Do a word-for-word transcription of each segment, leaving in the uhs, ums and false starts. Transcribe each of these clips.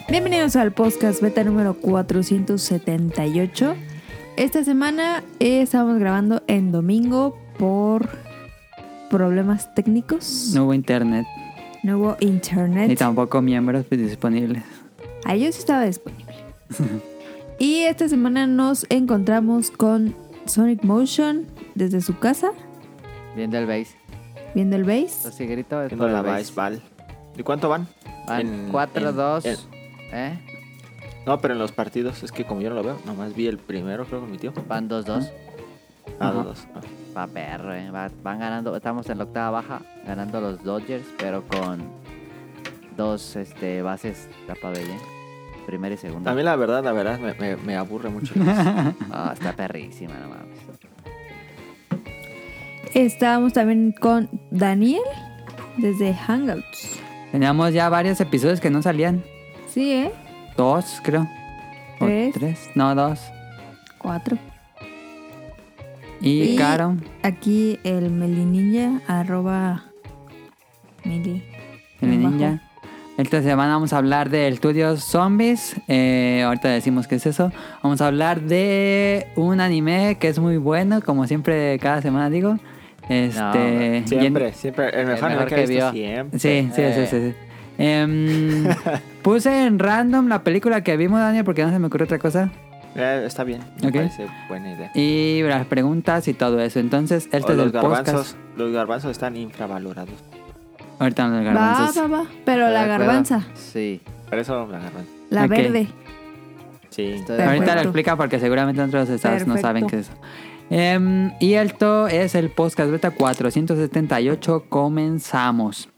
Bienvenidos al podcast beta número cuatrocientos setenta y ocho. Esta semana eh, estamos grabando en domingo por problemas técnicos. No hubo internet. No hubo internet. Ni tampoco miembros disponibles. Ah, yo sí estaba disponible. Y esta semana nos encontramos con Sonic Motion desde su casa, Viendo el base. viendo el base. Así grito es Viendo por la el base. base, Val. ¿Y cuánto van? Van En- cuatro dos. en- ¿Eh? No, pero en los partidos, es que como yo no lo veo, nomás vi el primero, creo, con mi tío. Van dos dos. Ah, Ajá. dos, dos. Ah. Va perro, eh. Va- van ganando. Estamos en la octava baja. Ganando los Dodgers, pero con dos este, bases tapa bella. Primera y segunda. A mí la verdad, la verdad, me, me, me aburre mucho. Ah, está perrísima, no mames. Estábamos también con Daniel desde Hangouts. Teníamos ya varios episodios que no salían. Sí, ¿eh? Dos, creo. O Tres. tres. No, dos. Cuatro. Y, Y- Caro. Aquí el Melininja, arroba Meli. El abajo. ninja. Esta semana vamos a hablar de Estudios Zombies. Eh, ahorita decimos qué es eso. Vamos a hablar de un anime que es muy bueno, como siempre cada semana digo. Este, Siempre, siempre. El mejor, mejor anime que que he visto vio. siempre. Sí, sí, sí, Eh, sí, sí. Em, puse en random la película que vimos, Daniel, porque no se me ocurrió otra cosa. eh, está bien, me Ok. parece buena idea. Y las preguntas y todo eso. Entonces, este O es los el garbanzos, podcast. los garbanzos están infravalorados. Ahorita los Va, garbanzos. va, va. Pero ¿Está la de acuerdo? garbanza, Sí. Por eso la garbanza. la Ok. verde. Sí. Estoy de Ahorita lo Perfecto. explica porque seguramente otros estados no Perfecto. saben qué es eso. Em, y esto es el podcast beta cuatrocientos setenta y ocho. Comenzamos.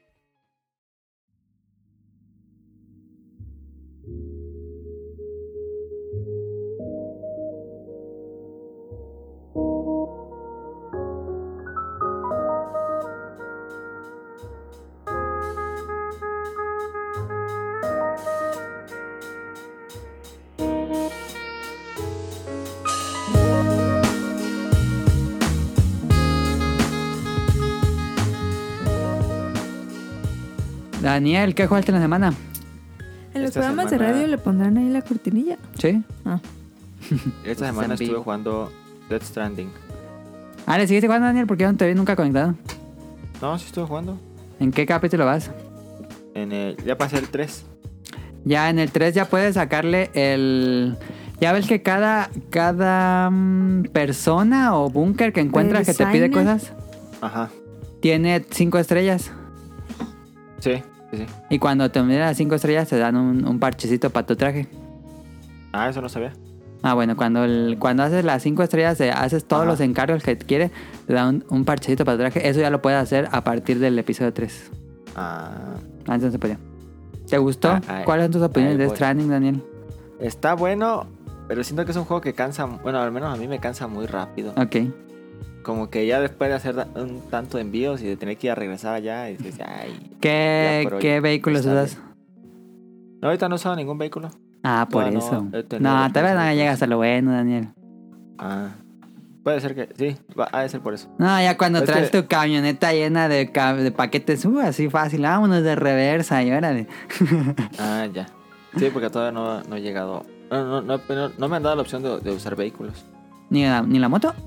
Daniel, ¿qué jugaste en la semana? En los Esta programas de semana- radio le pondrán ahí la cortinilla. ¿Sí? Ah. Esta Es semana en estuve vivo. jugando Death Stranding. Ah, ¿le seguiste jugando, Daniel? Porque yo no te vi nunca conectado. No, sí estuve jugando. ¿En qué capítulo vas? En el, ya pasé el tres. Ya en el tres ya puedes sacarle el... Ya ves que cada, cada mm, persona o búnker que encuentras que te pide Designer. cosas Ajá. tiene cinco estrellas. Sí, sí, sí. Y cuando te miras las cinco estrellas te dan un, un parchecito para tu traje. Ah, eso no sabía. Ah, bueno, cuando el, cuando haces las cinco estrellas, eh, haces todos Ajá. los encargos que quieres, te dan un, un parchecito para tu traje. Eso ya lo puedes hacer a partir del episodio tres. Ah, Antes no se podía. ¿Te gustó? Ah, ay, ¿Cuáles son tus opiniones ahí de voy. Stranding, Daniel? está bueno, pero siento que es un juego que cansa. Bueno, al menos a mí me cansa muy rápido. Ok. Como que ya después de hacer da- un tanto de envíos y de tener que ir a regresar allá, y dices, ay. ¿Qué, Ya por hoy ¿qué vehículos está usas? No, ahorita no he usado ningún vehículo. Ah, por No, no, eso. he tenido No, dos todavía no vehículos. llegas a lo bueno, Daniel. Ah, puede ser que. Sí, va, ha de ser por eso. No, ya cuando Es traes que- tu camioneta llena de, ca- de paquetes, uh, así fácil, vámonos de reversa y órale. Ah, ya. Sí, porque todavía no, no he llegado. No, no, no, no, no me han dado la opción de, de usar vehículos. ¿Ni la, ¿Ni la moto?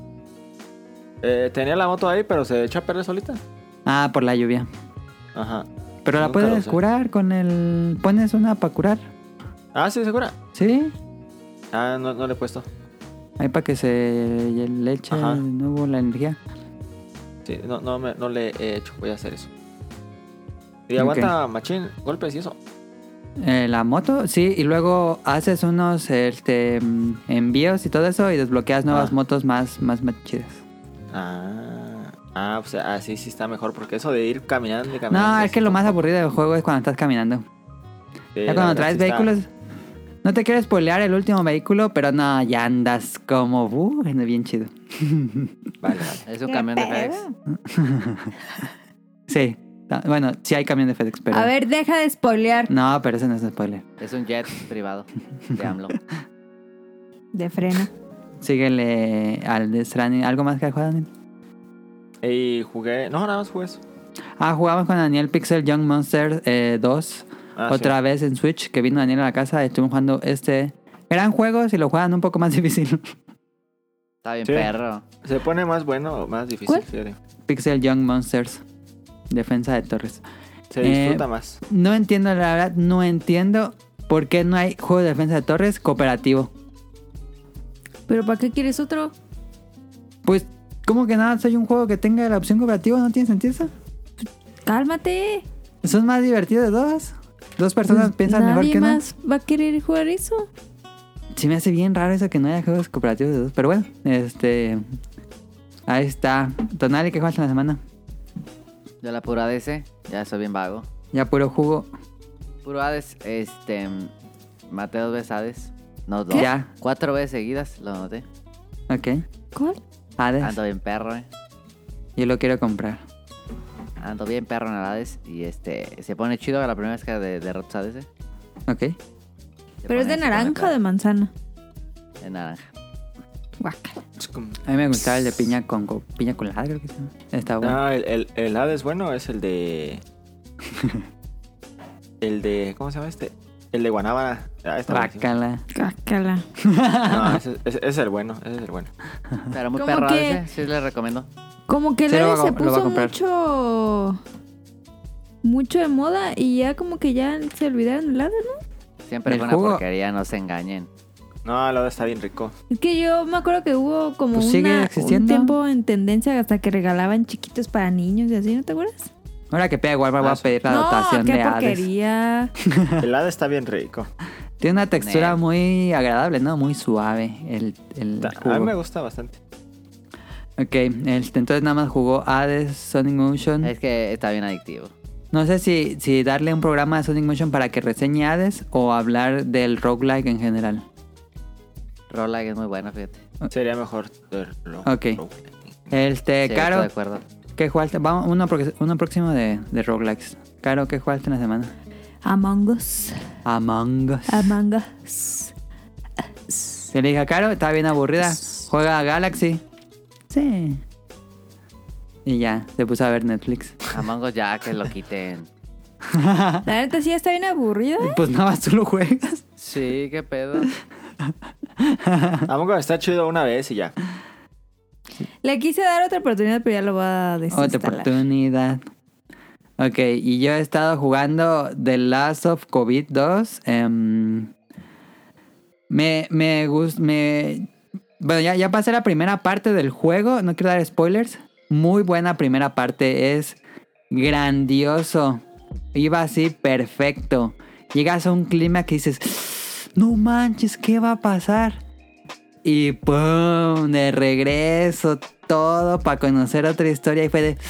Eh, tenía la moto ahí, pero se echó a perder solita. Ah, por la lluvia. Ajá. Pero la Nunca lo puedes usé. curar con el... Pones una para curar. Ah, sí, segura. ¿Sí? Ah, no, no le he puesto. Ahí para que se le eche Ajá. de nuevo la energía. Sí, no, no, me, no le he hecho. Voy a hacer eso. Y Ok. aguanta machín, golpes y eso. Eh, la moto, sí, y luego haces unos este, mm, envíos y todo eso y desbloqueas nuevas Ah. motos más, más, más chidas. Ah, ah, pues así sí está mejor. Porque eso de ir caminando y caminando. No, es así que lo está- más aburrido del juego es cuando estás caminando. Sí, Ya la cuando verdad traes sí está- vehículos, no te quiero spoilear el último vehículo, pero no, ya andas como, uh, bien chido. Vale, vale. Es un ¿Qué camión de pedo? Sí, FedEx. ta- bueno, sí hay camión de FedEx, pero... A ver, deja de spoilear. No, pero ese no es spoiler. Es un jet privado de AMLO. De freno. Síguele al de Stranding. ¿Algo más que has jugado, Daniel? Y jugué. No, nada más jugué eso. Ah, jugamos con Daniel Pixel Young Monster eh, dos. Ah, otra sí. vez en Switch, que vino Daniel a la casa. Estuvimos jugando este gran juego. Si lo juegan un poco más difícil. Está bien Sí. perro. Se pone más bueno, más difícil. ¿Cuál? Fíjate. Pixel Young Monsters. Defensa de torres. Se Eh, disfruta más. No entiendo, la verdad, no entiendo por qué no hay juego de defensa de torres cooperativo. ¿Pero para qué quieres otro? Pues, ¿cómo que nada? Soy un juego que tenga la opción cooperativa, ¿no tiene sentido eso? Cálmate. Son más divertidos de dos. Dos personas Pues piensan mejor nadie que uno. más va a querer jugar eso. Sí me hace bien raro eso que no haya juegos cooperativos de dos. Pero bueno, este... ahí está. Tonali, ¿qué juegas en la semana? Yo la pura A D S, ya soy bien vago. Ya puro jugo. Puro Hades, este... Maté dos veces Hades. No, dos. Ya. Cuatro veces seguidas lo noté. Ok. ¿Cuál? Hades. Ando bien perro, eh. Yo lo quiero comprar. Ando bien perro en el Hades. Y este... Se pone chido la primera vez que de, derrotas Hades, eh. Ok. Se ¿Pero es pone- de se pone naranja o de perro. manzana? De naranja. Guácala. Es como- A mí me gustaba el de piña con co- piña colada, creo que sí. Está bueno. No, el, el, el Hades bueno es el de. El de. ¿Cómo se llama este? El de Guanábana. Ah, está buenísimo. Bácala. Guácala. No, ese, ese- ese es el bueno. Ese es el bueno. Pero muy ¿Cómo perro que? Hades, eh. Sí les recomiendo. Como que el Sí, lo Hades va a se com- lo va a puso comprar. mucho... Mucho de moda y ya como que ya se olvidaron del Hades, ¿no? Siempre El fue una jugo- porquería, no se engañen. No, el Hades está bien rico. Es que yo me acuerdo que hubo como Pues sigue una, un existiendo. tiempo en tendencia hasta que regalaban chiquitos para niños y así, ¿no te acuerdas? Ahora que pega igual voy a Ah, sí. pedir la no, dotación qué de Hades. porquería. El Hades está bien rico. Tiene una textura Nel. muy agradable, ¿no? Muy suave el, el Ta- A mí jugo. me gusta bastante. Ok, este, entonces nada más jugó Hades, Sonic Motion. Es que está bien adictivo. No sé si, si darle un programa a Sonic Motion para que reseñe Hades o hablar del roguelike en general. Roguelike es muy bueno, fíjate. Sería mejor verlo. Ok. Este, Sí, Caro, estoy de acuerdo. ¿qué jugaste? Vamos, uno, pro- uno próximo de, de roguelikes. Caro, ¿qué jugaste en la semana? Among Us. Among Us. Among Us. Se le dije a Caro, estaba bien aburrida. Juega a Galaxy. Sí. Y ya, se puso a ver Netflix. Among Us ya que lo quiten. La neta sí está bien aburrida. Pues nada más tú lo juegas. Sí, qué pedo. Among Us está chido una vez y ya. Le quise dar otra oportunidad, pero ya lo voy a Otra desinstalar. oportunidad. Ok, y yo he estado jugando The Last of COVID dos. em, me, me gusta. Me, bueno, ya, ya pasé la primera parte del juego. No quiero dar spoilers. Muy buena primera parte. Es grandioso. Iba así perfecto. Llegas a un clima que dices: no manches, ¿qué va a pasar? Y ¡pum! De regreso, todo para conocer otra historia. Y fue de...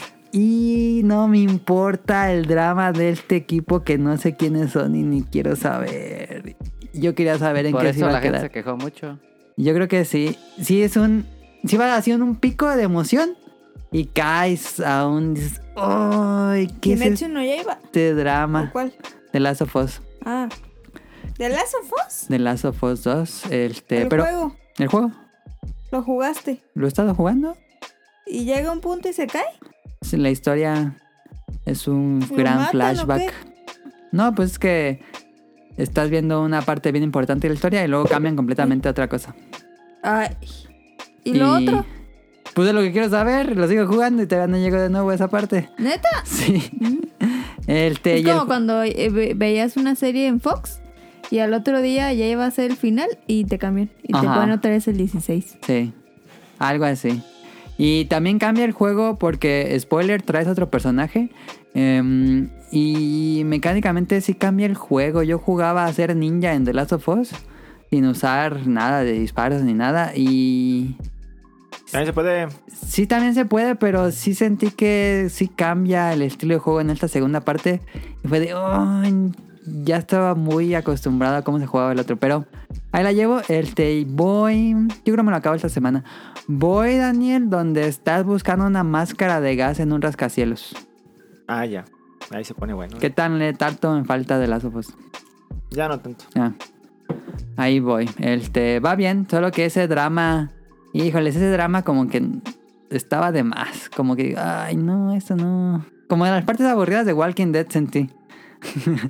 Y no me importa el drama de este equipo que no sé quiénes son y ni quiero saber. Yo quería saber en Por qué se eso iba la a gente quedar. se quejó mucho. Yo creo que sí. Sí es un... Sí va haciendo un pico de emoción. Y caes a un... dices, ¡ay! ¿Qué es ¿Kimetsu no Yaiba? este drama? ¿Cuál? The Last of Us. Ah. ¿The Last of Us? The Last of Us dos. Este, El pero... juego. ¿El juego? Lo jugaste. ¿Lo he estado jugando? ¿Y llega un punto y se cae? Sí, la historia es un ¿Lo gran matan o flashback. No, pues es que estás viendo una parte bien importante de la historia y luego cambian completamente a otra cosa. Ay. ¿Y lo otro? Pues de lo que quiero saber, lo sigo jugando y todavía no llego de nuevo a esa parte. ¿Neta? Sí. El te Es y el- como cuando eh, ve- veías una serie en Fox y al otro día ya iba a ser el final y te cambian. Y te Ajá. ponen otra vez el dieciséis. Sí, algo así. Y también cambia el juego porque, spoiler, traes otro personaje. em, y mecánicamente sí cambia el juego. Yo jugaba a ser ninja en The Last of Us sin usar nada de disparos ni nada. Y También se puede. sí, también se puede, pero sí sentí que sí cambia el estilo de juego en esta segunda parte. Y fue de, "Ay, ya estaba muy acostumbrado a cómo se jugaba el otro". Pero ahí la llevo. Este, voy, yo creo que me lo acabo esta semana. Voy, Daniel, donde estás buscando una máscara de gas en un rascacielos. Ah, ya. Ahí se pone bueno. ¿Qué tan le tanto me falta de las ojos? Ya no tanto. Ah, ahí voy. Este, va bien, solo que ese drama... Híjoles, ese drama como que estaba de más. Como que, ay, no, esto no... Como de las partes aburridas de Walking Dead sentí.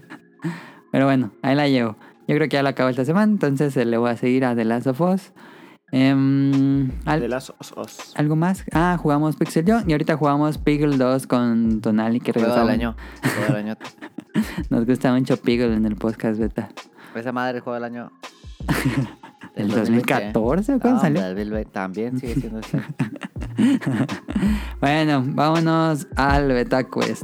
Pero bueno, ahí la llevo. Yo creo que ya lo acabo esta semana, entonces eh, le voy a seguir a The Last of Us. Em, al- De las os, os. ¿Algo más? Ah, jugamos Pixel Junk y ahorita jugamos Piggle dos con Tonali, que Juego del regresamos. año. Juego del año. Nos gusta mucho Piggle en el podcast beta. Esa madre, el juego del año. ¿El del dos mil catorce o cuándo No, salió? del dos mil veinte también sigue siendo este. Bueno, vámonos al Beta Quest.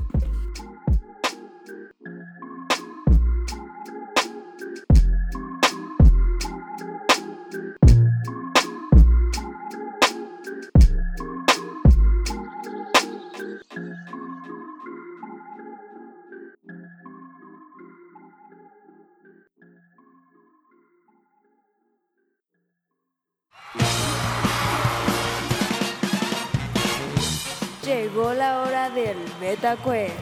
Llegó la hora del Beta Quest.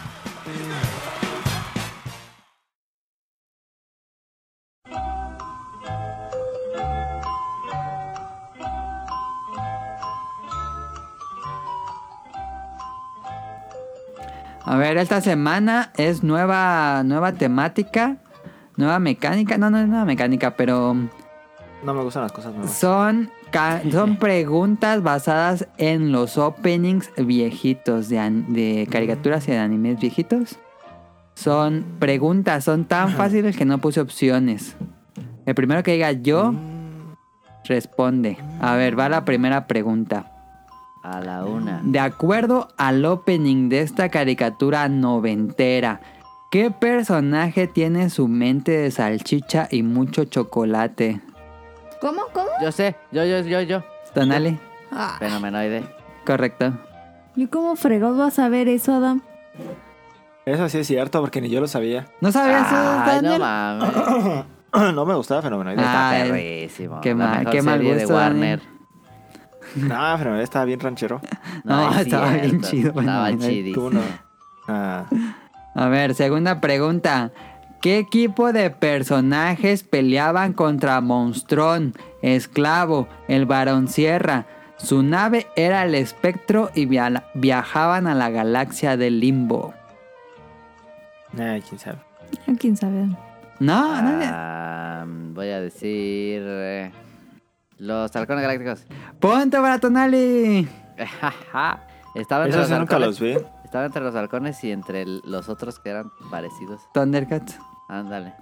A ver, esta semana es nueva, nueva temática, nueva mecánica. No, no es nueva mecánica, pero No me gustan las cosas nuevas. son, ca- son preguntas basadas en los openings viejitos de, an- de caricaturas y de animes viejitos. Son preguntas, son tan fáciles que no puse opciones. El primero que diga yo, responde. A ver, va la primera pregunta. A la una. De acuerdo al opening de esta caricatura noventera, ¿qué personaje tiene su mente de salchicha y mucho chocolate? ¿Cómo? ¿Cómo? Yo sé, yo, yo, yo, yo. Tonali, Ah, Fenomenoide. correcto. ¿y cómo fregado vas a ver eso, Adam? Eso sí es cierto, porque ni yo lo sabía. ¿No sabías eso, Ay, no Daniel? mames. No me gustaba Fenomenoide. Está Ay, perrísimo. qué La mal- mejor qué mal serie gusto, de Warner. No, Fenomenoide estaba bien ranchero. No, es estaba bien cierto. chido, Estaba Fenomenoide. chidísimo. ¿Cómo no? Ah, A ver, segunda pregunta. ¿Qué equipo de personajes peleaban contra Monstrón, Esclavo, el Barón Sierra? Su nave era el Espectro y via- viajaban a la galaxia del Limbo. ay, quién sabe. ¿Quién sabe? No, nadie. Ah, voy a decir. eh, Los halcones galácticos. Punto para Tonali. Estaba entre Esos los sí nunca halcones. los vi. Estaba entre los halcones y entre el- los otros que eran parecidos. Thundercats. Ándale.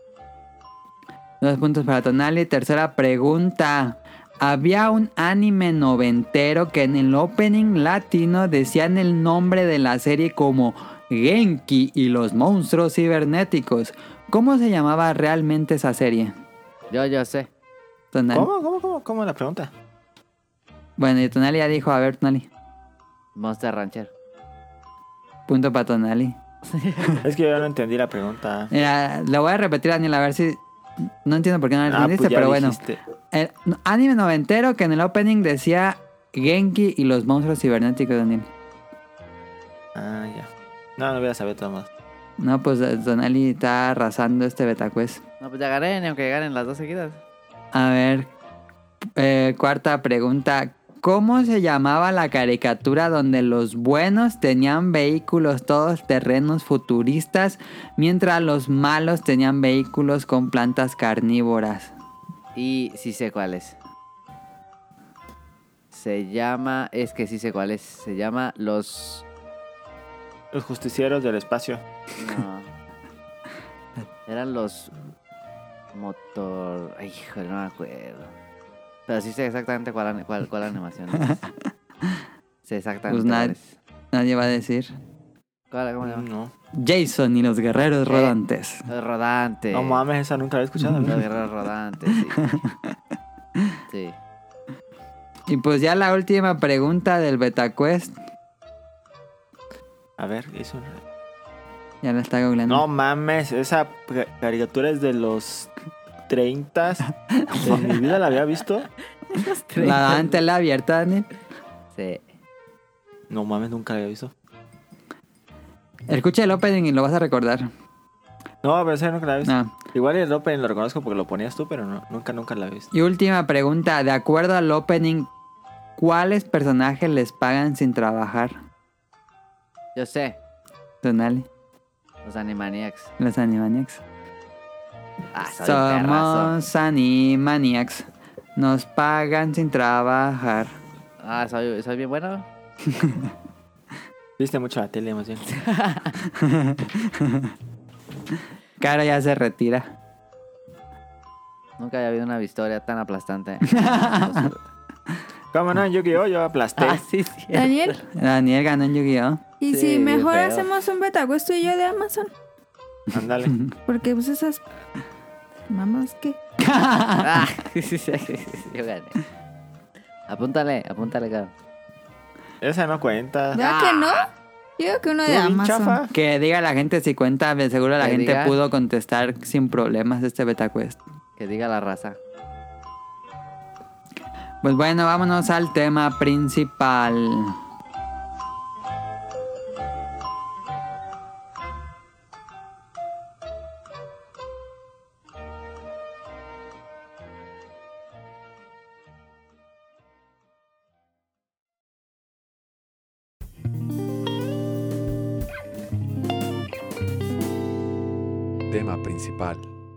Dos puntos para Tonali. Tercera pregunta. Había un anime noventero que en el opening latino decían el nombre de la serie como Genki y los monstruos cibernéticos. ¿Cómo se llamaba realmente esa serie? Yo, yo sé. Tonali. ¿Cómo, cómo, cómo, cómo la pregunta? Bueno, y Tonali ya dijo, a ver, Tonali. Monster Rancher. Punto para Tonali. Es que yo no entendí la pregunta. Mira, lo voy a repetir, Daniel, a ver si... No entiendo por qué no lo Ah, entendiste, pues ya pero bueno. dijiste. El anime noventero que en el opening decía Genki y los monstruos cibernéticos, Daniel. Ah, ya. No, no voy a saber todo más. No, pues Tonali está arrasando este betacuest. No, pues ya gané, ni aunque ganen las dos seguidas. A ver, eh, cuarta pregunta. ¿Cómo se llamaba la caricatura donde los buenos tenían vehículos todos terrenos futuristas, mientras los malos tenían vehículos con plantas carnívoras? Y sí sé cuál es. Se llama... Es que sí sé cuál es. Se llama Los... Los justicieros del espacio. No. Eran los... Motor... Ay, híjole, no me acuerdo. Pero sí sé exactamente cuál, an- cuál, cuál animación es. Sé exactamente Pues cuál nad- es. Nadie va a decir. ¿Cuál, ¿Cómo se llama? No. Jason y los guerreros Eh. rodantes. Los rodantes. No mames, esa nunca la he escuchado. Los ¿no? guerreros rodantes, sí. Sí. Y pues ya la última pregunta del betacuest. A ver, eso. Ya la está googleando. No mames, esa ca- caricatura es de los treinta. En mi vida la había visto. La daban en tela abierta, Daniel. Sí. No mames, nunca la había visto. Escucha el opening y lo vas a recordar. No, pero esa nunca la había visto. Ah. Igual el opening lo reconozco porque lo ponías tú, pero no, nunca, nunca la he visto. Y última pregunta. De acuerdo al opening, ¿cuáles personajes les pagan sin trabajar? Yo sé. Tonali. Los Animaniacs. Los Animaniacs. Ah, soy un perrazo. Somos Animaniacs. Nos pagan sin trabajar. Ah, soy, soy bien bueno. Viste mucho la tele, más bien. Cara ya se retira. Nunca había habido una victoria tan aplastante. ¿Cómo no? En Yu-Gi-Oh! Yo aplasté. Ah, sí, sí. Daniel, Daniel ganó en Yu-Gi-Oh! ¿y Sí, si bien mejor feo. hacemos un betacuest tú y yo de Amazon? Ándale. Porque pues esas... Mamás, ¿qué? Ah, sí, sí, sí, sí, sí, yo gané. Apúntale, apúntale, cabrón. Esa no cuenta. ¿Verdad que no? Yo digo que uno de ¿Tú, bien Amazon. chafa? Que diga la gente si cuenta, de seguro la Que gente diga. pudo contestar sin problemas este beta quest. Que diga la raza. Pues bueno, vámonos al tema principal. Tema principal.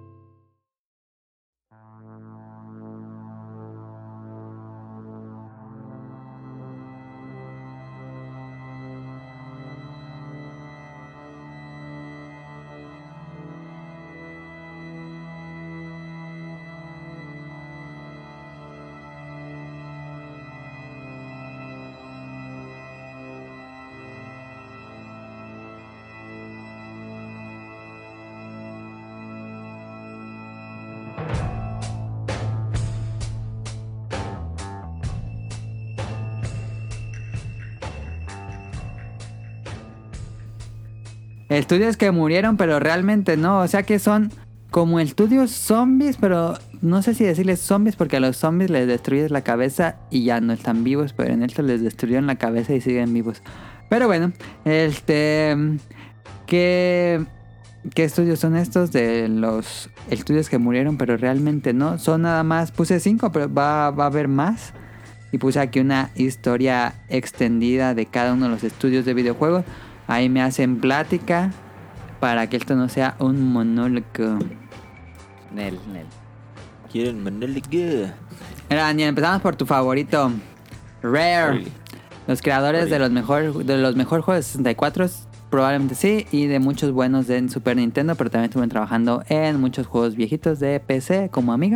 Estudios que murieron, pero realmente no. O sea que son como estudios zombies, pero no sé si decirles zombies porque a los zombies les destruyes la cabeza y ya no están vivos, pero en estos les destruyeron la cabeza y siguen vivos. Pero bueno, este... ¿Qué, qué estudios son estos de los estudios que murieron, pero realmente no? Son nada más, puse cinco, pero va, va a haber más. Y puse aquí una historia extendida de cada uno de los estudios de videojuegos. Ahí me hacen plática para que esto no sea un monólogo. Nel, Nel. Quieren mandarle. Mira, Daniel, empezamos por tu favorito, Rare. Uy. Los creadores Uy. de los mejor, de los mejores juegos de sesenta y cuatro, probablemente sí, y de muchos buenos de Super Nintendo, pero también estuvieron trabajando en muchos juegos viejitos de P C como Amiga.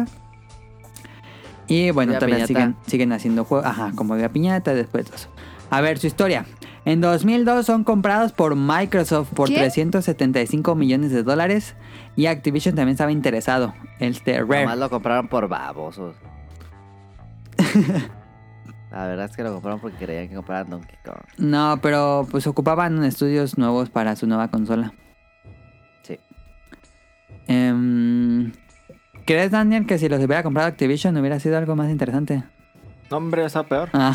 Y bueno, Viva también Piñata. siguen, siguen haciendo juegos, ajá, como Viva Piñata, después de eso. A ver, su historia. En dos mil dos son comprados por Microsoft por ¿Qué? trescientos setenta y cinco millones de dólares y Activision también estaba interesado. Este Rare. Nomás lo compraron por babosos. La verdad es que lo compraron porque creían que compraran Donkey Kong. No, pero pues ocupaban estudios nuevos para su nueva consola. Sí. Em, ¿Crees, Daniel, que si los hubiera comprado Activision hubiera sido algo más interesante? No, hombre, está peor. Ah.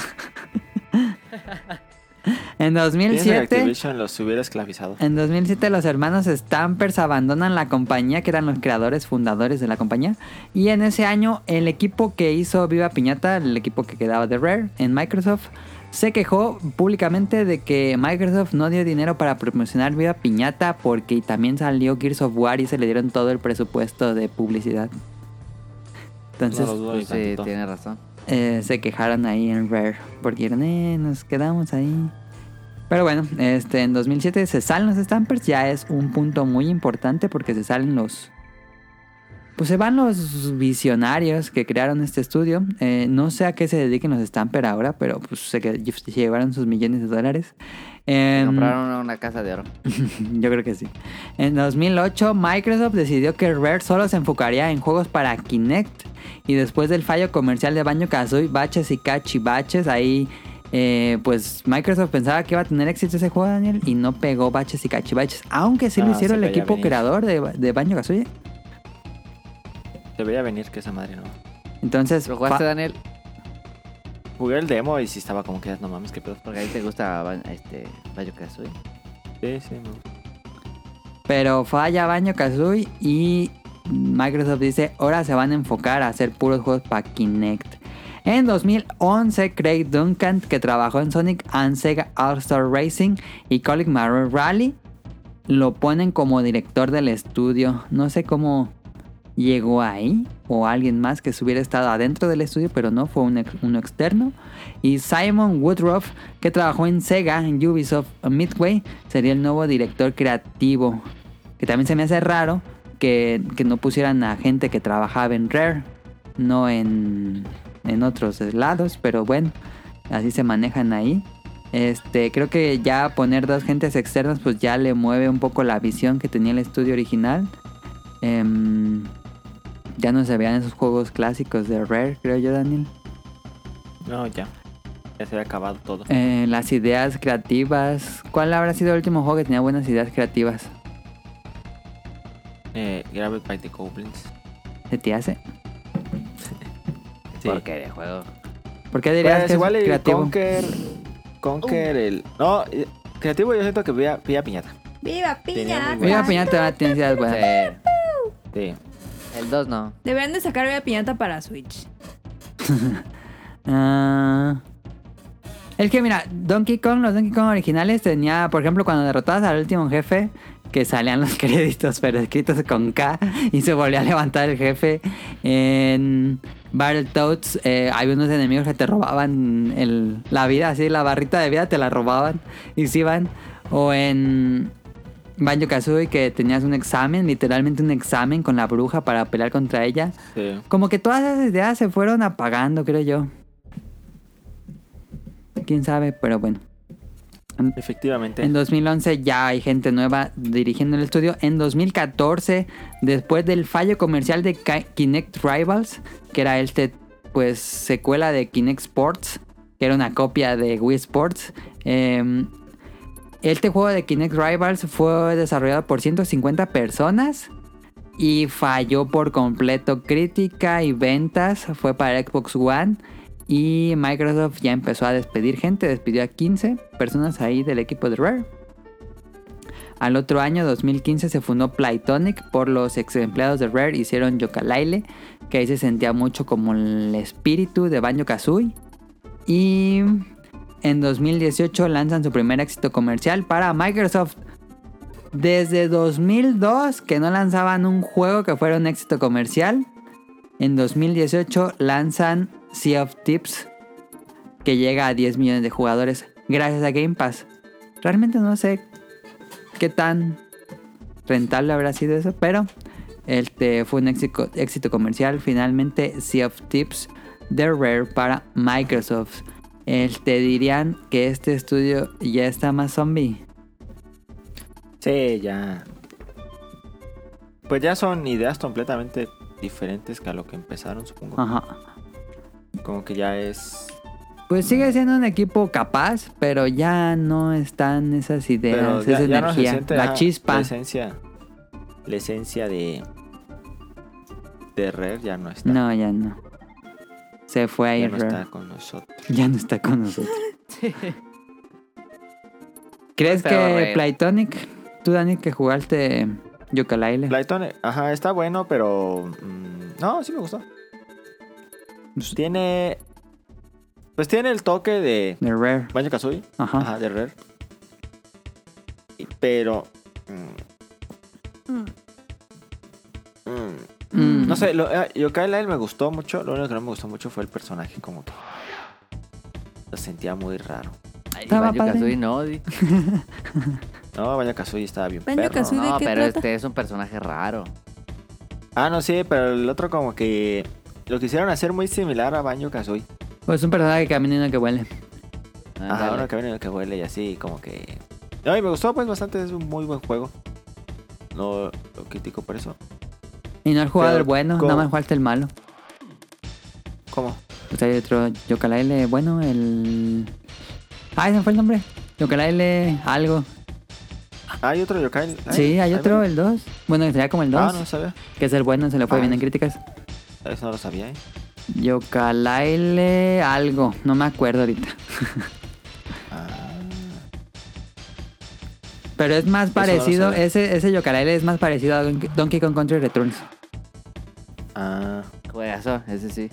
En Piensa que dos mil siete, Activision los hubiera esclavizado. en dos mil siete los hermanos Stampers abandonan la compañía, que eran los creadores fundadores de la compañía. Y en ese año el equipo que hizo Viva Piñata, el equipo que quedaba de Rare en Microsoft, se quejó públicamente de que Microsoft no dio dinero para promocionar Viva Piñata porque también salió Gears of War y se le dieron todo el presupuesto de publicidad. Entonces No lo dudo ni Pues sí, tantito. tiene razón. eh, se quejaron ahí en Rare porque dijeron, eh, nos quedamos ahí. Pero bueno, este, en dos mil siete se salen los Stampers, ya es un punto muy importante porque se salen los... Pues se van los visionarios que crearon este estudio. Eh, no sé a qué se dediquen los Stampers ahora, pero pues se, que- se llevaron sus millones de dólares. Em, Compraron una, una casa de oro. Yo creo que sí. En dos mil ocho, Microsoft decidió que Rare solo se enfocaría en juegos para Kinect. Y después del fallo comercial de Banjo-Kazooie, baches y cachivaches, ahí eh, pues Microsoft pensaba que iba a tener éxito ese juego, Daniel, y no pegó baches y cachivaches. Aunque sí lo Ah, hicieron se el veía equipo venir. creador de, de Banjo-Kazooie. Te veía venir que esa madre no. Entonces, ¿Lo jugaste, fa- Daniel? Jugué el demo y sí estaba como que no mames, qué pedo. Porque ahí te gusta Ba- este Banjo-Kazooie. Sí, sí, no. pero falla Banjo-Kazooie y Microsoft dice, ahora se van a enfocar a hacer puros juegos para Kinect. En dos mil once, Craig Duncan, que trabajó en Sonic and Sega All-Star Racing y Colic Mario Rally, lo ponen como director del estudio. No sé cómo llegó ahí, o alguien más que hubiera estado adentro del estudio, pero no, fue un ex- uno externo. Y Simon Woodruff, que trabajó en Sega, en Ubisoft Midway, sería el nuevo director creativo. Que también se me hace raro que, que no pusieran a gente que trabajaba en Rare, no en, en otros lados, pero bueno, así se manejan ahí. Este, creo que ya poner dos gentes externas pues ya le mueve un poco la visión que tenía el estudio original. Em, ya no se veían esos juegos clásicos de Rare, creo yo, Daniel. No, ya. Ya se había acabado todo. Eh, las ideas creativas. ¿Cuál habrá sido el último juego que tenía buenas ideas creativas? Eh, Grabbed by the Goblins. ¿Se te hace? Sí. Porquería de juego. ¿Por qué dirías Pues que igual es el creativo? Conker... Conker, el... No, eh, creativo yo siento que Vía, Vía Piñata. ¡Viva Tenía muy Piñata! buena- Viva Piñata tiene ideas buenas. Sí. Sí. El dos no. Deberían de sacar Viva Piñata para Switch. Ah, es que mira, Donkey Kong, los Donkey Kong originales tenía, por ejemplo, cuando derrotabas al último jefe, que salían los créditos, pero escritos con K, y se volvía a levantar el jefe. En Battletoads eh, había unos enemigos que te robaban el, la vida, así, la barrita de vida te la robaban y se iban. O en Banjo-Kazooie, que tenías un examen, literalmente un examen con la bruja para pelear contra ella. Sí. Como que todas esas ideas se fueron apagando, creo yo. Quién sabe, pero bueno. Efectivamente. En dos mil once ya hay gente nueva dirigiendo el estudio. En dos mil catorce, después del fallo comercial de Ki- Kinect Rivals, que era este, pues, secuela de Kinect Sports, que era una copia de Wii Sports. Eh, este juego de Kinect Rivals fue desarrollado por ciento cincuenta personas y falló por completo crítica y ventas. Fue para Xbox One. Y Microsoft ya empezó a despedir gente, despidió a quince personas ahí del equipo de Rare. Al otro año, dos mil quince, se fundó Playtonic por los ex empleados de Rare. Hicieron Yooka-Laylee, que ahí se sentía mucho como el espíritu de Banjo-Kazooie. Y en dos mil dieciocho lanzan su primer éxito comercial para Microsoft. Desde dos mil dos que no lanzaban un juego que fuera un éxito comercial. En dos mil dieciocho lanzan Sea of Thieves, que llega a diez millones de jugadores gracias a Game Pass. Realmente no sé qué tan rentable habrá sido eso, pero este fue un éxito, éxito comercial. Finalmente, Sea of Thieves de Rare para Microsoft. Este, dirían que este estudio ya está más zombie. Sí, ya. Pues ya son ideas completamente diferentes que a lo que empezaron, supongo. Ajá. Como que ya es... Pues sigue siendo un equipo capaz, pero ya no están esas ideas, ya, esa ya no se energía, siente, la ajá, chispa. La esencia, la esencia de... De Rare ya no está. No, ya no. Se fue ahí ya no Rare. está con nosotros. Ya no está con nosotros. ¿Crees Pero que Rare. Playtonic, tú Dani, que jugaste Yooka-Laylee, Playton, ajá, está bueno, pero... mm, no, sí me gustó. Tiene... Pues tiene el toque de de Rare? Banjo-Kazooie. Ajá. Ajá, de Rare. Y- Pero... mm, mm, Mm. no sé, lo, eh, Yooka-Laylee me gustó mucho. Lo único que no me gustó mucho fue el personaje, como que... Lo sentía muy raro. Ay, Estaba Banjo-Kazooie padre. no. di- No, Banjo-Kazooie estaba bien Banjo-Kazooie- perro. ¿de No, qué pero trata? este es un personaje raro. Ah, no, sí, pero el otro como que... Lo quisieron hacer muy similar a Banjo-Kazooie. Pues un personaje que camina y uno que huele. Ajá, Ándale. uno que viene que huele y así, como que... No, y me gustó pues bastante, es un muy buen juego. No lo critico por eso. Y no has jugado Pero, el bueno, ¿cómo? nada más jugaste el malo. ¿Cómo? Pues hay otro Yooka-Laylee bueno, el... Ah, ese fue el nombre. Yooka-Laylee algo. ¿Hay otro yokai? ¿Hay? Sí, hay otro, varios? el dos. Bueno, sería como el dos. Ah, no sabía. Que es el bueno, se le fue Ah, bien en es- críticas. Eso no lo sabía, ¿eh? Yooka-Laylee algo, no me acuerdo ahorita. Ah, Pero es más Eso no lo parecido, sabía. ese, ese Yooka-Laylee es más parecido a Donkey Donkey Kong Country Returns. ah. Juegazo, ese sí.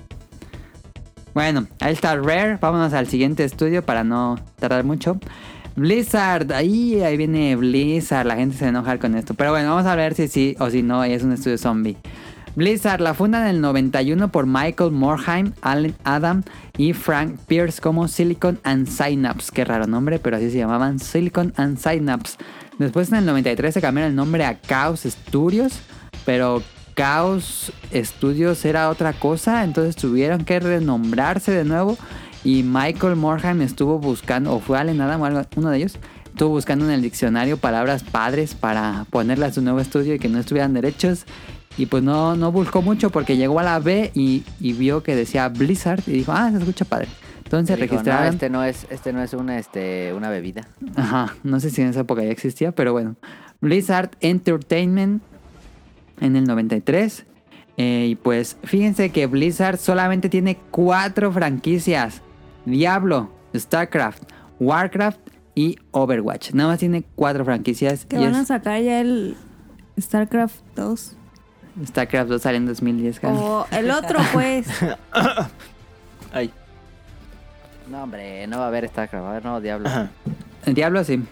Bueno, ahí está Rare. Vámonos al siguiente estudio para no tardar mucho. Blizzard, ahí, ahí viene Blizzard, la gente se va a enojar con esto. Pero bueno, vamos a ver si sí o si no es un estudio zombie. Blizzard la fundan en el noventa y uno por Michael Morhaime, Alan Adam y Frank Pierce como Silicon and Synapse. Qué raro nombre, pero así se llamaban, Silicon and Synapse. Después en el noventa y tres se cambiaron el nombre a Chaos Studios, pero Chaos Studios era otra cosa, entonces tuvieron que renombrarse de nuevo. Y Michael Morhaime estuvo buscando, o fue Alan Adam o algo, uno de ellos, estuvo buscando en el diccionario palabras padres para ponerle a su nuevo estudio y que no estuvieran derechos. Y pues no, no buscó mucho porque llegó a la B y, y vio que decía Blizzard y dijo, ah, se escucha padre. Entonces Dijo, registraron... No, este no es, este no es una, este, una bebida. Ajá, no sé si en esa época ya existía, pero bueno. Blizzard Entertainment en el noventa y tres. Eh, y pues fíjense que Blizzard solamente tiene cuatro franquicias. Diablo, StarCraft, Warcraft y Overwatch. Nada más tiene cuatro franquicias. Que y van a es sacar ya el StarCraft dos. StarCraft dos sale en dos mil diez. cara. O el otro, pues. Ay. No, hombre, no va a haber StarCraft, va a haber no, Diablo. Ajá. El Diablo sí.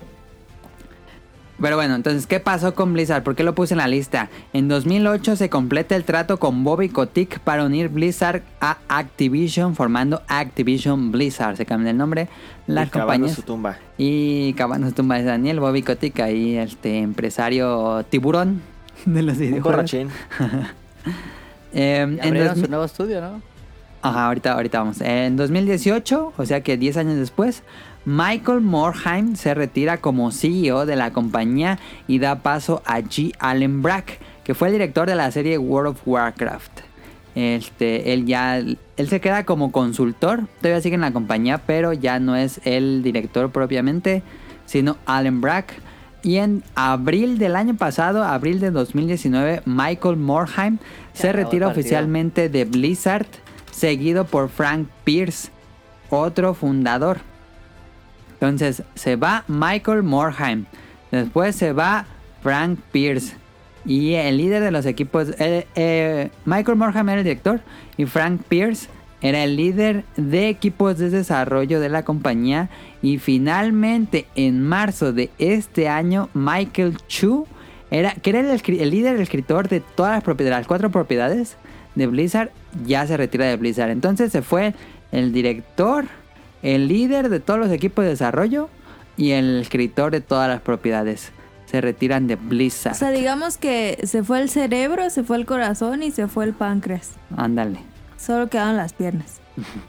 Pero bueno, entonces, ¿qué pasó con Blizzard? ¿Por qué lo puse en la lista? En dos mil ocho se completa el trato con Bobby Kotick para unir Blizzard a Activision, formando Activision Blizzard. Se cambia el nombre, las Y cavando compañías. su tumba. Y cavando su tumba de Daniel, Bobby Kotick, ahí este empresario tiburón de los Un videojuegos. borrachín. Eh, Y en abrieron dos mil su nuevo estudio, ¿no? Ajá, ahorita, ahorita vamos. En dos mil dieciocho, o sea que diez años después, Michael Morhaime se retira como C E O de la compañía y da paso a G. Allen Brack, que fue el director de la serie World of Warcraft. Este, él ya, él se queda como consultor, todavía sigue en la compañía, pero ya no es el director propiamente, sino Allen Brack. Y en abril del año pasado, abril de dos mil diecinueve, Michael Morhaime se acabó el retira partido. oficialmente de Blizzard, seguido por Frank Pierce, otro fundador. Entonces se va Michael Morhaime, después se va Frank Pierce y el líder de los equipos, eh, eh, Michael Morhaime era el director y Frank Pierce era el líder de equipos de desarrollo de la compañía. Y finalmente en marzo de este año, Michael Chu, era, que era el, escri- el líder, el escritor de todas las propiedades, las cuatro propiedades de Blizzard, ya se retira de Blizzard. Entonces se fue el director, el líder de todos los equipos de desarrollo y el escritor de todas las propiedades. Se retiran de Blizzard. O sea, digamos que se fue el cerebro, se fue el corazón y se fue el páncreas. Ándale. Solo quedaron las piernas.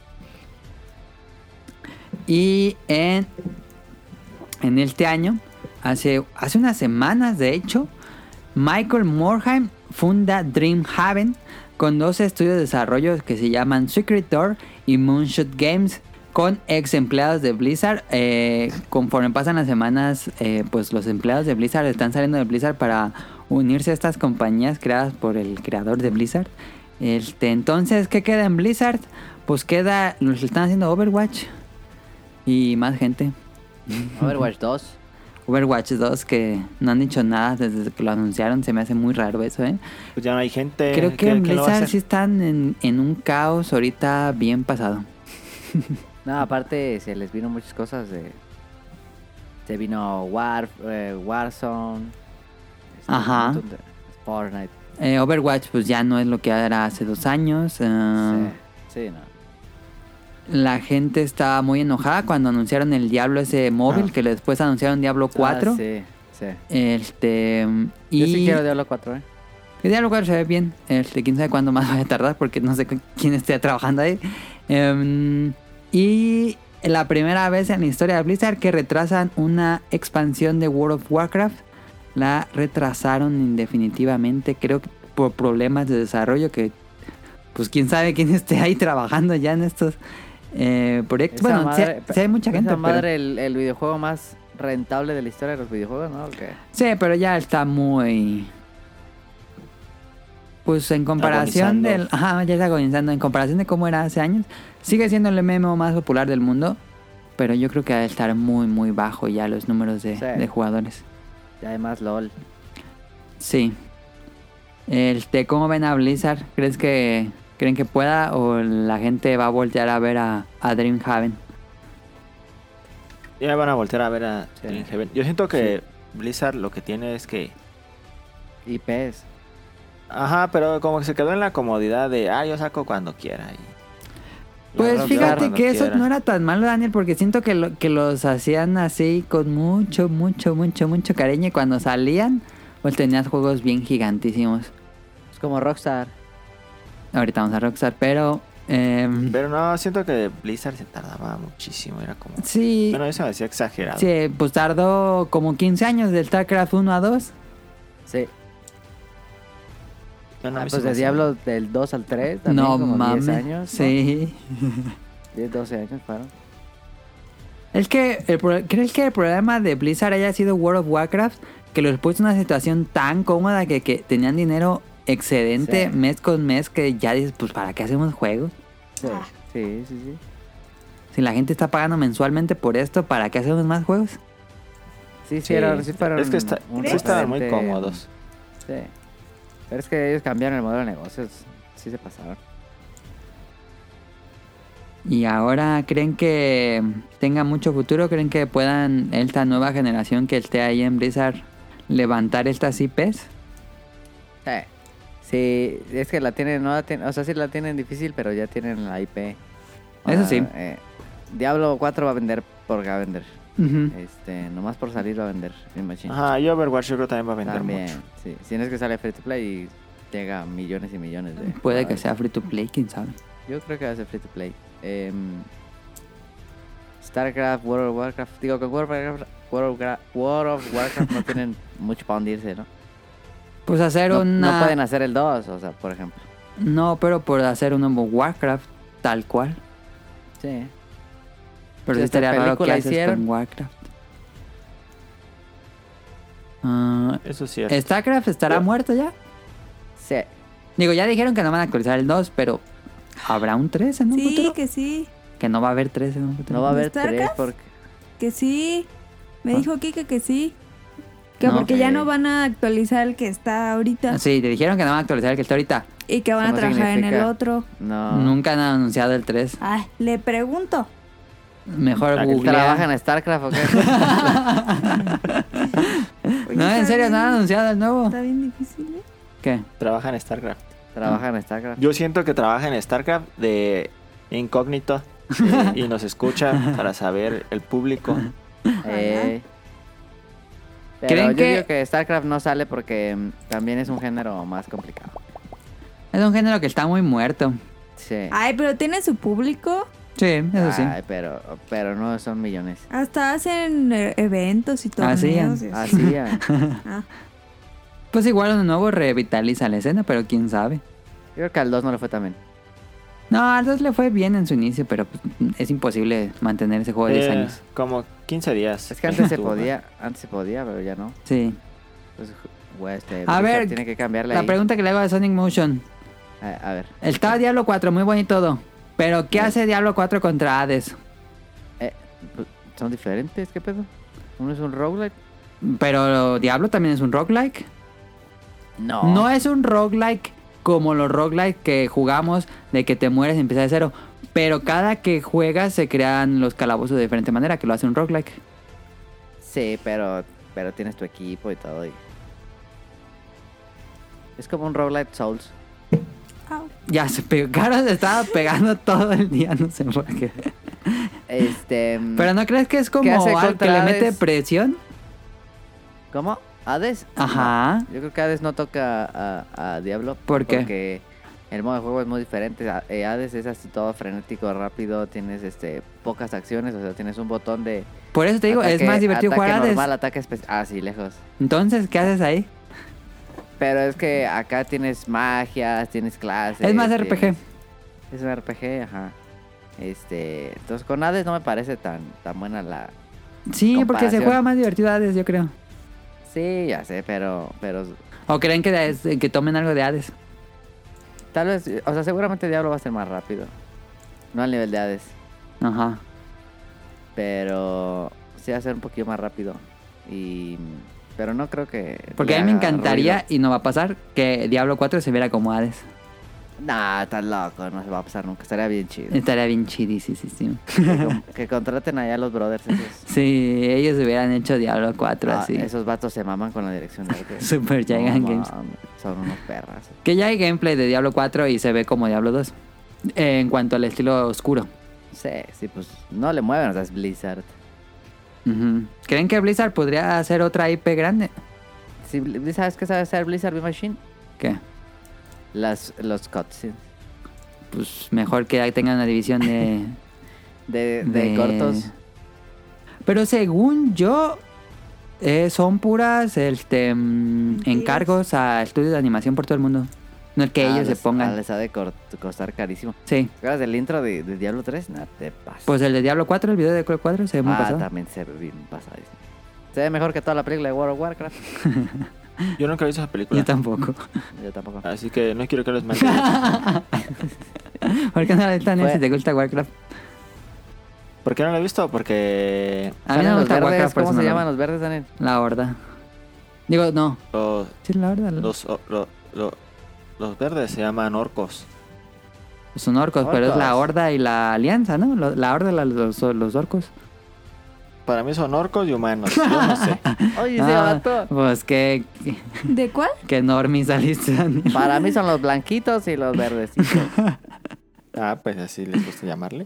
Y en, en este año, hace, hace unas semanas de hecho, Michael Morhaime funda Dreamhaven con dos estudios de desarrollo que se llaman Secret Door y Moonshot Games, con ex empleados de Blizzard. Eh, conforme pasan las semanas, eh, pues los empleados de Blizzard están saliendo de Blizzard para unirse a estas compañías creadas por el creador de Blizzard. Este, entonces, ¿qué queda en Blizzard? Pues queda, los están haciendo Overwatch y más gente. Overwatch dos. Overwatch dos, que no han dicho nada desde que lo anunciaron. Se me hace muy raro eso, ¿eh? Pues ya no hay gente. Creo que en ¿qué lo va a Blizzard hacer? sí están en, en un caos ahorita bien pasado. No, aparte se les vino muchas cosas de... Se vino War, eh, Warzone. este, Ajá. un montón de- Fortnite. Eh, Overwatch pues ya no es lo que era hace dos años. eh, Sí, sí, no. La gente estaba muy enojada cuando anunciaron el Diablo ese móvil, Ah. que después anunciaron Diablo cuatro. Ah, sí, sí. Este, y Yo sí quiero Diablo cuatro, ¿eh? el Diablo cuatro se ve bien. Este, quién sabe cuándo más vaya a tardar porque no sé cu- quién esté trabajando ahí. Em, y la primera vez en la historia de Blizzard que retrasan una expansión de World of Warcraft. La retrasaron indefinitivamente, creo que por problemas de desarrollo, que pues quién sabe quién esté ahí trabajando ya en estos eh, proyectos. Esa Bueno, sí, madre- sí hay mucha gente, Esa pero, madre el, el videojuego más rentable de la historia de los videojuegos, ¿no? Que sí, pero ya está muy... Pues en comparación Agonizando. del... Ajá, ya está agonizando. En comparación de cómo era hace años, sigue siendo el M M O más popular del mundo, pero yo creo que va a estar muy, muy bajo ya los números de, Sí. de jugadores. y además LOL. Sí. Este, ¿cómo ven a Blizzard? ¿Crees que creen que pueda o la gente va a voltear a ver a, a Dreamhaven? Ya van a voltear a ver a Sí. Dream Heaven. Yo siento que Blizzard lo que tiene es que... I Ps. Ajá, pero como que se quedó en la comodidad de, ah, yo saco cuando quiera. Y... Pues Rockstar fíjate cuando que eso quiera. no era tan malo, Daniel, porque siento que, lo, que los hacían así con mucho, mucho, mucho, mucho cariño. Y cuando salían, pues tenías juegos bien gigantísimos. Es como Rockstar. Ahorita vamos a Rockstar, pero... em, Pero no, siento que Blizzard se tardaba muchísimo. Era como... sí, Bueno, eso me decía exagerado. sí, pues tardó como quince años del StarCraft uno a dos. Sí. Bueno, a Ah, mí pues se me de hace- Diablo del dos al tres. También No como mames. diez años. ¿no? Sí. diez, doce años fueron. Es que el, pro- ¿crees que el problema de Blizzard haya sido World of Warcraft? Que los puso en una situación tan cómoda que, que tenían dinero excedente Sí. mes con mes que ya dices, pues ¿para qué hacemos juegos? Sí, sí, sí, sí. Si la gente está pagando mensualmente por esto, ¿para qué hacemos más juegos? Sí, sí, Sí. era- sí fueron Es que está- un sí estaban muy referente, cómodos. Sí. Pero es que ellos cambiaron el modelo de negocios. Sí se pasaron. Y ahora creen que tenga mucho futuro, creen que puedan esta nueva generación que esté ahí en Blizzard levantar estas I Ps. Sí. Sí, es que la tienen, no la tienen, o sea, sí la tienen difícil, pero ya tienen la I P. O Eso sea, sí. eh, Diablo cuatro va a vender porque va a vender. Ujú. Este, nomás por salir va a vender, me imagino. Ajá, y Overwatch yo creo que también va a vender También, mucho. sí. Si no es que sale free to play y llega a millones y millones de... Puede que dólares. sea free to play, quién sabe. Yo creo que va a ser free to play. Em, StarCraft, World of Warcraft. Digo, con World of Warcraft, World of, Gra- World of Warcraft no tienen mucho para hundirse, ¿no? Pues hacer No, una... no pueden hacer el dos, o sea, por ejemplo. No, pero por hacer un nuevo Warcraft, tal cual. Sí. Pero Sí, sí esta estaría raro que película haces hicieron. con Warcraft. Ah, Eso sí es. ¿StarCraft estará Yo- muerto ya? Sí. Digo, ya dijeron que no van a actualizar el dos, pero ¿habrá un tres en un Sí, futuro? que sí, Que no va a haber tres en un futuro. No va a haber ¿StarCraft? tres porque... que sí. Me Ah. dijo Kike que sí. Que No. porque ya Ok. no van a actualizar el que está ahorita. Sí, te dijeron que no van a actualizar el que está ahorita. Y que van Eso a no trabajar en el significa- otro. No. Nunca han anunciado el tres. Ay, le pregunto. Mejor Ah, que googlea. ¿Trabajan en StarCraft o qué? Oye, No, en está serio, no han bien- anunciado el nuevo. Está bien difícil, ¿eh? ¿Qué? Trabaja en StarCraft. Trabajan en StarCraft. Yo siento que trabaja en StarCraft de incógnito eh, y nos escucha para saber el público. Eh, pero ¿Creen yo que- digo que StarCraft no sale porque mm, también es un género más complicado. Es un género que está muy muerto. Sí. Ay, pero tiene su público. Sí, eso sí. Ay, pero, pero no son millones. Hasta hacen eh, eventos y torneos. Hacían. y así. Así ya. Ah, Pues igual uno nuevo revitaliza la escena, pero quién sabe. Yo creo que al dos no le fue tan bien. No, al dos le fue bien en su inicio, pero pues, es imposible mantener ese juego de diez Eh, años. Como quince días. Es que antes se estuvo, podía, antes se podía, pero ya no. Sí. Entonces, güey, este, A Blizzard ver, tiene que cambiarle La ahí. pregunta que le hago a Sonic Motion. A, a ver. Está Diablo cuatro, muy bueno y todo. Pero ¿qué hace Diablo cuatro contra Hades? Eh, pues, ¿son diferentes? ¿Qué pedo? ¿Uno es un roguelike? Pero Diablo también es un roguelike. No. No es un roguelike como los roguelike que jugamos, de que te mueres y empiezas de cero. Pero cada que juegas se crean los calabozos de diferente manera, que lo hace un roguelike. Sí, pero, pero tienes tu equipo y todo. y- Es como un roguelike Souls. au. Ya se pegó, Carlos se estaba pegando todo el día, no sé por qué. Este. Pero ¿no crees que es como ¿Qué hace algo que contra le mete Hades? presión? ¿Cómo? ¿Hades? Ajá. No, yo creo que Hades no toca a, a Diablo. ¿Por qué? Porque el modo de juego es muy diferente. A- eh, Hades es así todo frenético, rápido. Tienes este pocas acciones. O sea, tienes un botón de. Por eso te digo, es ataque- más divertido ataque jugar Hades. normal, ataque especial. Ah, sí, lejos. Entonces, ¿qué haces ahí? Pero es que acá tienes magias, tienes clases. Es más R P G. tienes- Es un R P G, ajá. Este. Entonces con Hades no me parece tan, tan buena la. Sí, porque se comparación. juega más divertido Hades, yo creo. Sí, ya sé, pero. pero ¿O creen que, es- que tomen algo de Hades? tal vez. O sea, seguramente Diablo va a ser más rápido. No al nivel de Hades. Ajá. Pero sí va a ser un poquito más rápido. Y. Pero no creo que. Porque le a mí me haga encantaría, ruido. y no va a pasar, que Diablo cuatro se viera como Hades. Nah, estás loco, no se va a pasar nunca. Estaría bien chido. Estaría bien chidísimo. Que, con- que contraten allá a los brothers esos. Sí, ellos hubieran hecho Diablo cuatro Ah, así. esos vatos se maman con la dirección de arte. Super Giant No, Games. mames, son unos perras. Que ya hay gameplay de Diablo cuatro y se ve como Diablo dos. Eh, en cuanto al estilo oscuro. Sí, sí, pues no le mueven, o sea, es Blizzard. Ujú. ¿Creen que Blizzard podría hacer otra I P grande? Sí, Bli- ¿sabes qué sabe hacer Blizzard Beat Machine? ¿Qué? Las, los cutscenes. Pues mejor que tengan una división de... De, de, cortos. Pero según yo, eh, son puras este, mm, Mentiras. encargos a estudios de animación por todo el mundo. No es que Ah, ellos les- se pongan. ah, les ha de cor- costar carísimo. Sí. ¿Te acuerdas del intro de, de Diablo tres? Nada, te pasa. Pues el de Diablo cuatro, el video de Diablo cuatro, se ve muy ah, pasado. también se ve bien pasadísimo. Se ve mejor que toda la película de World of Warcraft. Yo nunca he visto esa película. Yo tampoco. Yo tampoco. Así que no quiero que los manden. ¿Por qué no la ves tan Fue- si te gusta Warcraft? ¿Por qué no la he visto? Porque A mí no ¿Salen me los gusta verdes? Warcraft, por ¿Cómo eso se no la llaman veo. los verdes, Daniel? La Horda. Digo, no. los, Sí, la Horda. la- los, o- lo- lo- los verdes se llaman orcos. Son orcos, pero es la Orcos. Horda y la Alianza, ¿no? Lo- La Horda y la- los, los orcos. Para mí son orcos y humanos. Yo no sé. Oye, ese Ah, vato. pues qué, ¿De cuál? qué normie saliste, Daniel. Para mí son los blanquitos y los verdecitos. Ah, pues así les gusta llamarle.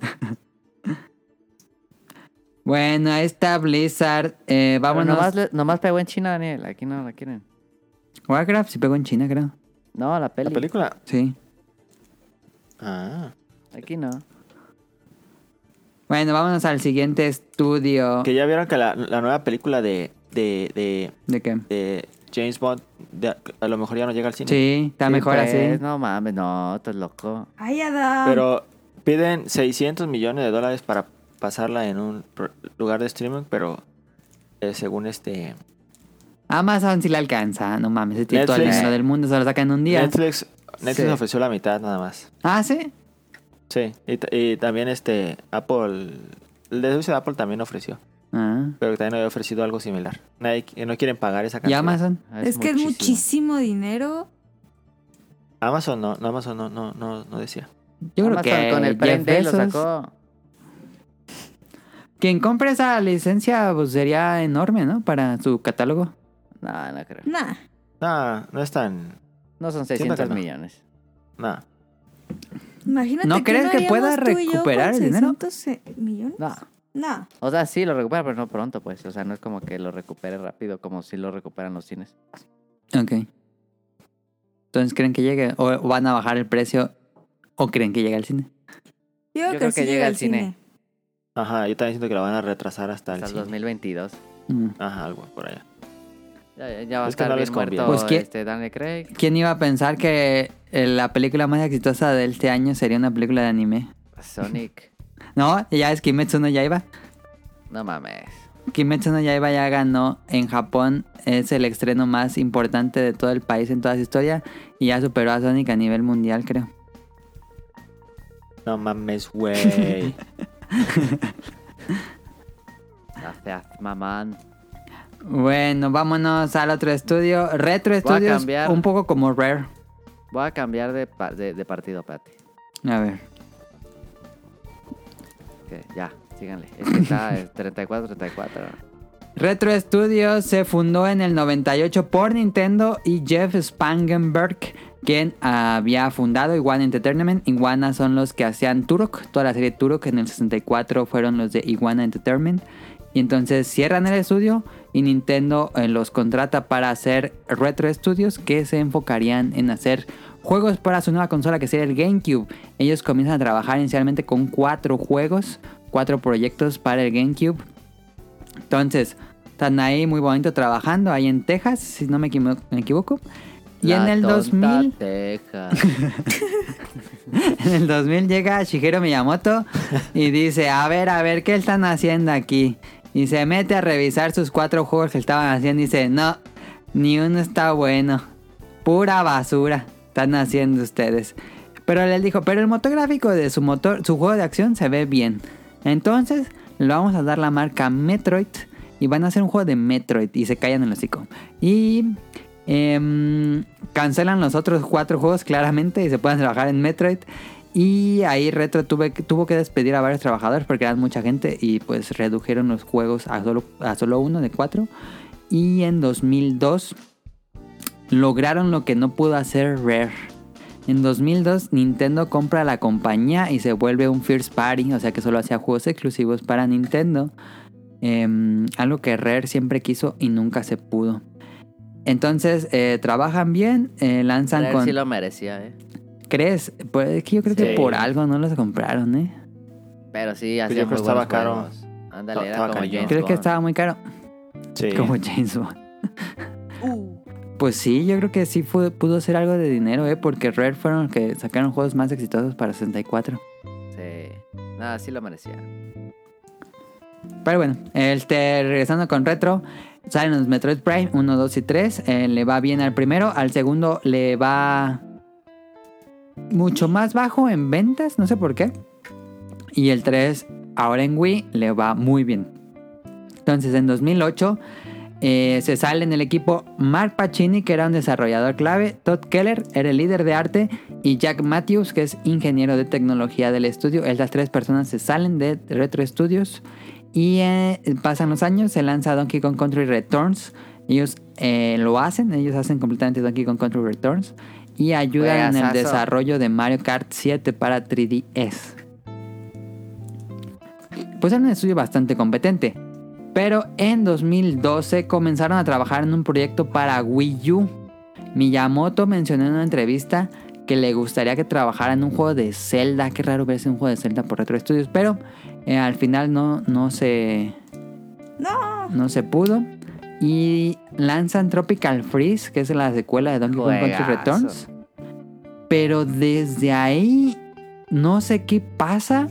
Bueno, ahí está Blizzard. Eh, Pero vámonos. Nomás, le- nomás pegó en China, Daniel. Aquí no la quieren. Warcraft sí pegó en China, creo. No, la peli. ¿La película? Sí. Ah. Aquí no. Bueno, vámonos al siguiente estudio. Que ya vieron que la, la nueva película de, de, de, ¿De qué? de James Bond de- a lo mejor ya no llega al cine. Sí, está Sí, mejor pues, así. No mames, no, estás loco. Ay, Adam. Pero piden seiscientos millones de dólares para pasarla en un pro- lugar de streaming, pero eh, según este Amazon sí le alcanza. No mames, ese tiene todo el Netflix. dinero del mundo, se lo saca en un día. Netflix, Netflix Sí. ofreció la mitad nada más. Ah, ¿sí? Sí, y, t- y también este Apple, el de servicio de Apple también ofreció, Ah. pero también había ofrecido algo similar. Nadie, qui- no quieren pagar esa ¿Y cantidad. Amazon? Ah, es que es muchísimo dinero. Amazon no, no Amazon no, no, no, no decía. Yo creo Amazon que con el Prime Jeff Day lo Bezos- sacó. Quien compre esa licencia pues sería enorme, ¿no? Para su catálogo. No, no creo. Nah. No, no es tan, No son Siento seiscientos que no. millones. no. Imagínate. ¿No ¿qué crees que pueda haríamos tú y yo recuperar con el dinero? seiscientos eh, millones? No. No. O sea, sí lo recupera, pero no pronto, pues. O sea, no es como que lo recupere rápido como si lo recuperan los cines. Ok. Entonces, ¿creen que llegue? ¿O van a bajar el precio? ¿O creen que llegue al cine? Yo, Yo creo creo que sí que llega llega al al cine. cine. Ajá, yo también siento que la van a retrasar hasta el Hasta el cine. dos mil veintidós. Mm. Ajá, algo por allá. Ya, ya- ya va a Es que estar no bien les conviene. muerto Pues, ¿qué- este Daniel Craig. ¿Quién iba a pensar que eh, la película más exitosa de este año sería una película de anime? Sonic. No, ya es Kimetsu no Yaiba. No mames. Kimetsu no Yaiba ya ganó en Japón. Es el estreno más importante de todo el país en toda su historia. Y ya superó a Sonic a nivel mundial, creo. No mames, güey. Gracias, mamán. Bueno, vámonos al otro estudio. Retro Studios, cambiar. un poco como Rare. Voy a cambiar de, pa- de, de partido, espérate. A ver. Que ya, síganle. Es que está eh, treinta y cuatro treinta y cuatro. Retro Studios se fundó en el noventa y ocho por Nintendo y Jeff Spangenberg, quien había fundado Iguana Entertainment. Iguana son los que hacían Turok, toda la serie Turok en el sesenta y cuatro fueron los de Iguana Entertainment. Y entonces cierran el estudio y Nintendo eh, los contrata para hacer Retro Studios, que se enfocarían en hacer juegos para su nueva consola, que sería el GameCube. Ellos comienzan a trabajar inicialmente con cuatro juegos, cuatro proyectos para el GameCube. Entonces, están ahí muy bonito trabajando, ahí en Texas, si no me, equivo- me equivoco. Y La en el tonta dos mil, Texas. en el dos mil llega Shigeru Miyamoto y dice, a ver, a ver, ¿qué están haciendo aquí? Y se mete a revisar sus cuatro juegos que estaban haciendo y dice, no, ni uno está bueno. Pura basura están haciendo ustedes. Pero él dijo, pero el motor gráfico de su motor, su juego de acción se ve bien. Entonces, le vamos a dar la marca Metroid y van a hacer un juego de Metroid y se callan el hocico. Y Em, cancelan los otros cuatro juegos claramente y se pueden trabajar en Metroid. Y ahí Retro tuve, tuvo que despedir a varios trabajadores porque eran mucha gente y pues redujeron los juegos a solo, a solo uno de cuatro. Y en dos mil dos lograron lo que no pudo hacer Rare. En dos mil dos Nintendo compra la compañía y se vuelve un first party, o sea que solo hacía juegos exclusivos para Nintendo. Eh, algo que Rare siempre quiso y nunca se pudo. Entonces eh, trabajan bien, eh, lanzan Rare con... sí lo merecía, ¿eh? ¿Crees? Pues es que yo creo que Sí. por algo no los compraron, ¿eh? Pero sí, Pues hacía yo creo muy que estaba buenos caro. juegos. Ándale, era Estaba como cañón. James ¿Crees que Bond. estaba muy caro? Sí. Como James Bond. Pues sí, yo creo que sí fue, pudo ser algo de dinero, ¿eh? Porque Rare fueron los que sacaron juegos más exitosos para sesenta y cuatro. Sí. Nada, sí lo merecía. Pero bueno, este, regresando con Retro, salen los Metroid Prime uno, dos y tres. Eh, le va bien al primero, al segundo le va mucho más bajo en ventas, no sé por qué. Y el tres, ahora en Wii, le va muy bien. Entonces en dos mil ocho eh, se sale en el equipo Mark Pacini, que era un desarrollador clave, Todd Keller era el líder de arte y Jack Matthews, que es ingeniero de tecnología del estudio. Estas tres personas se salen de Retro Studios y eh, pasan los años, se lanza Donkey Kong Country Returns. Ellos eh, lo hacen, ellos hacen completamente Donkey Kong Country Returns y ayudan en el Juegazazo. desarrollo de Mario Kart siete para tres D S. Pues era un estudio bastante competente. Pero en dos mil doce comenzaron a trabajar en un proyecto para Wii U. Miyamoto mencionó en una entrevista que le gustaría que trabajara en un juego de Zelda. Qué raro verse un juego de Zelda por Retro Studios. Pero eh, al final no, no se... No. No se pudo. Y lanzan Tropical Freeze, que es la secuela de Donkey Kong Country Juegazo. Returns. Pero desde ahí no sé qué pasa.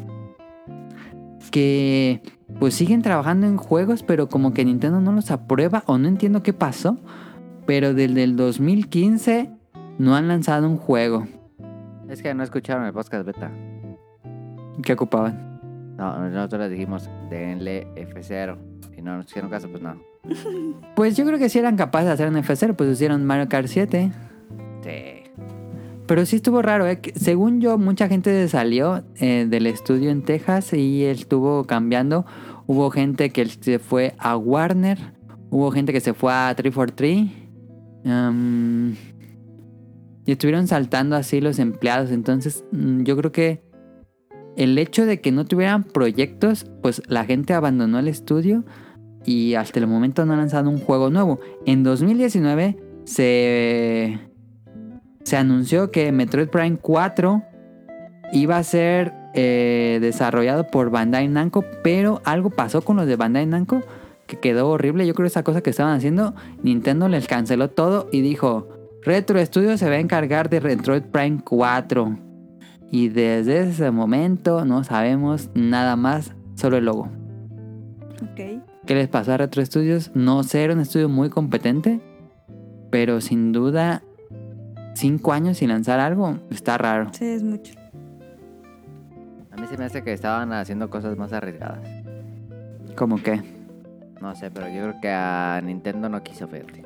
Que pues siguen trabajando en juegos, pero como que Nintendo no los aprueba o no entiendo qué pasó. Pero desde el dos mil quince no han lanzado un juego. Es que no escucharon el podcast beta. ¿Qué ocupaban? No, nosotros les dijimos, denle F cero. Y no nos hicieron caso, pues no. Pues yo creo que si eran capaces de hacer un F cero, pues hicieron Mario Kart siete. Sí. Pero sí estuvo raro, ¿eh? Que según yo, mucha gente salió eh, del estudio en Texas y él estuvo cambiando. Hubo gente que se fue a Warner. Hubo gente que se fue a tres cuatro tres. Um, y estuvieron saltando así los empleados. Entonces, mm, yo creo que el hecho de que no tuvieran proyectos, pues la gente abandonó el estudio y hasta el momento no han lanzado un juego nuevo. En dos mil diecinueve se... Se anunció que Metroid Prime cuatro iba a ser eh, desarrollado por Bandai Namco, pero algo pasó con los de Bandai Namco que quedó horrible. Yo creo que esa cosa que estaban haciendo, Nintendo les canceló todo y dijo, Retro Studios se va a encargar de Metroid Prime cuatro. Y desde ese momento no sabemos nada más, solo el logo. Ok. ¿Qué les pasó a Retro Studios? No sé, era un estudio muy competente, pero sin duda... Cinco años sin lanzar algo, está raro. Sí, es mucho. A mí se me hace que estaban haciendo cosas más arriesgadas. ¿Cómo qué? No sé, pero yo creo que a Nintendo no quiso, fíjate.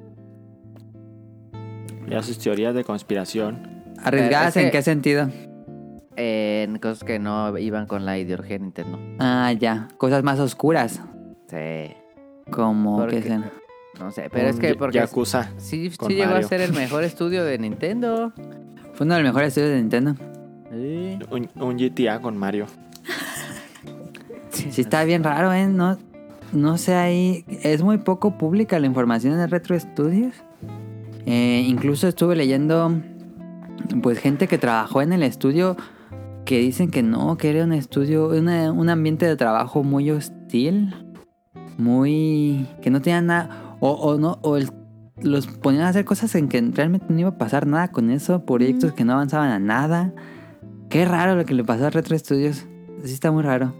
Ya sus teorías de conspiración. ¿Arriesgadas Es que- en qué sentido? En cosas que no iban con la ideología de Nintendo. Ah, ya. Cosas más oscuras. Sí. Como ¿Por que qué? sean. No sé, pero es Un que Ya- porque... Yakuza. Sí, con sí llegó a Mario. ser el mejor estudio de Nintendo. Fue uno de los mejores estudios de Nintendo. Sí. Un, un G T A con Mario. Sí, está bien raro, ¿eh? No, no sé ahí. Es muy poco pública la información de Retro Studios. Eh, incluso estuve leyendo, pues, gente que trabajó en el estudio que dicen que no, que era un estudio, una- un ambiente de trabajo muy hostil. Muy. Que no tenían nada. O, o no, o el- los ponían a hacer cosas en que realmente no iba a pasar nada con eso. Proyectos Mm. que no avanzaban a nada. Qué raro lo que le pasó a Retro Studios. Sí, está muy raro.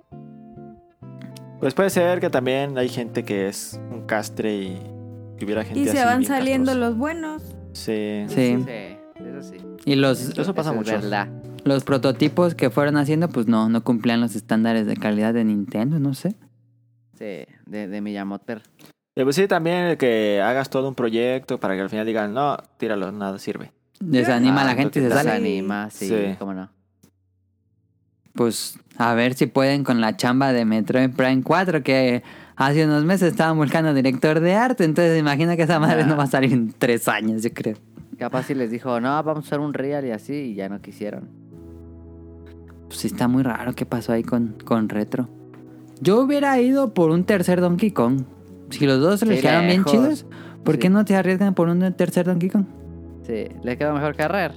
Pues puede ser que también hay gente que es un castre y que hubiera gente Y se así van bien saliendo castrosa. los buenos. Sí. Sí. Sí, eso sí. Y los, Eso pasa es mucho. verdad. los prototipos que fueron haciendo, pues no, no cumplían los estándares de calidad de Nintendo, no sé. Sí, de, de Miyamoto. Y pues sí, también el que hagas todo un proyecto para que al final digan, no, tíralo, nada sirve. Desanima a la Ah, gente y se te sale. desanima, sí, Sí. cómo no. Pues a ver si pueden con la chamba de Metroid Prime cuatro, que hace unos meses estaban buscando director de arte. Entonces imagina que esa madre Ah. no va a salir en tres años, yo creo. Capaz si les dijo, no, vamos a hacer un real y así, y ya no quisieron. Pues sí está muy raro qué pasó ahí con, con Retro. Yo hubiera ido por un tercer Donkey Kong. Si los dos se les Sí, quedaron bien lejos. chidos, ¿por qué Sí. no te arriesgan por un tercer Donkey Kong? Sí, les quedó mejor que Rare.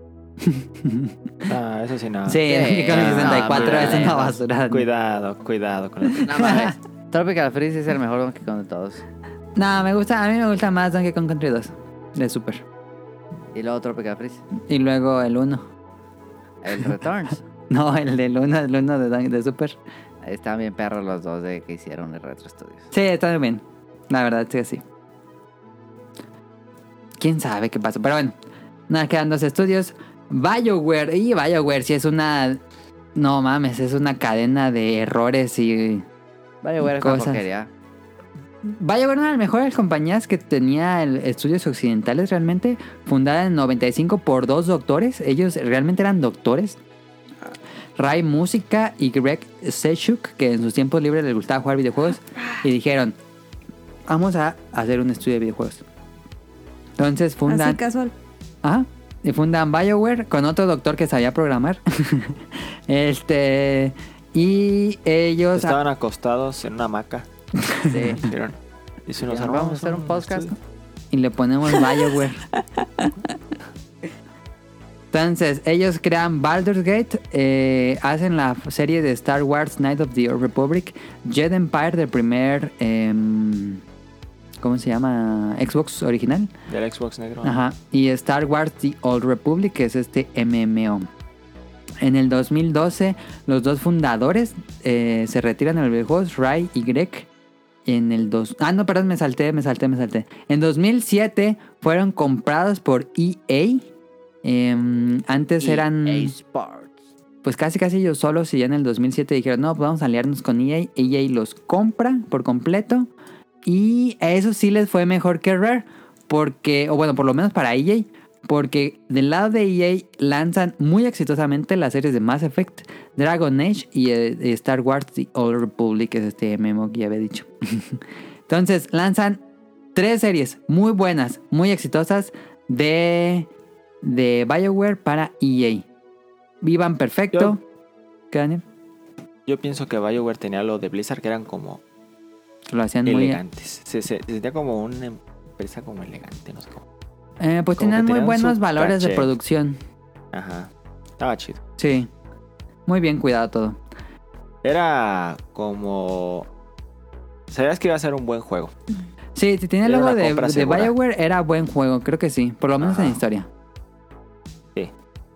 Ah, eso sí, no. Sí, el Donkey Kong no, sesenta y cuatro no, es una lejos. basura. Cuidado, cuidado con el... No mames. Tropical Freeze es el mejor Donkey Kong de todos. No, me gusta, a mí me gusta más Donkey Kong Country dos de Super. Y luego Tropical Freeze. Y luego el uno. El Returns. No, el del uno, el uno de, Don- de Super. Estaban bien perros los dos de que hicieron el Retro Studios. Sí, está muy bien. La verdad, sí, sí. ¿Quién sabe qué pasó? Pero bueno, nada, quedan dos estudios. BioWare. Y BioWare sí es una... No mames, es una cadena de errores y... BioWare es una Cosas. porquería. BioWare, una de las mejores compañías que tenía el estudios occidentales realmente, fundada en noventa y cinco por dos doctores. Ellos realmente eran doctores. Ray Música y Greg Sechuk, que en sus tiempos libres les gustaba jugar videojuegos, y dijeron, vamos a hacer un estudio de videojuegos. Entonces fundan... Así casual. Ajá. Y fundan BioWare con otro doctor que sabía programar. este... Y ellos... Estaban acostados en una hamaca. Sí. Dijeron, y si nos Ya, armamos vamos a hacer un podcast. estudio. Y le ponemos BioWare. Entonces, ellos crean Baldur's Gate, eh, hacen la serie de Star Wars Knights of the Old Republic, Jet Empire del primer, em, ¿cómo se llama? Xbox original. Del Xbox negro. Ajá. Y Star Wars The Old Republic, que es este M M O. En el dos mil doce, los dos fundadores eh, se retiran de los videojuegos, Ray y Greg. En el dos... Ah, no, perdón, me salté, me salté, me salté. En dos mil siete fueron comprados por E A. Eh, antes eran... E A Sports. Pues casi casi ellos solos, y ya en el dos mil siete dijeron, no, pues vamos a aliarnos con E A. E A los compra por completo. Y eso sí les fue mejor que Rare. Porque, o bueno, por lo menos para E A. Porque del lado de E A lanzan muy exitosamente las series de Mass Effect, Dragon Age y eh, Star Wars The Old Republic, que es este M M O que ya había dicho. Entonces lanzan tres series muy buenas, muy exitosas de, de BioWare para E A. Vivan perfecto. ¿Qué, Daniel? Yo pienso que BioWare tenía lo de Blizzard que eran como Lo hacían muy... elegantes. Se, se, se sentía como una empresa como elegante, no sé cómo. Eh, pues Como que tenían muy tenían buenos su valores de caché. producción. Ajá. Estaba chido. Sí. Muy bien cuidado todo. Era como... Sabías que iba a ser un buen juego. Sí, si tenía el Era logo una de, compra de segura. BioWare era buen juego, creo que sí, por lo menos Ajá. en historia. Sí.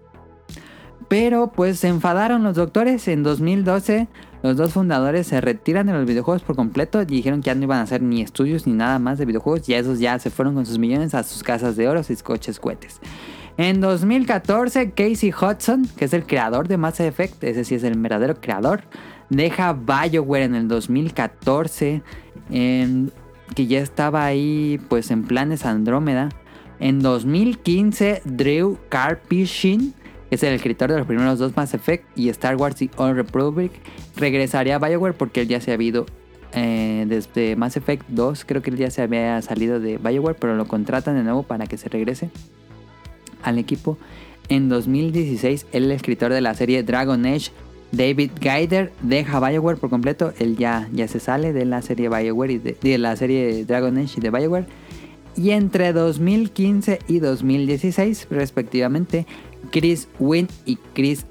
Pero pues se enfadaron los doctores. En dos mil doce los dos fundadores se retiran de los videojuegos por completo y dijeron que ya no iban a hacer ni estudios ni nada más de videojuegos. Y esos ya se fueron con sus millones a sus casas de oro y coches cohetes. En dos mil catorce, Casey Hudson, que es el creador de Mass Effect, ese sí es el verdadero creador, deja BioWare en el dos mil catorce, en- que ya estaba ahí pues en planes Andrómeda. En dos mil quince, Drew Karpyshyn, que es el escritor de los primeros dos Mass Effect y Star Wars The Old Republic, regresaría a BioWare porque él ya se había ido eh, desde Mass Effect dos, creo que él ya se había salido de BioWare, pero lo contratan de nuevo para que se regrese al equipo. En dos mil dieciséis, el escritor de la serie Dragon Age, David Gaider, deja BioWare por completo. Él ya, ya se sale de la serie BioWare y de, de la serie Dragon Age y de BioWare. Y entre dos mil quince y dos mil dieciséis, respectivamente, Chris Wynn y Chris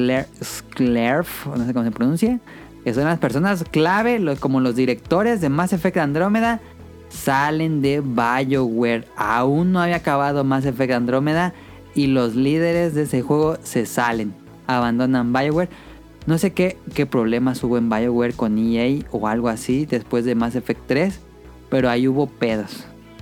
Sklerf, no sé cómo se pronuncia, que son las personas clave, los, como los directores de Mass Effect Andrómeda, salen de BioWare. Aún no había acabado Mass Effect Andrómeda y los líderes de ese juego se salen, abandonan BioWare. No sé qué, qué problemas hubo en BioWare con E A o algo así después de Mass Effect tres, pero ahí hubo pedos.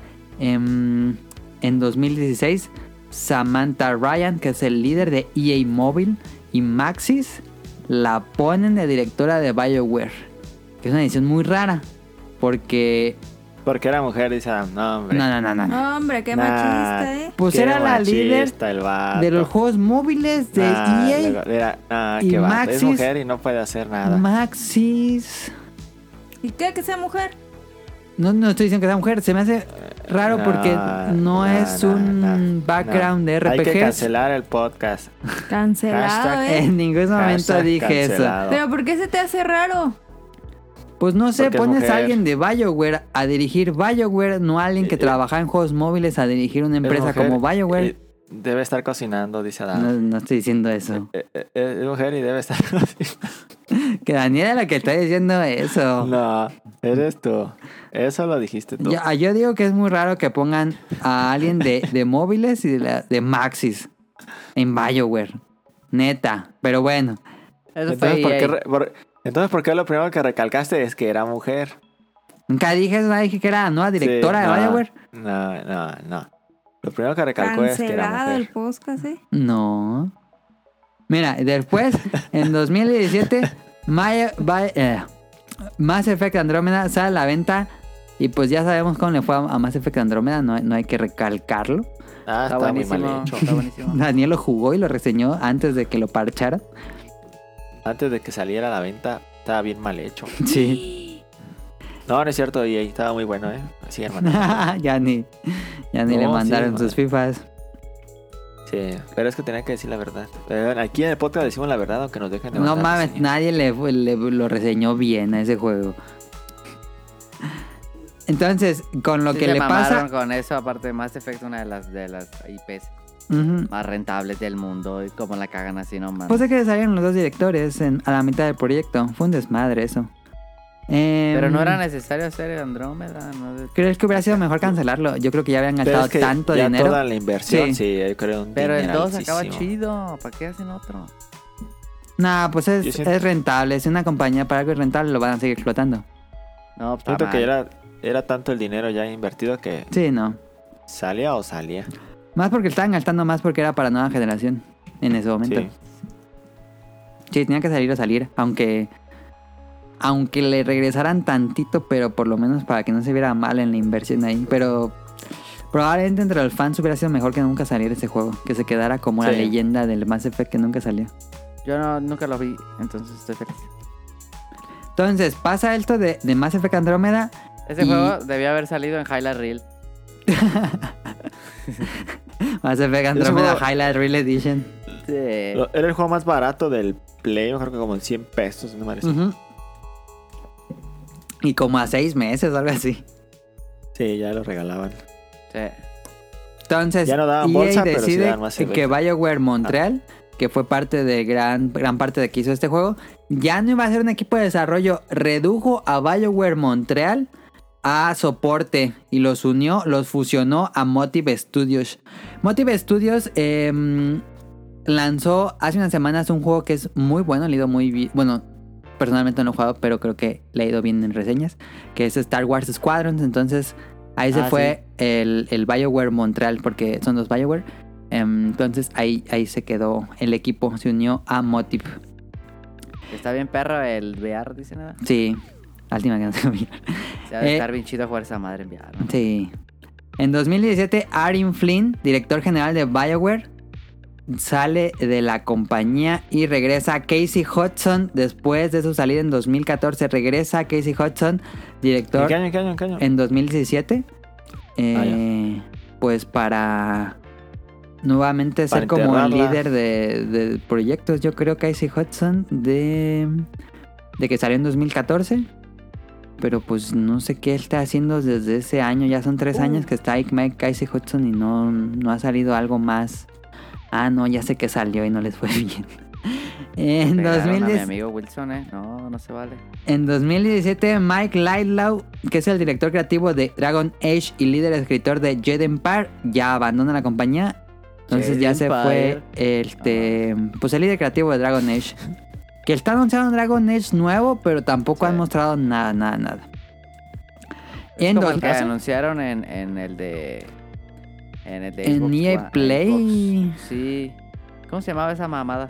En, en dos mil dieciséis, Samantha Ryan, que es el líder de E A Mobile, y Maxis la ponen de directora de BioWare, que es una decisión muy rara, porque Porque era mujer, dice Adam. No, hombre. No, no, no, no. No, hombre, qué Nah, machista, ¿eh? Pues qué era la líder machista el vato. de los juegos móviles de Nah, E A. luego era, nah, y qué vato. Maxis- Es mujer y no puede hacer nada. Maxis. ¿Y qué? ¿Que sea mujer? No, no estoy diciendo que sea mujer. Se me hace raro No, porque no no, es no, un no, background no. de R Hay P que Gs. cancelar el podcast. Cancelado, Hashtag- ¿eh? En ningún momento Hashtag dije eso. cancelado. Pero ¿por qué se te hace raro? Pues no sé, Porque es pones mujer. a alguien de BioWare a dirigir BioWare, no a alguien que Eh, eh. trabaja en juegos móviles a dirigir una Es empresa mujer como BioWare. y Debe estar cocinando, dice Adam. No, no estoy diciendo eso. Eh, eh, eh, Es mujer y debe estar cocinando. Que Daniela es la que está diciendo eso. No, eres tú. Eso lo dijiste tú. Yo, yo digo que es muy raro que pongan a alguien de, de móviles y de, la- de Maxis en BioWare. Neta. Pero bueno. Eso Entonces fue ¿por, E A. qué, re- por- entonces, ¿por qué lo primero que recalcaste es que era mujer? Nunca dije eso, dije que era la nueva directora Sí, de no, BioWare. No, no, no. Lo primero que recalcó es que era Cancelado el mujer. podcast, ¿eh? No. Mira, después, en dos mil diecisiete, Maya- Bi- eh, Mass Effect Andrómeda sale a la venta. Y pues ya sabemos cómo le fue a a Mass Effect Andrómeda, no, no hay que recalcarlo. Ah, Está está muy mal buenísimo. hecho. Está buenísimo. Daniel lo jugó y lo reseñó antes de que lo parchara. Antes de que saliera a la venta, estaba bien mal hecho. Sí. No, no es cierto, y ahí estaba muy bueno, ¿eh? Sí, hermano. ya ni, ya ni No, le mandaron sí, sus FIFAs. Sí, pero es que tenía que decir la verdad. Pero aquí en el podcast decimos la verdad, aunque nos dejen de No mandar mames, reseñas. nadie le, le- lo reseñó bien a ese juego. Entonces, con lo Sí que se le mamaron pasa... con eso, aparte Mass Effect, una de las de las I Ps Ujú. más rentables del mundo. Y como la cagan así, no mames. Pues es que salieron los dos directores en- a la mitad del proyecto. Fue un desmadre eso. Em, Pero no era necesario hacer Andrómeda, ¿no? ¿Crees que hubiera sido mejor cancelarlo? Yo creo que ya habían Pero gastado es que tanto ya dinero. toda la inversión, Sí. sí, yo creo un Pero el dos acaba dineralísimo. chido. ¿Para qué hacen otro? Nah, pues Yo es, siento- es rentable. Si una compañía para algo es rentable, lo van a seguir explotando. No, pues Siento está que mal. era, era tanto el dinero ya invertido que Sí, no. salía o salía. Más porque estaban gastando más porque era para nueva generación en ese momento. Sí. Sí, tenía que salir o salir. Aunque. Aunque le regresaran tantito, pero por lo menos para que no se viera mal en la inversión ahí. Pero probablemente entre los fans hubiera sido mejor que nunca saliera ese juego. Que se quedara como la Sí. leyenda del Mass Effect que nunca salió. Yo no, nunca lo vi, entonces estoy feliz. Entonces, pasa esto de, de Mass Effect Andrómeda. Ese Y- juego debió haber salido en Highlight Reel. Mass Effect Andrómeda juego- Highlight Reel Edition. Sí. Lo- Era el juego más barato del Play, yo creo que como en cien pesos, no me parece. Ujú. Y como a seis meses o algo así. Sí, ya lo regalaban. Sí. Entonces, Ya no daban E A bolsa, pero sí decide daban Mass Effect. que BioWare Montreal, que fue parte de gran, gran parte de que hizo este juego, ya no iba a ser un equipo de desarrollo. Redujo a BioWare Montreal a soporte y los unió, los fusionó a Motive Studios. Motive Studios em, lanzó hace unas semanas un juego que es muy bueno, le ha ido muy bien. Bueno, personalmente no lo he jugado, pero creo que le ha ido bien en reseñas, que es Star Wars Squadrons. Entonces ahí se Ah, fue el, el BioWare Montreal, porque son los BioWare. Em, entonces ahí, ahí se quedó el equipo, se unió a Motive. Está bien perro el V R, dice nada. Sí, lástima que no se vio. Se va a Eh, estar bien chido jugar esa madre en V R, ¿no? Sí. En dos mil diecisiete, Aaron Flynn, director general de BioWare, sale de la compañía y regresa Casey Hudson. Después de su salida en dos mil catorce, regresa Casey Hudson, ¿En director qué año, en qué año, en qué año? en dos mil diecisiete. Eh, Ah, pues para nuevamente Para ser como el enterrarla. líder de, de proyectos. Yo creo Casey Hudson de, de que salió en dos mil catorce. Pero pues no sé qué está haciendo desde ese año. Ya son tres Uh. años que está Ike Mike Casey Hudson y no, no ha salido algo más. Ah, no, ya sé que salió y no les fue bien. En Pegaron dos mil a mi diez, amigo Wilson, ¿eh? No, no se vale. en dos mil diecisiete, Mike Lightlow, que es el director creativo de Dragon Age y líder escritor de Jedi Empire, ya abandona la compañía. Entonces Jedi ya se fue Empire. este, pues el líder creativo de Dragon Age. Que está anunciando un Dragon Age nuevo, pero tampoco Sí. han mostrado nada, nada, nada. Es En como dos- el que anunciaron en, en el de... En el de En Xbox E A One- Play. Xbox. Sí. ¿Cómo se llamaba esa mamada?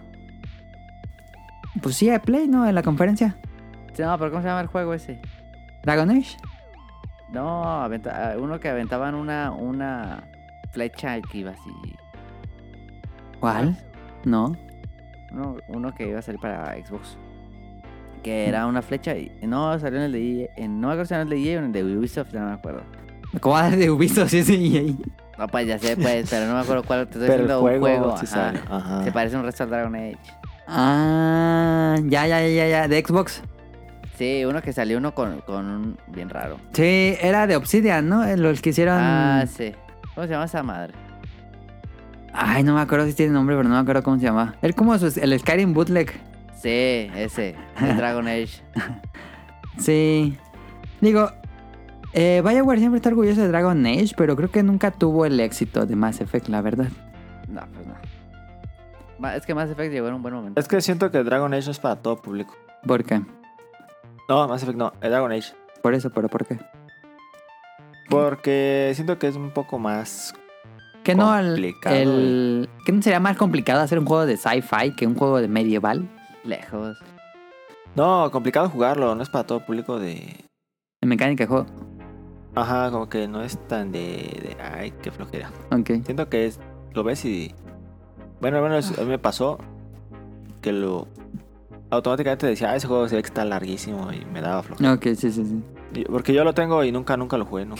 Pues sí, hay Play, ¿no? En la conferencia. Sí, no, pero ¿cómo se llama el juego ese? Dragon Age. No, aventa- ah, uno que aventaban una, una flecha que iba así. ¿Cuál? No. Uno, uno que iba a salir para Xbox. Que era una flecha y no salió en el de E A, en, no me acuerdo si era en el de E A o en el de Ubisoft, no me acuerdo. ¿Cómo va de Ubisoft? Sí, sí, ahí. No, pues ya sé, pues, pero no me acuerdo cuál. Te estoy Pero el diciendo juego, un juego. sí ajá. sale. Ajá. Se parece un resto al Dragon Age. Ah, ya, ya, ya, ya. De Xbox. Sí, uno que salió uno con, con un bien raro. Sí, era de Obsidian, ¿no? Los que hicieron. Ah, sí. ¿Cómo se llama esa madre? Ay, no me acuerdo si tiene nombre, pero no me acuerdo cómo se llama. Él como su- el Skyrim Bootleg. Sí, ese. El Dragon Age. Sí. Digo, eh, BioWare siempre está orgulloso de Dragon Age, pero creo que nunca tuvo el éxito de Mass Effect, la verdad. No, pues no. Ma- Es que Mass Effect llegó en un buen momento. Es que siento que Dragon Age no es para todo público. ¿Por qué? No, Mass Effect no, el Dragon Age. Por eso, pero ¿por qué? Porque siento que es un poco más... Que no, el, Complicado, el- ¿que no sería más complicado hacer un juego de sci-fi que un juego de medieval? Lejos. No, complicado jugarlo, no es para todo público de... En mecánica de juego. Ajá, como que no es tan de... de ay, qué flojera. Ok. Siento que es... Lo ves y... Bueno, bueno, a mí me pasó que lo... Automáticamente decía, ah, ese juego se ve que está larguísimo y me daba flojera. Ok, sí, sí, sí. Y- Porque yo lo tengo y nunca, nunca lo jugué, nunca.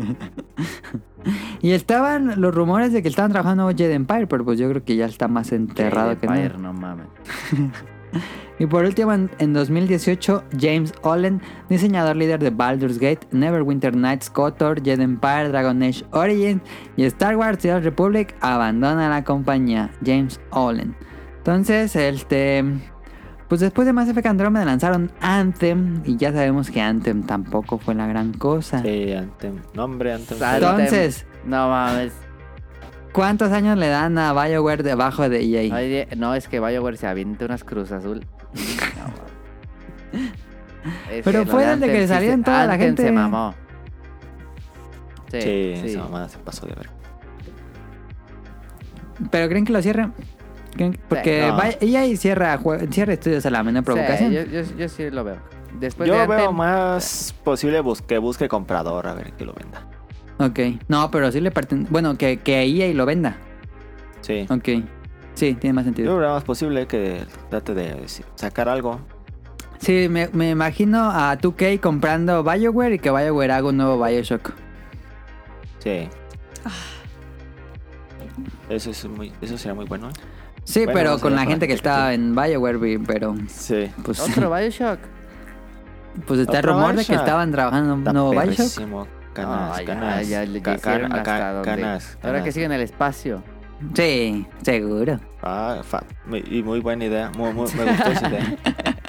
Y estaban los rumores de que estaban trabajando en Jedi Empire, pero pues yo creo que ya está más enterrado Jade que Empire, nada. no mames. Y por último, en, en dos mil dieciocho, James Olin, diseñador líder de Baldur's Gate, Neverwinter Nights, KOTOR, Jedi Empire, Dragon Age Origins y Star Wars The Old Republic, abandona la compañía. James Olin. Entonces, este... Pues después de Mass Effect Andromeda lanzaron Anthem, y ya sabemos que Anthem tampoco fue la gran cosa. Sí, Anthem. No, hombre, Anthem. Sal- Entonces, No mames. ¿cuántos años le dan a BioWare debajo de E A? Oye, no, es que BioWare se avienta unas Cruz Azul. No, mames. Es Pero que lo fue de desde Anthem que sí salieron se- toda la Anthem gente. se mamó. Sí, Sí, sí. esa mamada se pasó de ver. ¿Pero creen que lo cierren? ¿Creen- Porque no. va- E A cierra, jue- cierra estudios a la menor provocación. Sí, yo, yo, yo sí lo veo. Después Yo de veo Anthem- más posible bus- que busque comprador a ver que lo venda. Ok. No, pero sí le pertenece... Bueno, que, que E A lo venda. Sí. Ok. Sí, tiene más Yo sentido. veo más posible que trate de sacar algo. Sí, me, me imagino a dos K comprando BioWare y que BioWare haga un nuevo Bioshock. Sí. Eso es muy, eso sería muy bueno. ¿eh? Sí, Bueno, pero vamos con allá la con gente la que gente estaba que- en BioWare, vi- pero Sí. pues, Otro Bioshock. pues está el Otro rumor de que Bioshock. estaban trabajando en un Está nuevo Bioshock. perrísimo. Canas, Ah, ya, canas. ya le ca- hicieron ca- hasta ca- donde- canas, Ahora que canas. sigue en el espacio. Sí, seguro. Ah, fa- muy- y muy buena idea. Muy, muy- me gustó esa idea.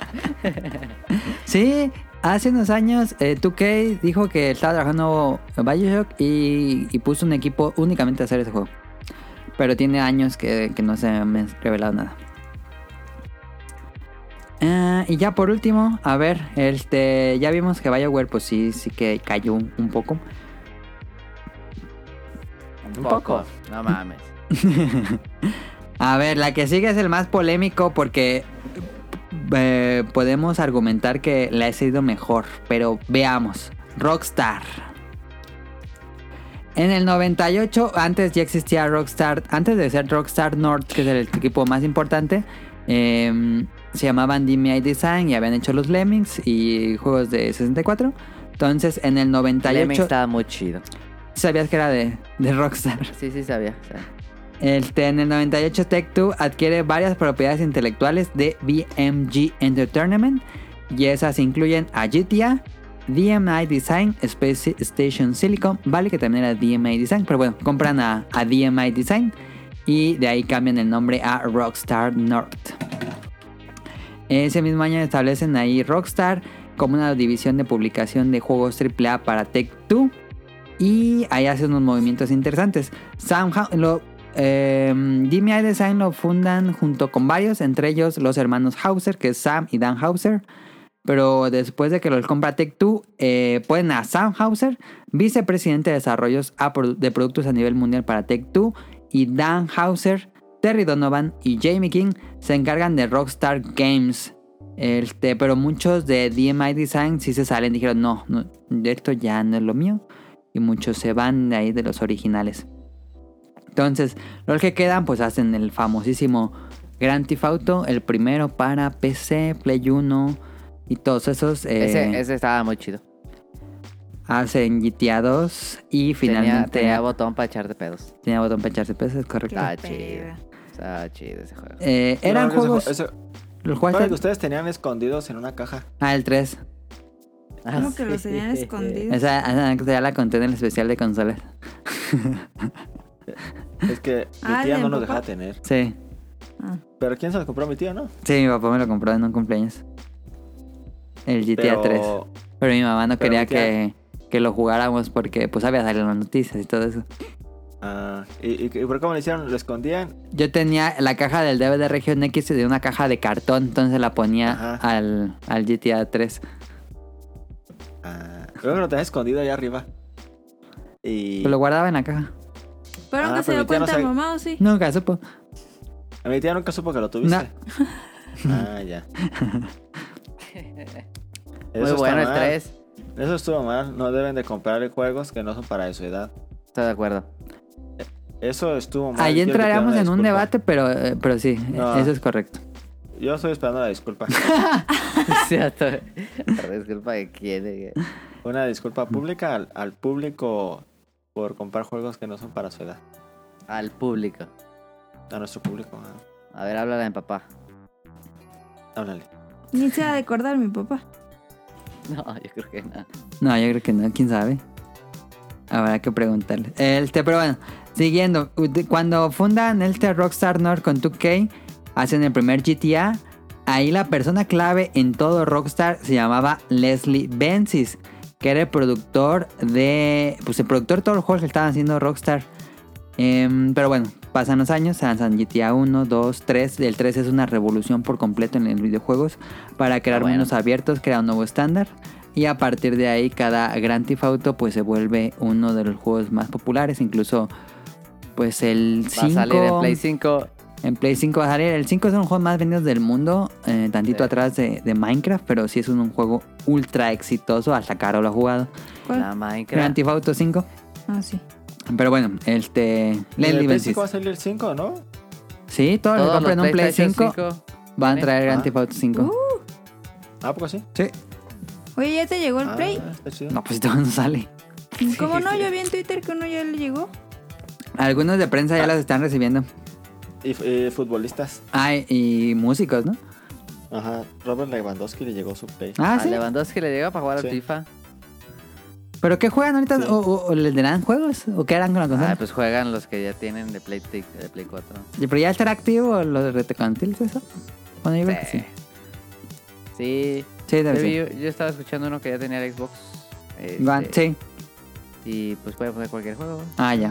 Sí, hace unos años eh, dos K dijo que estaba trabajando en Bioshock y, y puso un equipo únicamente a hacer ese juego. Pero tiene años que, que no se ha revelado nada. Ah, y ya por último, a ver, este, ya vimos que BioWare pues sí, sí que cayó un, un poco. Un, Un poco. poco. No mames. A ver, la que sigue es el más polémico porque eh, podemos argumentar que la ha ido mejor, pero veamos. Rockstar. En el noventa y ocho, antes ya existía Rockstar, antes de ser Rockstar North, que es el equipo más importante, eh, se llamaban D M I Design y habían hecho los Lemmings y juegos de sesenta y cuatro. Entonces, en el noventa y Lemmings ocho, estaba muy chido. sabías que era de, de Rockstar. Sí, sí, sabía. sabía. Este, en el noventa y ocho, Take-Two adquiere varias propiedades intelectuales de B M G Entertainment y esas incluyen a G T A, D M I Design, Space Station Silicon Valley, que también era D M I Design, pero bueno, compran a, a D M I Design y de ahí cambian el nombre a Rockstar North. Ese mismo año establecen ahí Rockstar como una división de publicación de juegos triple A para Take-Two y ahí hacen unos movimientos interesantes. Sam Ha- lo, eh, D M I Design lo fundan junto con varios, entre ellos los hermanos Hauser, que es Sam y Dan Hauser. Pero después de que los compra Take-Two, eh, ponen a Sam Hauser, vicepresidente de desarrollos a produ- de productos a nivel mundial para Take-Two, y Dan Hauser, Terry Donovan y Jamie King se encargan de Rockstar Games. Este, pero muchos de D M I Design sí se salen. Dijeron, no, no, esto ya no es lo mío. Y muchos se van de ahí de los originales. Entonces, los que quedan pues hacen el famosísimo Grand Theft Auto, el primero para P C, Play uno y todos esos. eh, Ese, ese estaba muy chido. Hacen G T A dos y Tenía, finalmente tenía botón para echarte pedos. tenía botón para echarse pesos, es correcto. Está Qué chido. pedo. Está chido ese juego. Eh, eran No, ese juegos... ju- ese- ¿Los ¿cuál jugaste? que ustedes tenían escondidos en una caja? Ah, el tres. ¿Cómo que los tenían escondidos? Esa, esa anécdota ya la conté en el especial de consolas. Es que mi Ah, tía ¿de no mi nos papá? dejaba tener. Sí. Ah. Pero ¿quién se los compró? Mi tío, ¿no? Sí, mi papá me lo compró en un cumpleaños. El G T A Pero... tres. Pero mi mamá no pero quería mi tía- que, que lo jugáramos porque pues había salido en las noticias y todo eso. Ah, ¿y, y, y por cómo lo hicieron? ¿Lo escondían? Yo tenía la caja del D V D Region X de una caja de cartón, entonces la ponía Ajá. al, al G T A tres. Ah, creo que lo tenía escondido allá arriba. Y... Pues lo guardaba en la caja. Pero Ah, aunque se pero dio mi tía no cuenta sabe- mamá, ¿o sí? Nunca supo. A mi tía nunca supo que lo tuviste. Ah, ya. Muy Eso bueno el está mal. tres. Eso estuvo mal. No deben de comprarle juegos que no son para su edad. Estoy de acuerdo. Eso estuvo mal. Ahí Quiero que pidan entraríamos una en un disculpa. debate, pero, eh, pero sí, No. eso es correcto. Yo estoy esperando la disculpa. Cierto. Pero disculpa que quiere. Una disculpa pública al, al público por comprar juegos que no son para su edad. Al público. A nuestro público. ah. A ver, háblale a mi papá. Háblale. Ni se ha de acordar mi papá. No, yo creo que no. No, yo creo que no, quién sabe. Habrá que preguntarle. Este, pero bueno, siguiendo. Cuando fundan este Rockstar North con dos K, hacen el primer G T A. Ahí la persona clave en todo Rockstar se llamaba Leslie Benzies, que era el productor de... Pues el productor de todos los juegos que estaban haciendo Rockstar. Em, pero bueno, pasan los años, se lanzan G T A uno, dos, tres. El tres es una revolución por completo en los videojuegos para crear Ah, bueno. mundos abiertos, crear un nuevo estándar. Y a partir de ahí cada Grand Theft Auto pues se vuelve uno de los juegos más populares. Incluso pues el Va a salir en cinco... Play cinco. En Play cinco va a salir. El cinco es uno de los juegos más vendidos del mundo. eh, tantito Sí. atrás de, de Minecraft. Pero sí es un, un juego ultra exitoso. Hasta Caro lo ha jugado. ¿Cuál? La Grand Minecraft. Theft Auto cinco. Ah, sí. Pero bueno, este... ¿En el Leslie Play Benzies. cinco va a salir el cinco, ¿no? Sí, todos los que Todos compren los un Play PlayStation cinco, cinco van a vienen. traer Grand Ah. Theft Auto cinco. Uh, Ah, ¿poco sí? Sí. Oye, ¿ya te llegó el Ah, Play? está chido. No, pues todavía no sale. ¿Cómo no? Yo vi en Twitter que uno ya le llegó. Algunos de prensa ya Ah. las están recibiendo. Y, y futbolistas. Ah, y músicos, ¿no? Ajá. Robert Lewandowski le llegó su Play. Ah, A sí. Lewandowski le llega para jugar Sí. al FIFA. ¿Pero qué juegan ahorita? Sí. ¿O, o- o les darán juegos? ¿O qué harán con la consola? Ah, pues juegan los que ya tienen de Play, de Play cuatro. ¿Y ¿Pero ya estará activo los de retrocontiles eso? Bueno, yo creo que sí. Sí. Sí, Yo, debe vi- ser. yo estaba escuchando uno que ya tenía el Xbox. este, One- sí. Y pues puede poner cualquier juego. Ah, ya.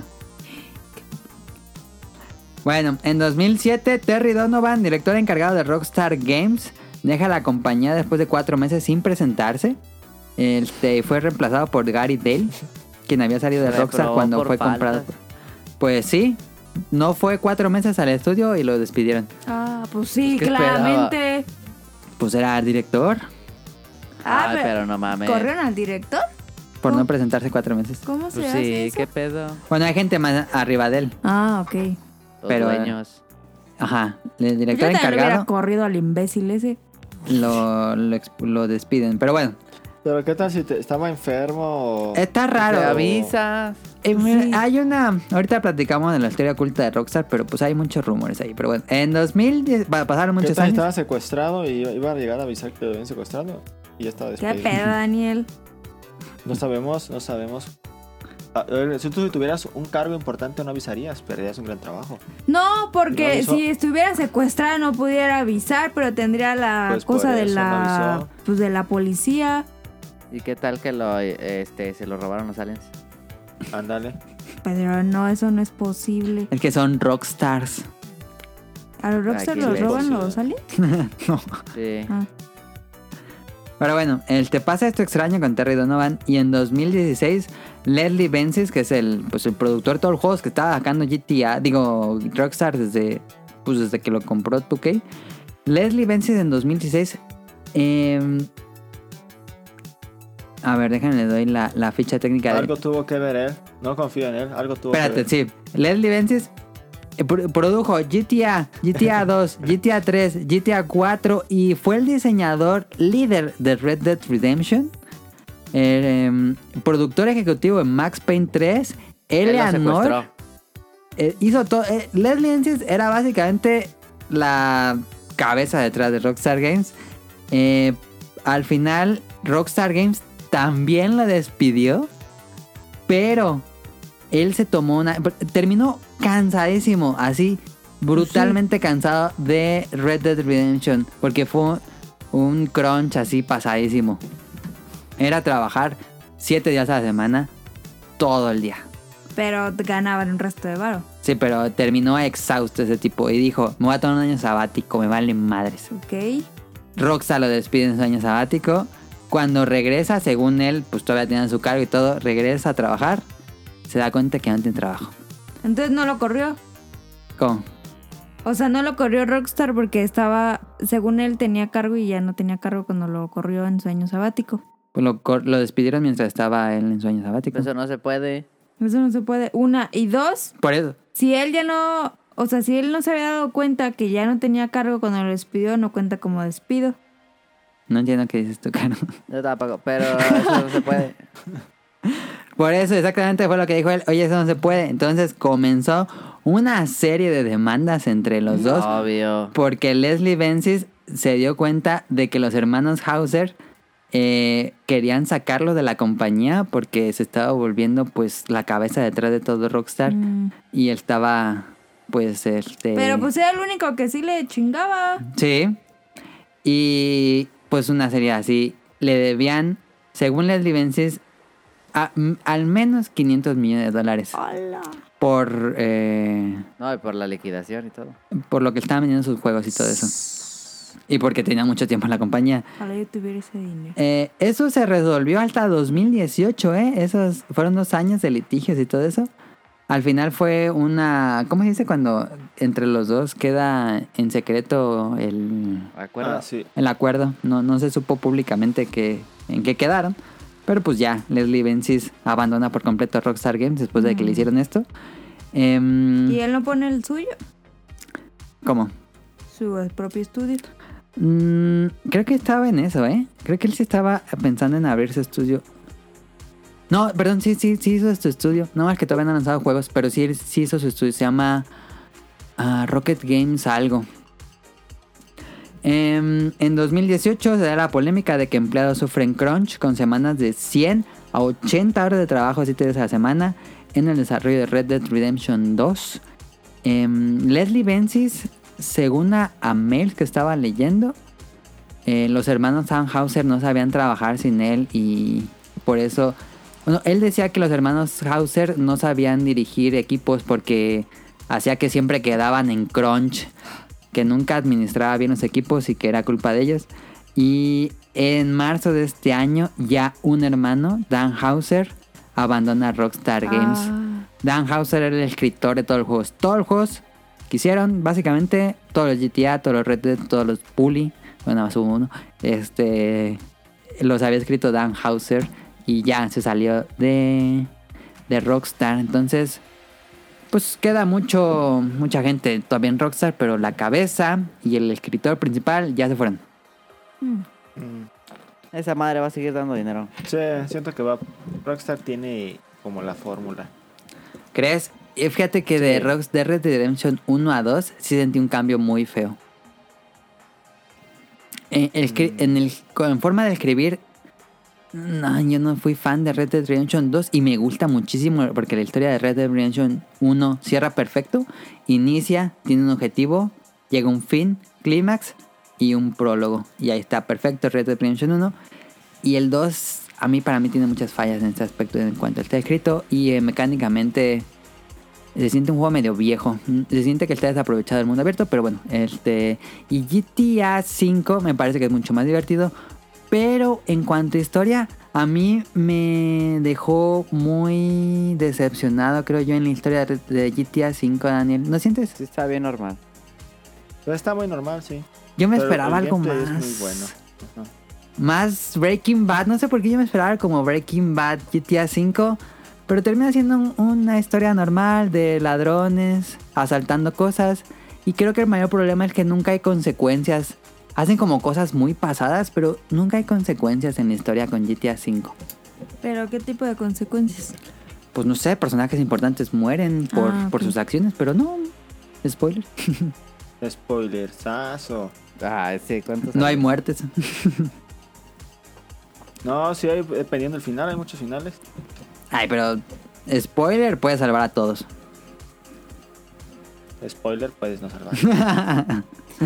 Bueno, en dos mil siete, Terry Donovan, director encargado de Rockstar Games, deja la compañía después de cuatro meses sin presentarse. Este, fue reemplazado por Gary Dale, quien había salido de Reprobó Rockstar cuando por fue faltas. comprado. Pues sí, no fue cuatro meses al estudio y lo despidieron. Ah, pues sí, Pues, ¿qué claramente. Pues era el director, Ah, Ay, pero, pero no mames. ¿corrieron al director? por no ¿Cómo? presentarse cuatro meses. ¿Cómo se Pues hace sí, eso? qué pedo. Bueno, hay gente más arriba de él. Ah, ok. Los Pero, dueños. Ajá, el Yo director también hubiera encargado corrido al imbécil ese. lo, lo, exp- lo despiden. Pero bueno, Pero ¿qué tal si te- estaba enfermo? o- está raro. Te avisas. Eh, mira, Sí. Hay una... Ahorita platicamos de la historia oculta de Rockstar, pero pues hay muchos rumores ahí. Pero bueno, en dos mil diez pa- pasaron ¿Qué muchos tal si años. estaba secuestrado y iba iba a llegar a avisar que lo habían secuestrado? Y ya estaba ¿Qué despedido. pedo, Daniel? No sabemos, no sabemos. Ah, eh, si tú tuvieras un cargo importante no avisarías, perderías un gran trabajo. No, No porque avisó. si estuviera secuestrada no pudiera avisar, pero tendría la Pues por cosa de eso no la avisó. pues de la policía. ¿Y qué tal que lo este se lo robaron los aliens? Ándale. Pero no, eso no es posible. Es que son Rockstars. ¿A los Rockstar Aquí los le- roban los aliens? No. Sí. Ah. Pero bueno, el te pasa esto extraño con Terry Donovan. Y en dos mil dieciséis, Leslie Benzies, que es el, pues, el productor de todos los juegos que estaba sacando G T A, digo, Rockstar desde, pues, desde que lo compró dos K. Leslie Benzies en dos mil dieciséis Eh, a ver, déjenme le doy la, la ficha técnica. De... Algo tuvo que ver él. No confío en él. Algo tuvo Espérate, que ver. sí. Leslie Benzies eh, pro- produjo G T A, G T A dos, G T A tres, G T A cuatro y fue el diseñador líder de Red Dead Redemption. Eh, eh, productor ejecutivo en Max Payne tres. Él lo Eleanor. secuestró. Eh, hizo todo. Eh, Leslie Benzies era básicamente la cabeza detrás de Rockstar Games. Eh, al final, Rockstar Games también la despidió. Pero él se tomó una. Terminó cansadísimo, así, brutalmente cansado de Red Dead Redemption. Porque fue un crunch así pasadísimo. Era trabajar siete días a la semana, todo el día. Pero ganaban un resto de varo. Sí, pero terminó exhausto ese tipo y dijo, me voy a tomar un año sabático, me valen madres. Ok. Rockstar lo despide en su año sabático. Cuando regresa, según él, pues todavía tiene su cargo y todo, regresa a trabajar, se da cuenta que no tiene trabajo. Entonces no lo corrió. ¿Cómo? O sea, no lo corrió Rockstar porque estaba, según él, tenía cargo y ya no tenía cargo cuando lo corrió en su año sabático. Pues lo, cor- lo despidieron mientras estaba él en su año sabático. Eso no se puede. Eso no se puede. Una. Y dos, Por eso. si él ya no... O sea, si él no se había dado cuenta que ya no tenía cargo cuando lo despidió, no cuenta como despido. No entiendo qué dices tú, Caro. Yo tampoco, pero eso no se puede. Por eso exactamente fue lo que dijo él. Oye, eso no se puede. Entonces comenzó una serie de demandas entre los dos. Obvio. Porque Leslie Benzies se dio cuenta de que los hermanos Hauser eh, querían sacarlo de la compañía porque se estaba volviendo pues la cabeza detrás de todo Rockstar. Mm. Y él estaba pues este... Pero pues era el único que sí le chingaba. Sí. Y pues una serie así. Le debían, según Leslie Benzies, a- m- al menos quinientos millones de dólares. Hola. Por, eh, No, y por la liquidación y todo. por lo que estaban vendiendo sus juegos y todo eso. Y porque tenía mucho tiempo en la compañía. Ojalá yo tuviera ese dinero. Eh, eso se resolvió hasta dos mil dieciocho, ¿eh? Esos fueron dos años de litigios y todo eso. Al final fue una... ¿Cómo se dice cuando entre los dos queda en secreto el, ¿Acuerdo? Ah, sí. el acuerdo? No, no se supo públicamente que, en qué quedaron. Pero pues ya, Leslie Benzies abandona por completo Rockstar Games después de que le hicieron esto. Em, ¿Y él no pone el suyo? ¿Cómo? Su propio estudio. Mm, creo que estaba en eso, ¿eh? Creo que él sí estaba pensando en abrir su estudio. No, perdón, sí, sí, sí hizo su estudio. No, es que todavía no han lanzado juegos, pero sí, sí hizo su estudio. Se llama ah, Rocket Games algo. Em, en dos mil dieciocho se da la polémica de que empleados sufren crunch con semanas de cien a ochenta horas de trabajo, siete días a la semana, en el desarrollo de Red Dead Redemption dos. Em, Leslie Benzies, según a, a mails que estaba leyendo, eh, los hermanos Tannhauser no sabían trabajar sin él y por eso... Bueno, él decía que los hermanos Hauser no sabían dirigir equipos porque hacía que siempre quedaban en crunch, que nunca administraba bien los equipos y que era culpa de ellos. Y en marzo de este año ya un hermano, Dan Hauser, abandona Rockstar Games. Ah. Dan Hauser era el escritor de todos los juegos. Todos los juegos que hicieron, básicamente, todos los G T A, todos los Red Dead, todos los Bully, bueno, más hubo uno, este, los había escrito Dan Hauser. Y ya se salió de, de Rockstar. Entonces, pues queda mucho mucha gente todavía en Rockstar, pero la cabeza y el escritor principal ya se fueron. Mm. Mm. Esa madre va a seguir dando dinero. Sí, siento que va. Rockstar tiene como la fórmula. ¿Crees? Y fíjate que de, Sí. Rocks, de Red Dead Redemption uno a dos sí sentí un cambio muy feo. En, el, escri- en, el, en forma de escribir, no, yo no fui fan de Red Dead Redemption dos y me gusta muchísimo porque la historia de Red Dead Redemption uno cierra perfecto, inicia, tiene un objetivo, llega un fin, clímax y un prólogo. Y ahí está perfecto Red Dead Redemption uno. Y el dos, a mí para mí tiene muchas fallas en este aspecto en cuanto está escrito y eh, mecánicamente se siente un juego medio viejo. Se siente que está desaprovechado el mundo abierto, pero bueno, este y G T A cinco me parece que es mucho más divertido. Pero en cuanto a historia, a mí me dejó muy decepcionado, creo yo, en la historia de de G T A cinco, Daniel. ¿No sientes? Sí, está bien normal. Pero está muy normal, sí. Yo me Pero esperaba el algo gameplay más. es muy bueno. Ajá. Más Breaking Bad. No sé por qué yo me esperaba como Breaking Bad G T A cinco. Pero termina siendo un- una historia normal de ladrones asaltando cosas. Y creo que el mayor problema es que nunca hay consecuencias. Hacen como cosas muy pasadas, pero nunca hay consecuencias en la historia con G T A cinco. ¿Pero qué tipo de consecuencias? Pues no sé, personajes importantes mueren por, Ah, por ok. sus acciones, pero no. Spoiler. Spoilersazo. Ah, sí, ¿cuántos? No hay años? muertes. No, sí hay, dependiendo del final, hay muchos finales. Ay, pero spoiler puede salvar a todos. Spoiler, puedes no salvar.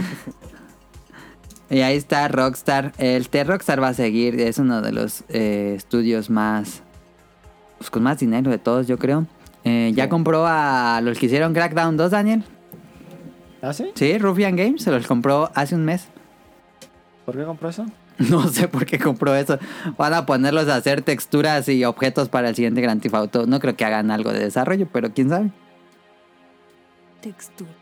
Y ahí está Rockstar. El T Rockstar va a seguir. Es uno de los eh, estudios más... Pues con más dinero de todos, yo creo. Eh, ya Sí. compró a los que hicieron Crackdown dos, Daniel. ¿Ah, sí? Sí, Ruffian Games. Se los compró hace un mes. ¿Por qué compró eso? No sé por qué compró eso. Van a ponerlos a hacer texturas y objetos para el siguiente Grand Theft Auto. No creo que hagan algo de desarrollo, pero quién sabe. Textura.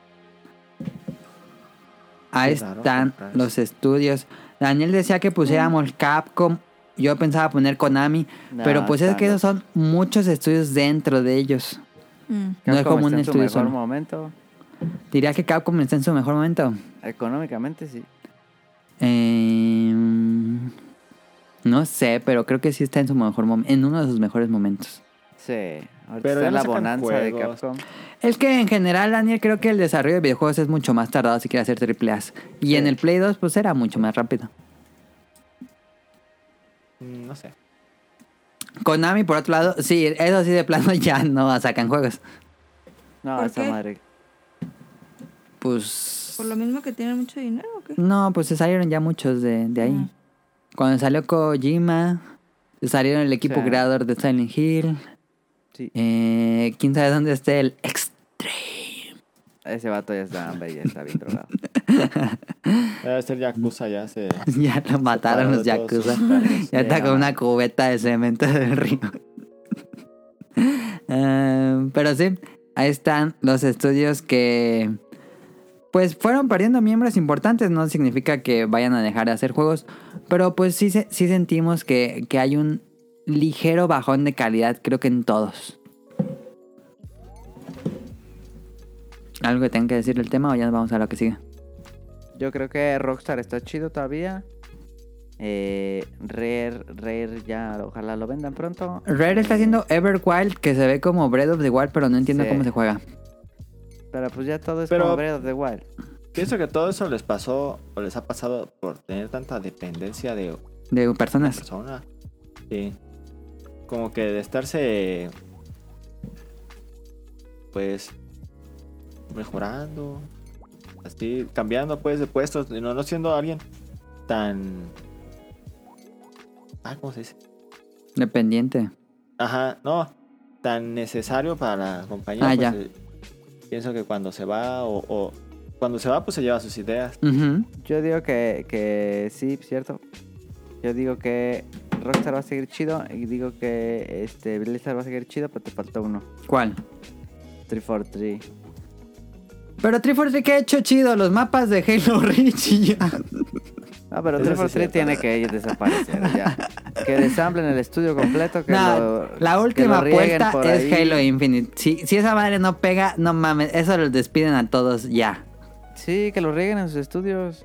Ahí Qué raro están comprar los estudios. Daniel decía que pusiéramos Capcom. Yo pensaba poner Konami. No, pero pues es está que loco. esos son muchos estudios dentro de ellos. Mm. No es Capcom como un está en su estudio mejor solo. momento. Diría que Capcom está en su mejor momento. Económicamente, sí. Eh, no sé, pero creo que sí está en su mejor momento. En uno de sus mejores momentos. Sí. Ahorita Pero está ya no la sacan bonanza de juegos. Capcom. Es que en general, Daniel, creo que el desarrollo de videojuegos es mucho más tardado si quiere hacer triple A. Y en el Play dos, pues era mucho más rápido. Mm, No sé. Konami, por otro lado, sí, eso sí de plano ya no sacan juegos. No, ¿Por esa qué? madre. Pues... ¿Por lo mismo que tienen mucho dinero o qué? No, pues se salieron ya muchos de, de ahí. Mm. Cuando salió Kojima, se salieron el equipo Sí. creador de Silent Hill. Sí. Eh, ¿Quién sabe dónde esté el Extreme? Ese vato ya está hambre y ya está bien drogado. Debe ser Yakuza, ya se... Ya lo mataron los separó de todos Yakuza. sus planes. Ya está Ya. con una cubeta de cemento del río. Eh, pero sí, ahí están los estudios que pues fueron perdiendo miembros importantes. No significa que vayan a dejar de hacer juegos, pero pues sí, se- sí sentimos que, que hay un ligero bajón de calidad, creo que en todos. ¿Algo que tengan que decir del tema o ya vamos a lo que sigue? Yo creo que Rockstar está chido todavía. Eh, Rare, Rare ya ojalá lo vendan pronto. Rare está haciendo Everwild, que se ve como Breath of the Wild, pero no entiendo Sí. cómo se juega. Pero pues ya todo es Pero- como Breath of the Wild. Pienso que todo eso les pasó o les ha pasado por tener tanta dependencia de De una personas. persona. Sí. Como que de estarse pues mejorando, así cambiando pues de puestos, y no, no siendo alguien tan ah, ¿cómo se dice? Dependiente. Ajá, no, tan necesario para la compañía. Ah, pues, ya. eh, pienso que cuando se va o, o cuando se va pues se lleva sus ideas. Ujú. Yo digo que, que sí, cierto. Yo digo que Rockstar va a seguir chido. Y digo que este Blizzard va a seguir chido, pero te faltó uno. ¿Cuál? tres cuatro tres. Pero tres cuatro tres que ha hecho chido, los mapas de Halo Reach y ya. No, pero Eso tres cuatro sí es tres tiene que desaparecer ya. Que desamblen el estudio completo. Que No, lo- la que última lo rieguen apuesta por es ahí. Halo Infinite. Si, si esa madre no pega, no mames, eso los despiden a todos ya. Sí, que lo rieguen en sus estudios.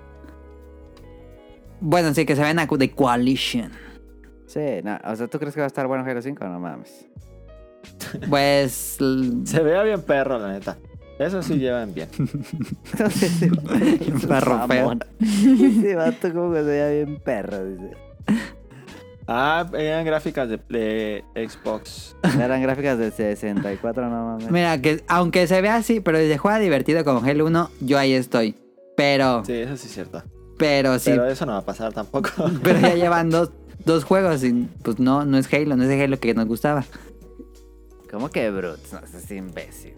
Bueno, sí, que se ven a The Coalition. Sí, no, o sea, ¿tú crees que va a estar bueno Halo cinco? No mames. Pues... l- Se veía bien perro, la neta. Eso sí llevan bien. Entonces, Perro feo. mamón. Ese vato como que se veía bien perro, dice. Ah, eran gráficas de, de Xbox. Eran gráficas del sesenta y cuatro, no mames. Mira, que aunque se vea así, pero si se juega divertido con Halo uno, yo ahí estoy. Pero, Sí, eso sí es cierto. pero sí, Pero eso no va a pasar tampoco. pero ya llevan dos, dos juegos y pues no, no es Halo, no es el Halo que nos gustaba. ¿Cómo que Brutes? No, ese es imbécil.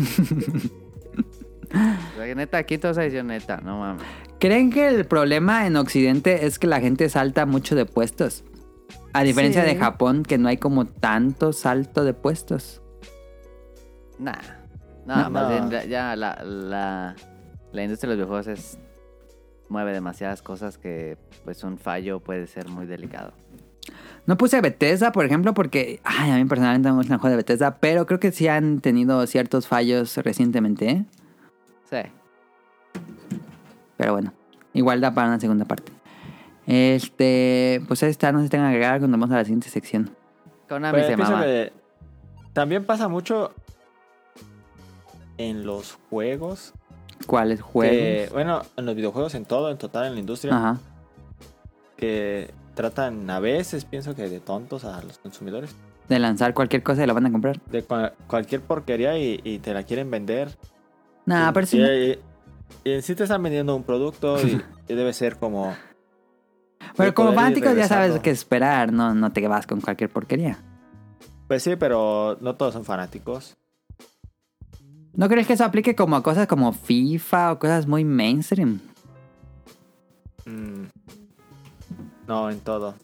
O sea, que neta, aquí todos dicen neta, no mames. ¿Creen que el problema en Occidente es que la gente salta mucho de puestos? A diferencia Sí. de Japón, que no hay como tanto salto de puestos. Nah. No, No. más bien ya- ya la, la, la industria de los videojuegos es mueve demasiadas cosas que pues un fallo puede ser muy delicado. No puse Bethesda, por ejemplo, porque ay, a mí personalmente no me gusta el juego de Bethesda, pero creo que sí han tenido ciertos fallos recientemente, ¿eh? Sí. Pero bueno, igual da para una segunda parte. Este, pues ahí está, no se tengan que agregar cuando vamos a la siguiente sección. Konami Pues, se pienso mama. que también pasa mucho en los juegos. ¿Cuáles juegos? Que, bueno, en los videojuegos, en todo, en total, en la industria. Ajá. Que tratan a veces, pienso que de tontos a los consumidores. De lanzar cualquier cosa y la van a comprar. De cua- cualquier porquería y, y te la quieren vender. Nah, y, pero sí. y, y en sí te están vendiendo un producto y, y debe ser como... Pero de como poder ir fanático ya sabes regresando. qué esperar, no, no te vas con cualquier porquería. Pues sí, pero no todos son fanáticos. ¿No crees que eso aplique como a cosas como FIFA o cosas muy mainstream? Mm. No, en todo.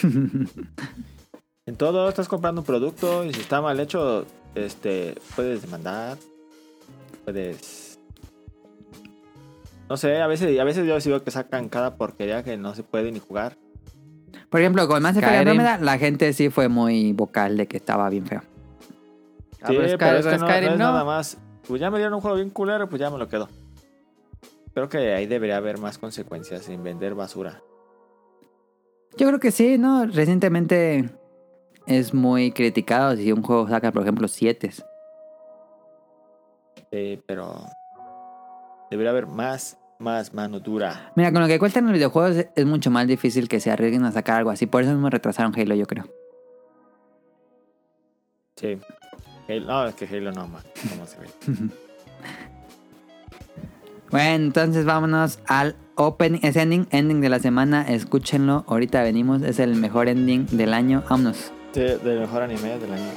En todo estás comprando un producto y si está mal hecho, este, puedes demandar, puedes... No sé, a veces, a veces yo sí veo que sacan cada porquería que no se puede ni jugar. Por ejemplo, con Mass Effect Skyrim. Andromeda, la gente sí fue muy vocal de que estaba bien feo. Ah, Sí, pero Sky- pero es que con no, Skyrim no es no. nada más. Pues ya me dieron un juego bien culero, pues ya me lo quedo. Creo que ahí debería haber más consecuencias en vender basura. Yo creo que sí, ¿no? Recientemente es muy criticado si un juego saca, por ejemplo, siete. Sí, pero debería haber más, más mano dura. Mira, con lo que cuestan los videojuegos es- es mucho más difícil que se arriesguen a sacar algo así. Por eso mismo retrasaron Halo, yo creo. Sí. Halo- no, es que Halo no, man. ¿Cómo se ve? Bueno, entonces vámonos al opening, ese ending, ending de la semana. Escúchenlo, ahorita venimos. Es el mejor ending del año. Vámonos. Sí, del mejor anime del año.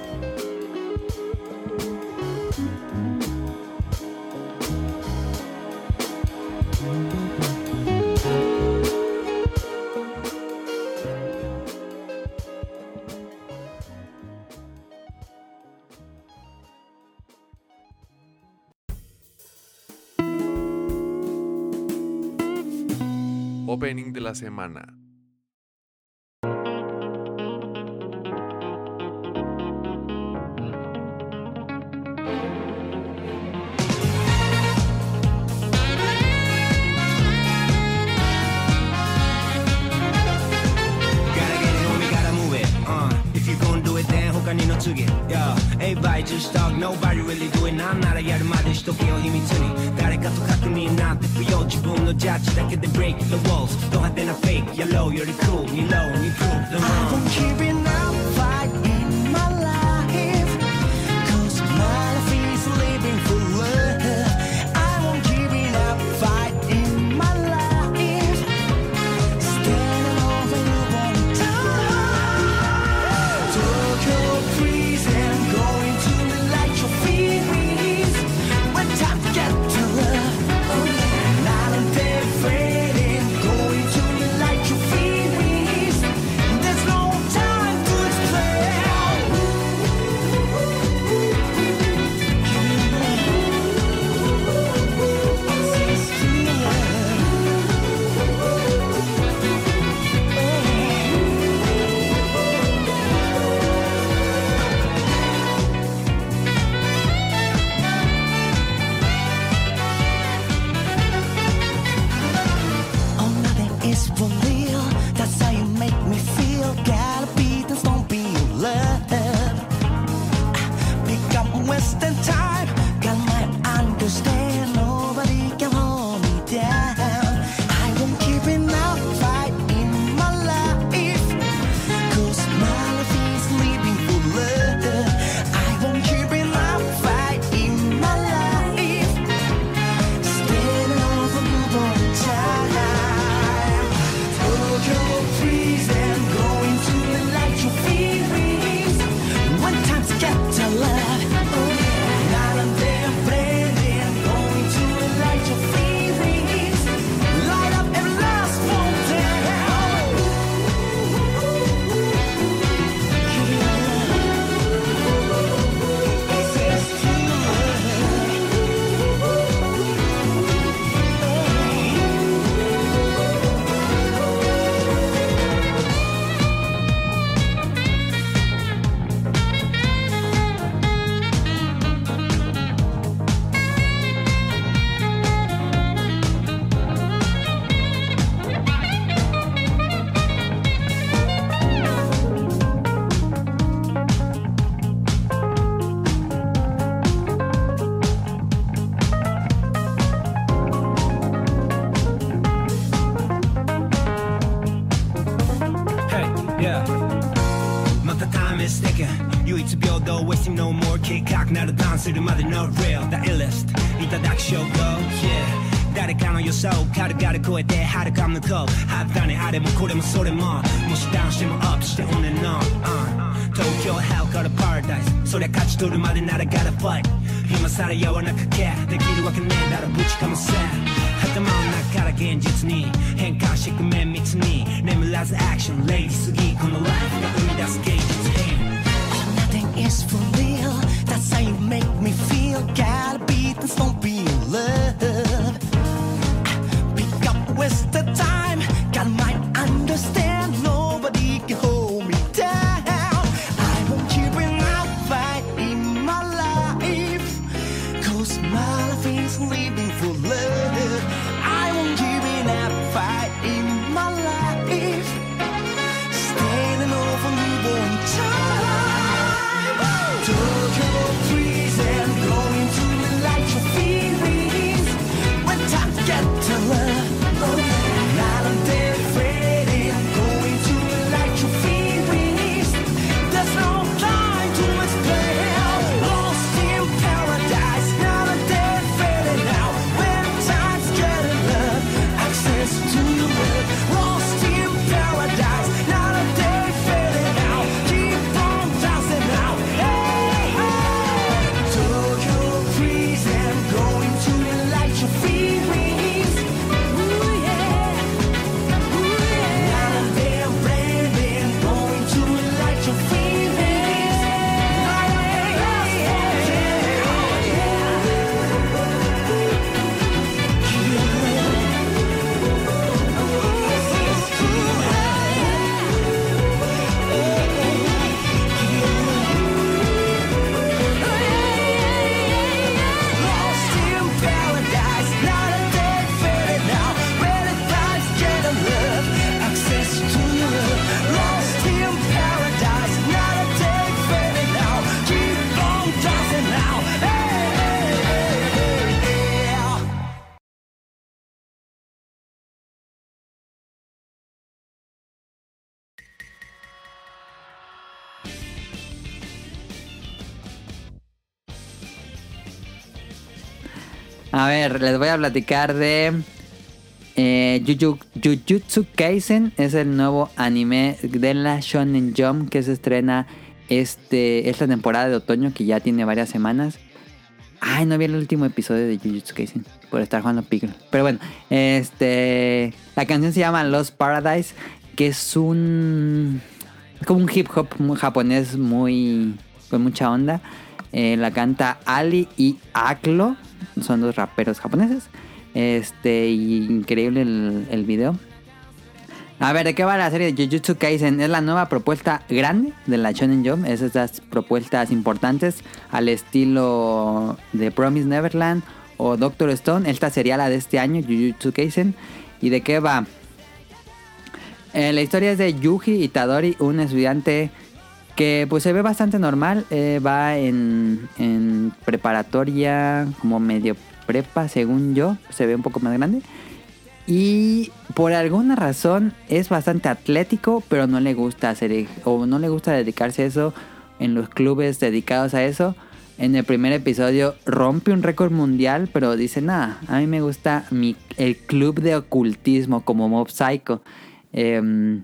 Opening de la semana. Gotta get it on, we gotta move it. Uh, if you gon' do it, then 他にの次。Yeah, everybody just talk, nobody really do it. なんならやるまでしとけよ秘密に。誰かと確認なんて不要。自分のジャッジだけで break the walls。ド派手なフェイク、やろうより cool。に low に prove the wrong。I won't keep it up, fight in my life. Cause my life is living for love. I won't keep it up, fight in my life. Standing over you one time. Tokyo freezing, going to the light your feelings. When time to get to love, oh yeah. Night and day fading, going to the light your feelings. There's no time to explain. Oh, nothing is for real. That's how you make me feel. Gotta be this, don't be in love. Pick up Western time. Got my understand. Nobody can hold me down. I won't keep it up, fight in my life. Cause my life is living for love. I won't keep it up, fight in my life. Standing over you all the time. Tokyo freezing, going to the light your feelings. When times get to love, oh yeah. 唯一平等 wasting no more 計画ならダンするまで no real the illest いただく称号 yeah誰かの予想軽々超えて遥か向こうはったねあれもこれもそれももしダウンしてもアップして on and on、uh、東京 hell から paradise そりゃ勝ち取るまでなら gotta fight 今さら柔らかけできるわけねえだろぶちかませ頭の中から現実に変換していく綿密に眠らずアクションレイジすぎこのライフが生み出す芸術品 Nothing is for real That's how you make me feel Gotta be this won't be love Pick up waste the time God might understand Nobody can hold me down I won't give enough fight in my life Cause my life is living for love I won't give enough fight in my life Standing over newborn time Tokyo freezing Going to the light your feelings When time get to love Not a day fading Going to the light your feelings There's no time to explain Lost in paradise Not a day fading now When time's getting love Access to the world Lost in paradise Not a day fading now Keep on dancing now Hey, hey Tokyo freezing Going to the light your feelings Ooh yeah Ooh yeah Not a day fading Going to the light your feelings Hey, hey, Lost in paradise, not a day faded now. When the time's getting love, access to your love. Lost in paradise, not a day faded now. Keep on dancing now. Hey, hey, hey, hey, yeah. A ver, les voy a platicar de eh, Juju- Jujutsu Kaisen. Es el nuevo anime de la Shonen Jump que se estrena este, esta temporada de otoño, que ya tiene varias semanas. Ay, no vi el último episodio de Jujutsu Kaisen por estar jugando Pickle. Pero bueno, este, la canción se llama Lost Paradise, que es un es como un hip hop muy japonés muy con mucha onda. Eh, la canta Ali y Aklo, son dos raperos japoneses. Este, y increíble el, el video. A ver, ¿de qué va la serie de Jujutsu Kaisen? Es la nueva propuesta grande de la Shonen Jump. Es estas propuestas importantes al estilo de Promise Neverland o Doctor Stone. Esta sería la de este año, Jujutsu Kaisen. ¿Y de qué va? Eh, la historia es de Yuji Itadori, un estudiante que pues se ve bastante normal. Eh, va en, en preparatoria, como medio prepa, según yo. Se ve un poco más grande. Y por alguna razón es bastante atlético, pero no le gusta hacer o no le gusta dedicarse a eso en los clubes dedicados a eso. En el primer episodio rompe un récord mundial, pero dice, nada, a mí me gusta mi, el club de ocultismo como Mob Psycho. Eh,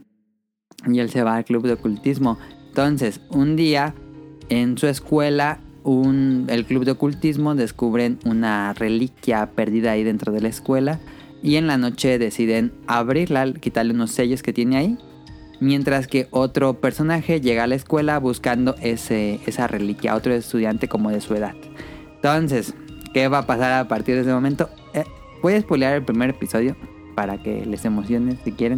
y él se va al club de ocultismo. Entonces, un día en su escuela, un, el club de ocultismo descubren una reliquia perdida ahí dentro de la escuela. Y en la noche deciden abrirla, quitarle unos sellos que tiene ahí. Mientras que otro personaje llega a la escuela buscando ese, esa reliquia, otro estudiante como de su edad. Entonces, ¿qué va a pasar a partir de ese momento? Eh, voy a spoilear el primer episodio para que les emocione si quieren.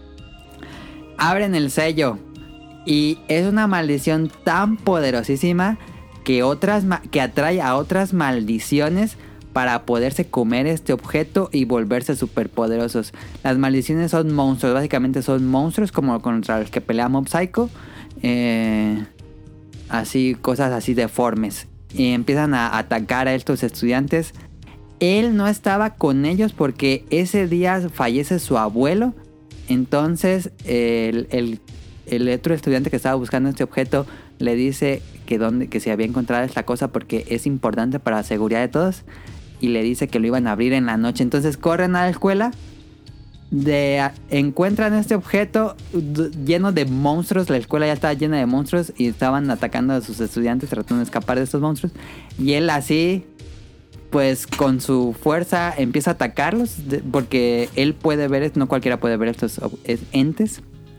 Abren el sello y es una maldición tan poderosísima que, otras, que atrae a otras maldiciones para poderse comer este objeto y volverse superpoderosos. Las maldiciones son monstruos, básicamente son monstruos como contra los que pelea Mob Psycho. Eh, así, cosas así deformes. Y empiezan a atacar a estos estudiantes. Él no estaba con ellos porque ese día fallece su abuelo. Entonces el, el, el otro estudiante que estaba buscando este objeto le dice que, dónde, que se había encontrado esta cosa porque es importante para la seguridad de todos. Y le dice que lo iban a abrir en la noche. Entonces corren a la escuela. De, a, encuentran este objeto d- lleno de monstruos. La escuela ya estaba llena de monstruos y estaban atacando a sus estudiantes, tratando de escapar de estos monstruos. Y él así, pues con su fuerza empieza a atacarlos, de, porque él puede ver, no cualquiera puede ver estos es, entes.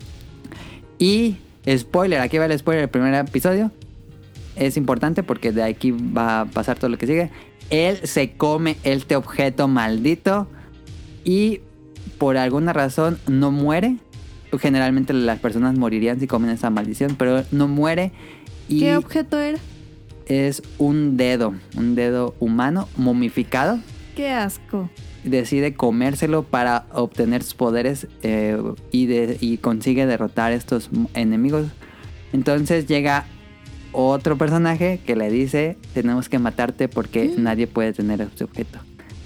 Y spoiler, aquí va el spoiler del primer episodio. Es importante porque de aquí va a pasar todo lo que sigue. Él se come este objeto maldito y por alguna razón no muere. Generalmente las personas morirían si comen esa maldición, pero no muere. Y ¿Qué objeto era? es un dedo, un dedo humano momificado. Qué asco. Decide comérselo para obtener sus poderes eh, y, de, y consigue derrotar a estos enemigos. Entonces llega otro personaje que le dice: tenemos que matarte porque ¿Mm? nadie puede tener este objeto.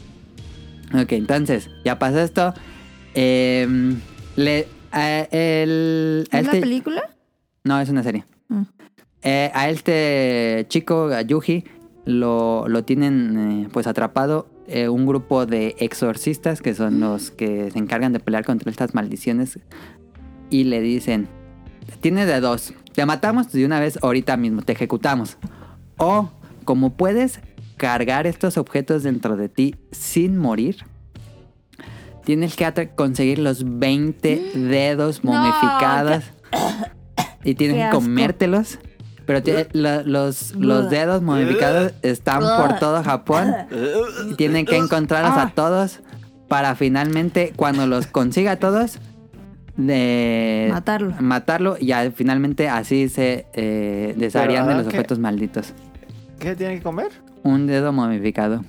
Ok, entonces ya pasa esto. Eh, le, a, el, a ¿Es este, la película? No, es una serie. Mm. Eh, a este chico, a Yuji, lo, lo tienen eh, pues atrapado eh, un grupo de exorcistas que son los que se encargan de pelear contra estas maldiciones. Y le dicen: tienes de dos, te matamos de una vez ahorita mismo, te ejecutamos. O como puedes cargar estos objetos dentro de ti sin morir, tienes que atra- conseguir los veinte dedos momificados. No, y tienes que comértelos. Pero t- lo, los, los dedos momificados están por todo Japón. Y tienen que encontrarlos a todos para finalmente, cuando los consiga a todos, de matarlo. Matarlo y ya, finalmente así se eh, desharían Pero, de los objetos ¿qué? malditos. ¿Qué tienen que comer? Un dedo momificado.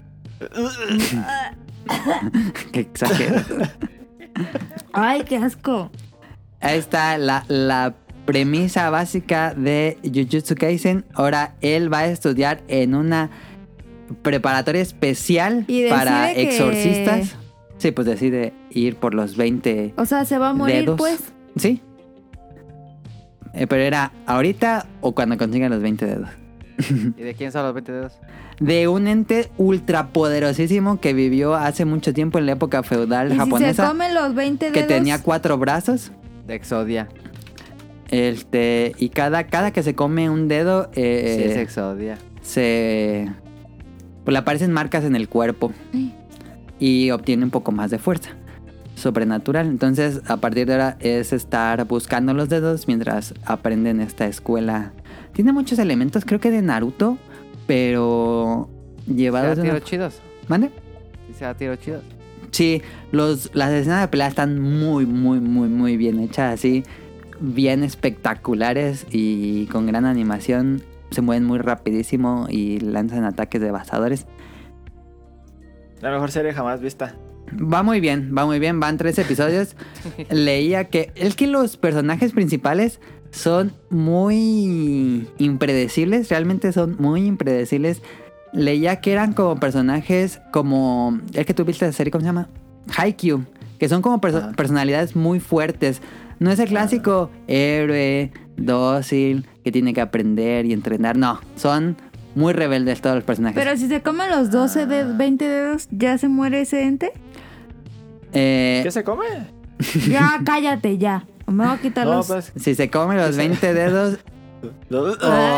Qué exagerado. Ay, qué asco. Ahí está la, la premisa básica de Jujutsu Kaisen. Ahora él va a estudiar en una preparatoria especial para que... exorcistas. Sí, pues decide ir por los veinte. O sea, se va a morir, dedos. Pues. Sí. Eh, pero era ahorita o cuando consigan los veinte dedos. ¿Y de quién son los veinte dedos? De un ente ultrapoderosísimo que vivió hace mucho tiempo en la época feudal ¿Y japonesa. Si se comen los veinte dedos? Que tenía cuatro brazos. De Exodia. Este, y cada, cada que se come un dedo, eh, sí, es Exodia. Se, pues le aparecen marcas en el cuerpo. Ay. Y obtiene un poco más de fuerza sobrenatural. Entonces, a partir de ahora es estar buscando los dedos mientras aprenden esta escuela. Tiene muchos elementos, creo que de Naruto, pero llevados ¿Se da de tiros una... chidos? ¿Mande? ¿Sí se da tiros chidos? Sí, los, las escenas de pelea están muy, muy, muy, muy bien hechas, así, bien espectaculares y con gran animación. Se mueven muy rapidísimo y lanzan ataques devastadores. La mejor serie jamás vista. Va muy bien, va muy bien, van tres episodios. Leía que es que los personajes principales son muy impredecibles, realmente son muy impredecibles. Leía que eran como personajes como el que tú viste la serie, ¿cómo se llama? Haikyuu, que son como perso- ah. personalidades muy fuertes. No es el clásico ah. héroe, dócil, que tiene que aprender y entrenar. No, son muy rebeldes todos los personajes. Pero si se comen los doce, de veinte dedos, ¿ya se muere ese ente? Eh, ¿Qué se come? Ya, cállate, ya. Me voy a quitar no, los... pues, si se come los veinte dedos... o...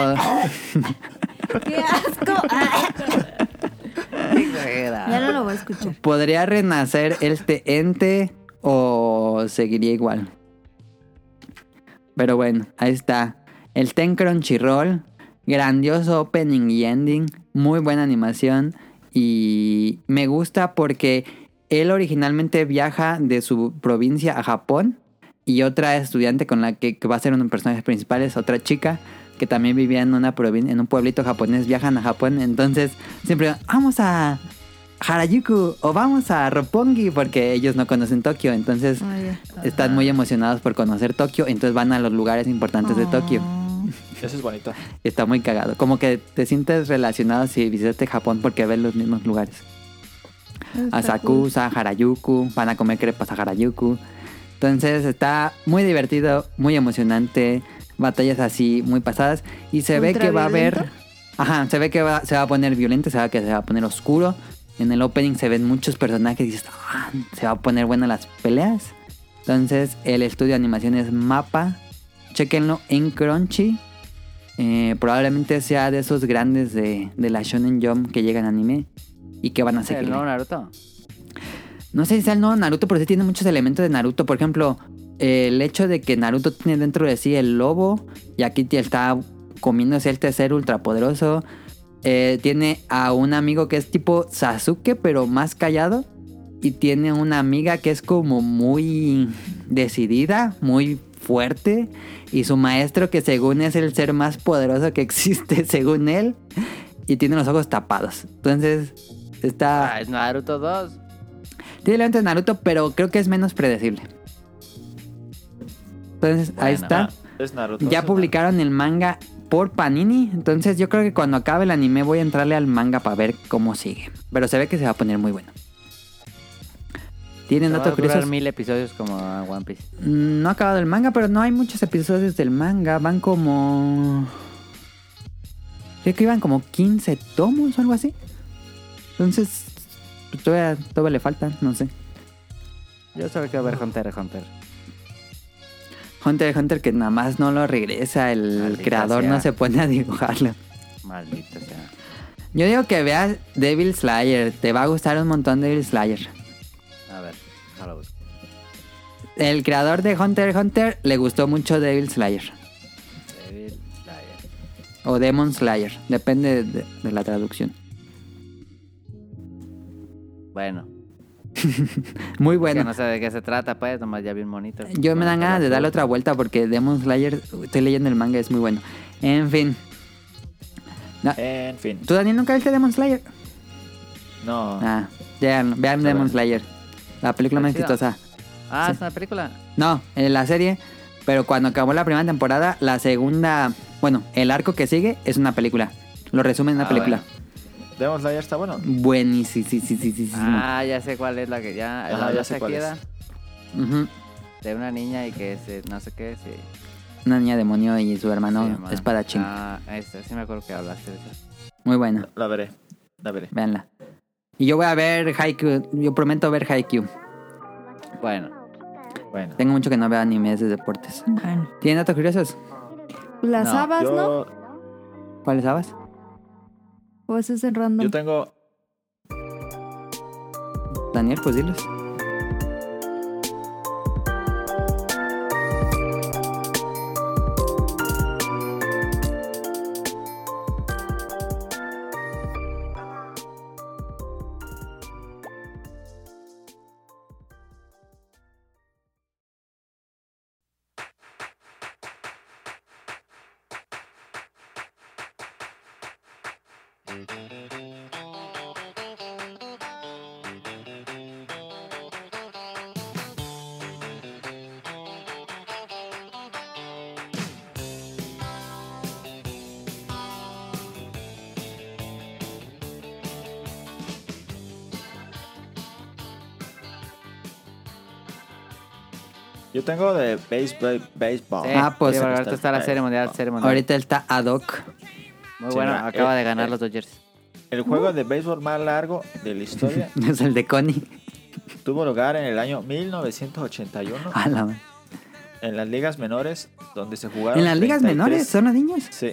¡Qué asco! Ya no lo voy a escuchar. ¿Podría renacer este ente o seguiría igual? Pero bueno, ahí está. El Ten Crunchyroll. Grandioso opening y ending. Muy buena animación. Y me gusta porque él originalmente viaja de su provincia a Japón. Y otra estudiante con la que, que va a ser uno de los personajes principales, otra chica que también vivía en una provin- en un pueblito japonés, viajan a Japón. Entonces siempre vamos a Harajuku o vamos a Roppongi porque ellos no conocen Tokio. Entonces oh, yeah. están muy emocionados por conocer Tokio. Entonces van a los lugares importantes oh. de Tokio. Eso es bonito. Está muy cagado. Como que te sientes relacionado si visitaste Japón porque ves los mismos lugares. Asakusa, cool. Harajuku. Van a comer crepas a Harajuku. Entonces está muy divertido, muy emocionante. batallas así muy pasadas. Y se ve que va a haber... ¿Ultraviolento? Ajá, se ve que va, se ve que va a haber... ¿Ultraviolento? Ajá, se ve que va, se va a poner violento, se va, que se va a poner oscuro. En el opening se ven muchos personajes y dices, "Ah, se va a poner buenas las peleas". Entonces, el estudio de animación es MAPPA. Chéquenlo en Crunchy. Eh, probablemente sea de esos grandes de, de la Shonen Jump que llegan a anime y que van a ¿El seguir. nuevo Naruto? No sé si sea el nuevo Naruto, pero sí tiene muchos elementos de Naruto. Por ejemplo, eh, el hecho de que Naruto tiene dentro de sí el lobo y aquí te está comiéndose el tercer ultrapoderoso. Eh, tiene a un amigo que es tipo Sasuke, pero más callado. Y tiene una amiga que es como muy decidida, muy fuerte. Y su maestro que según es el ser más poderoso que existe, según él. Y tiene los ojos tapados. Entonces, está... Ah, es Naruto dos. Tiene elementos de Naruto, pero creo que es menos predecible. Entonces, ahí Bueno. está. Ah, es Naruto. Ya es publicaron el manga por Panini. Entonces yo creo que cuando acabe el anime voy a entrarle al manga para ver cómo sigue. Pero se ve que se va a poner muy bueno. ¿Tienen Va a datos durar curiosos? mil episodios como One Piece. Mm, No ha acabado el manga, pero no hay muchos episodios del manga. Van como... Creo que iban como quince tomos o algo así. Entonces, pues, todavía, todavía le faltan, no sé. Yo solo quiero ver Hunter x Hunter. Hunter x Hunter que nada más no lo regresa. El Maldita creador sea. no se pone a dibujarlo. Maldita sea. Yo digo que veas Devil Slayer. Te va a gustar un montón Devil Slayer. A ver, no lo busco. El creador de Hunter x Hunter le gustó mucho Devil Slayer. Devil Slayer. O Demon Slayer. Depende de, de la traducción. Bueno, Muy que bueno. no sé de qué se trata, pues, nomás ya bien bonito. Yo me dan Bonito ganas de el darle azul. otra vuelta porque Demon Slayer, estoy leyendo el manga, es muy bueno. En fin. No, En fin. ¿tú, Daniel, nunca viste Demon Slayer? No. Ah, vean, vean Está Demon bueno. Slayer. La película más Está chida. exitosa. Ah, Sí. es una película. No, en la serie. Pero cuando acabó la primera temporada, la segunda... Bueno, el arco que sigue es una película. Lo resumen en una Ah, película. Demon Slayer está bueno. Buenísimo. Sí, sí, sí, sí, sí. Ah, ya sé cuál es la que ya... Ajá, la ya no sé se cuál es. queda Ujú. de una niña y que se, no sé qué, sí. Una niña demonio y su hermano Sí, man. espadachín. Ah, esta, sí me acuerdo que hablaste de eso. Muy buena. La veré. La veré. Véanla. Y yo voy a ver Haikyuu. Yo prometo ver Haikyuu. Bueno, Bueno. Tengo mucho que no veo animes de deportes. Bueno. ¿Tienen datos curiosos? Las No, habas, ¿no? Yo, ¿Cuáles sabes? O eso es en random. yo tengo. Daniel, pues dilos. Yo tengo de béisbol. béisbol. sí, Ah, pues, sí, porque ahorita está la está- serie mundial, serie mundial. Ahorita está ad hoc. Muy Sí, bueno, mira, acaba eh, de ganar eh. los Dodgers. El juego de béisbol más largo de la historia Es el de Connie. tuvo lugar en el año mil novecientos ochenta y uno A la madre. en las ligas menores, donde se jugaron. ¿En las ligas treinta y tres menores son los niños? Sí.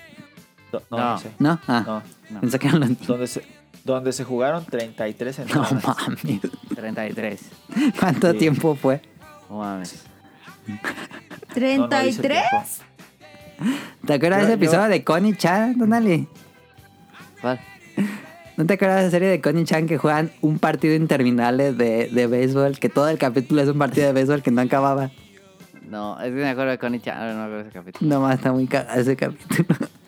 Do- no, No. no sé. No, ah, No. No, pensé que eran los niños. Donde se, donde se jugaron treinta y tres No entradas. mames. treinta y tres. ¿Cuánto Sí. tiempo fue? No mames. No, no ¿treinta y dice el tres? tiempo. ¿Te acuerdas de ese Yo- yo- episodio de Connie Chan, Donali? ¿Cuál? ¿No te acuerdas de esa serie de Connie Chan que juegan un partido interminable de, de béisbol? Que todo el capítulo es un partido de béisbol que no acababa. No, es que me acuerdo de Connie Chan, no me acuerdo de ese capítulo. No más, está muy cagado ese capítulo.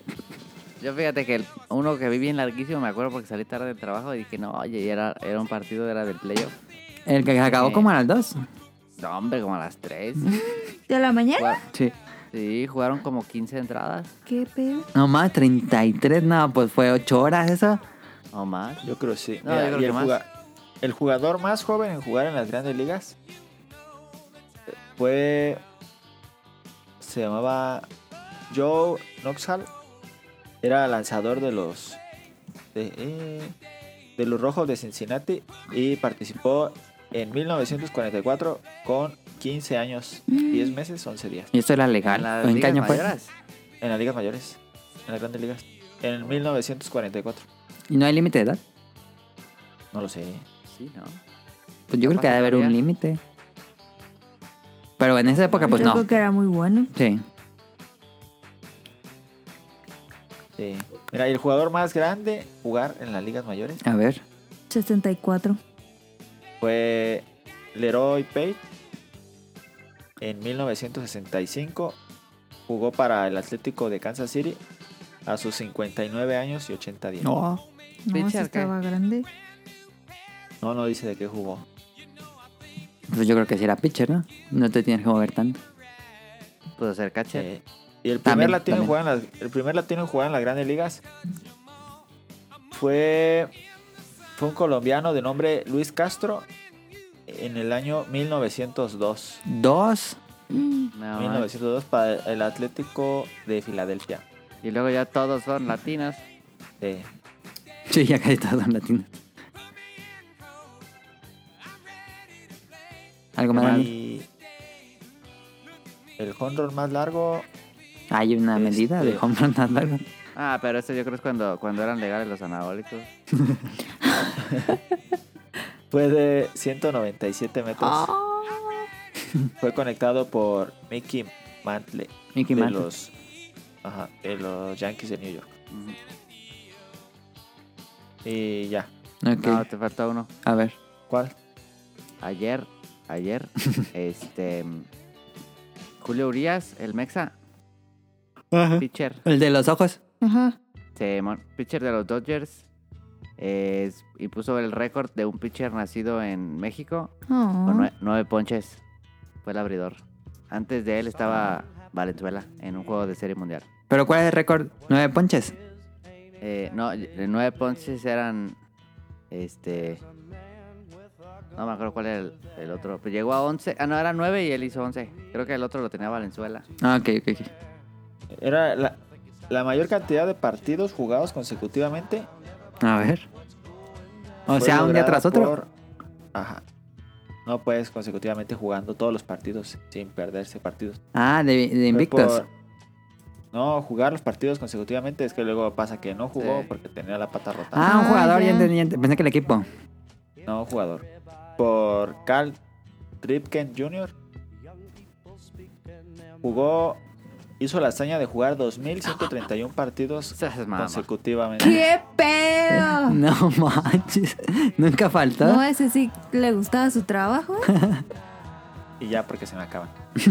Yo fíjate que el- uno que vi bien larguísimo, me acuerdo porque salí tarde del trabajo y dije, no, oye, y era, era un partido, era del playoff. El que acabó Sí. como a las dos. No, hombre, como a las tres. ¿De la mañana? Jugar- Sí. Sí, jugaron como quince entradas ¿Qué pedo? No más, treinta y tres, no, pues fue ocho horas eso. o más. Yo creo sí. No, Mira, yo creo y que el, más. juga- el jugador más joven en jugar en las grandes ligas fue. Se llamaba Joe Knoxall era lanzador de los de, eh, de los Rojos de Cincinnati y participó en mil novecientos cuarenta y cuatro con quince años, diez meses, once días. ¿Y esto era legal? ¿En las ¿O en qué ligas año fue? mayores? En las ligas mayores, en las grandes ligas, en mil novecientos cuarenta y cuatro. ¿Y no hay límite de edad? No lo sé. Sí, ¿no? Pues yo creo que Capaz debe haber un todavía. límite. Pero en esa época, pues Yo no. creo que era muy bueno. Sí. Sí. Mira, y el jugador más grande jugar en las ligas mayores A ver. sesenta y cuatro. fue Leroy Page. En mil novecientos sesenta y cinco jugó para el Atlético de Kansas City a sus cincuenta y nueve años y ochenta días. No. No, sí Pitcher, ¿qué? estaba grande. No, no dice de qué jugó. Pues yo creo que sí era pitcher, ¿no? No te tienes que mover tanto. Pudo ser catcher. Eh, y el primer, También, latino en también. jugar en las, el primer latino en jugar en las grandes ligas fue, fue un colombiano de nombre Luis Castro en el año mil novecientos dos. Dos. No, mil novecientos dos para el Atlético de Filadelfia. y luego ya todos son latinos. Eh, Sí, ya casi todos son latinos. ¿Algo más? Dani? y el home run más largo, ¿Hay una Este- medida de home run más largo? Ah, pero eso yo creo es cuando, cuando eran legales los anabólicos. fue de ciento noventa y siete metros. Ah. Fue conectado por Mickey Mantle Mickey de Mantle. los, ajá, de los Yankees de New York. Ujú. Y ya. Ok. No, te faltó uno. A ver. ¿Cuál? Ayer, ayer, este... Julio Urias, el Mexa, pitcher. El de los ojos. Ajá. Se mon- pitcher de los Dodgers. Es- y puso el récord de un pitcher nacido en México Oh. con nue- nueve ponches. Fue el abridor. Antes de él estaba Valenzuela en un juego de serie mundial. ¿Pero cuál es el récord? ¿Nueve ponches? Eh, no, y- de nueve ponches eran. Este. No me acuerdo cuál era el, el otro. Pero llegó a once. Ah, no, era nueve y él hizo once. Creo que el otro lo tenía Valenzuela. Ah, ok, ok, ok. Era la, la mayor cantidad de partidos jugados consecutivamente. A ver. O fue sea, un día lograda tras otro. por- Ajá. No puedes consecutivamente jugando todos los partidos sin perderse partidos. Ah, de, de Fue invictos. por- No, jugar los partidos consecutivamente es que luego pasa que no jugó Sí. porque tenía la pata rota. Ah, un Ah, jugador, ya ya. entendí, ya entendí. Pensé que el equipo. No, jugador. Por Carl Ripken junior Jugó, hizo la hazaña de jugar dos mil ciento treinta y uno partidos Seas mamá. consecutivamente. ¡Qué pedo! No manches. Nunca faltó. No, ese sí le gustaba su trabajo. Y ya porque se me acaban.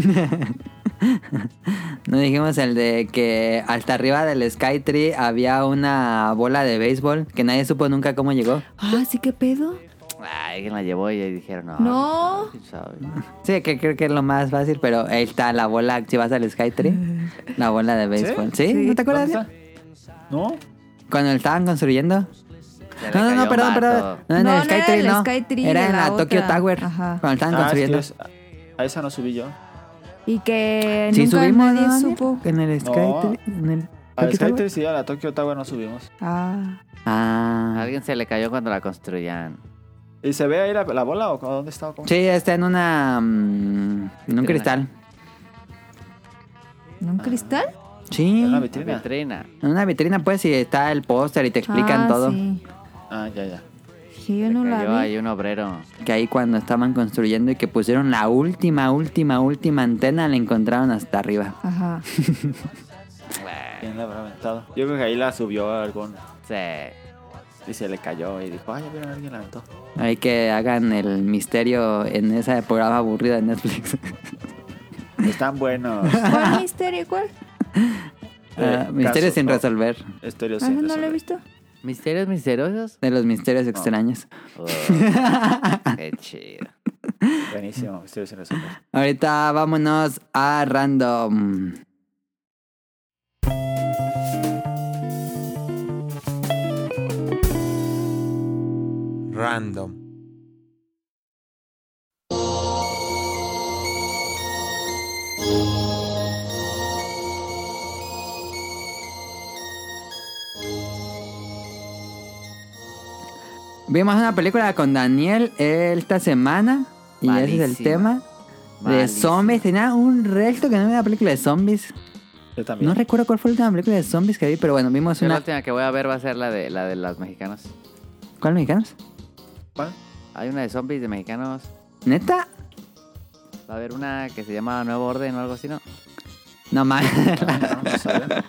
No dijimos el de que hasta arriba del Skytree había una bola de béisbol que nadie supo nunca cómo llegó. Ah, sí, qué pedo. Ay, alguien la llevó y ahí dijeron, no. No. quién sabe. Sí, que creo que es lo más fácil, pero ahí está la bola, si vas al Skytree, la bola de béisbol. ¿Sí? Sí. ¿No te acuerdas? ¿Dónde está? ¿No? Cuando lo estaban construyendo. Se le No, no, cayó no, un perdón, vato. perdón. No, en No, el no era Skytree el no. Skytree, Era de en la, la Tokyo otra. Tower. Ajá. Cuando estaban Ah, es que construyendo. yo es- a esa no subí yo. Y que Sí, nunca subimos, nadie ¿no, supo. En el Skytree. En el Al Tokyo Tower. Skytree sí, a la Tokyo Tower no subimos. Ah. Ah. A alguien se le cayó cuando la construían. ¿Y se ve ahí la, la bola o dónde está? o cómo? Sí, está en una. mm, en un Vitrina. cristal. ¿En un cristal? Sí. En una La vitrina. vitrina. En una vitrina, pues, y está el póster y te explican Ah, todo. Sí. Ah, ya, ya. Sí, yo Se no la cayó vi. ahí un obrero. Que ahí cuando estaban construyendo y que pusieron la última, última, última antena, la encontraron hasta arriba. Ajá. ¿Quién la habrá aventado? Yo creo que ahí la subió algún. Sí. Y se le cayó y dijo, ay, ya vieron, alguien la aventó. Hay que hagan el misterio en ese programa aburrido de Netflix. Están buenos. ¿Cuál misterio? ¿Cuál? Ah, Eh, misterios casos, sin no, resolver. Historias Ah, sin no lo he resolver. visto. ¿Misterios misteriosos? De los misterios extraños. Oh, qué chido. Buenísimo, Misterios sin resolver. Ahorita vámonos a Random. Random. Vimos una película con Daniel esta semana. Y ese es el Malísima. tema. De Malísima. zombies. Tenía un resto que no era una película de zombies. Yo también. No recuerdo cuál fue la última película de zombies que vi, pero bueno, vimos Yo la una. última que voy a ver va a ser la de la de los mexicanos. ¿Cuál mexicanos? ¿Cuál? Hay una de zombies de mexicanos. ¿Neta? Va a haber una que se llama Nuevo Orden o algo así, ¿no? No más. No, no sabía.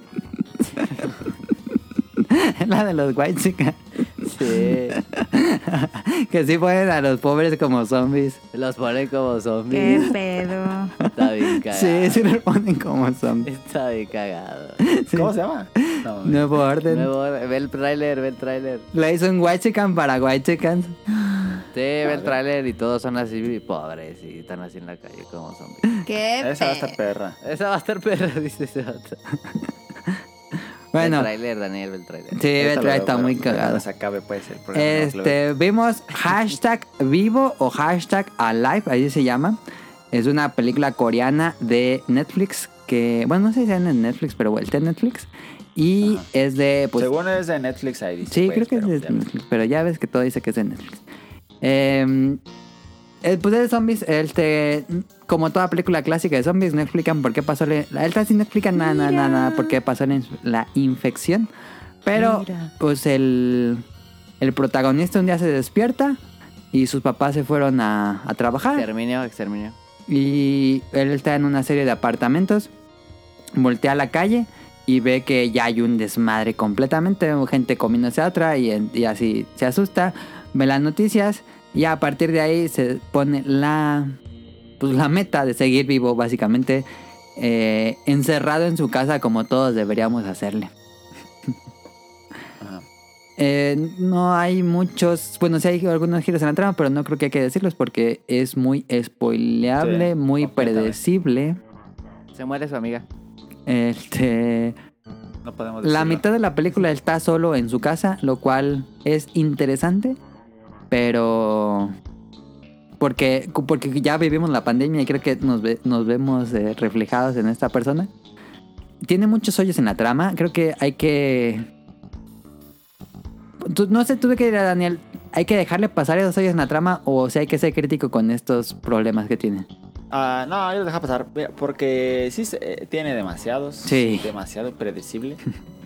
La de los white chicas. Sí. Que sí ponen a los pobres como zombies. Los ponen como ¿Qué zombies. pedo? Está bien cagado. Sí, sí los ponen como zombies. Está bien cagado. Sí. ¿Cómo se llama? No, Nuevo orden. Nuevo Orden. Ve el tráiler, ve el tráiler. La hizo un white chican para white chicans. Sí, ve el tráiler y todos son así pobres y están así en la calle como zombies. ¿Qué Esa va a estar pedo? perra. Esa va a estar perra, dice ese vato. Bueno, Ve el tráiler, Daniel, ve el tráiler. sí, el Ahorita trailer lo- está bueno, muy cuando cagado. se acabe pues el programa. no, lo Este, vimos hashtag vivo o hashtag alive, ahí se llama. Es una película coreana de Netflix que, bueno, no sé si es en Netflix, pero vuelta en Netflix. Y Ajá. es de, pues, Según es de Netflix ahí dice. sí, pues, creo que es pero de ya- Netflix, pero ya ves que todo dice que es de Netflix. Eh, eh, pues es de zombies, este, como toda película clásica de zombies, no explican por qué pasó, la, esta sí no explican nada, nada, nada, nada, por qué pasó la, la infección. Pero, Mira. pues el, el protagonista un día se despierta y sus papás se fueron a, a trabajar. Exterminio, exterminio. Y él está en una serie de apartamentos, voltea a la calle y ve que ya hay un desmadre completamente, gente comiéndose a otra y, en- y así se asusta, ve las noticias y a partir de ahí se pone la, pues, la meta de seguir vivo básicamente, eh, encerrado en su casa como todos deberíamos hacerle. Ajá. Eh, no hay muchos, bueno, sí hay algunos giros en la trama, pero no creo que hay que decirlos porque es muy spoileable, Sí, muy completamente. predecible. Se muere su amiga. Este, No podemos la decirlo. mitad de la película está solo en su casa, lo cual es interesante, pero porque porque ya vivimos la pandemia y creo que nos ve- nos vemos eh, reflejados en esta persona. Tiene muchos hoyos en la trama, creo que hay que Tú- no sé, tuve que ir a Daniel. ¿Hay que dejarle pasar esos hoyos en la trama o si hay que ser crítico con estos problemas que tiene? Ah, no, yo lo dejo pasar. Mira, porque sí se- eh, tiene demasiados. Sí. Demasiado predecible.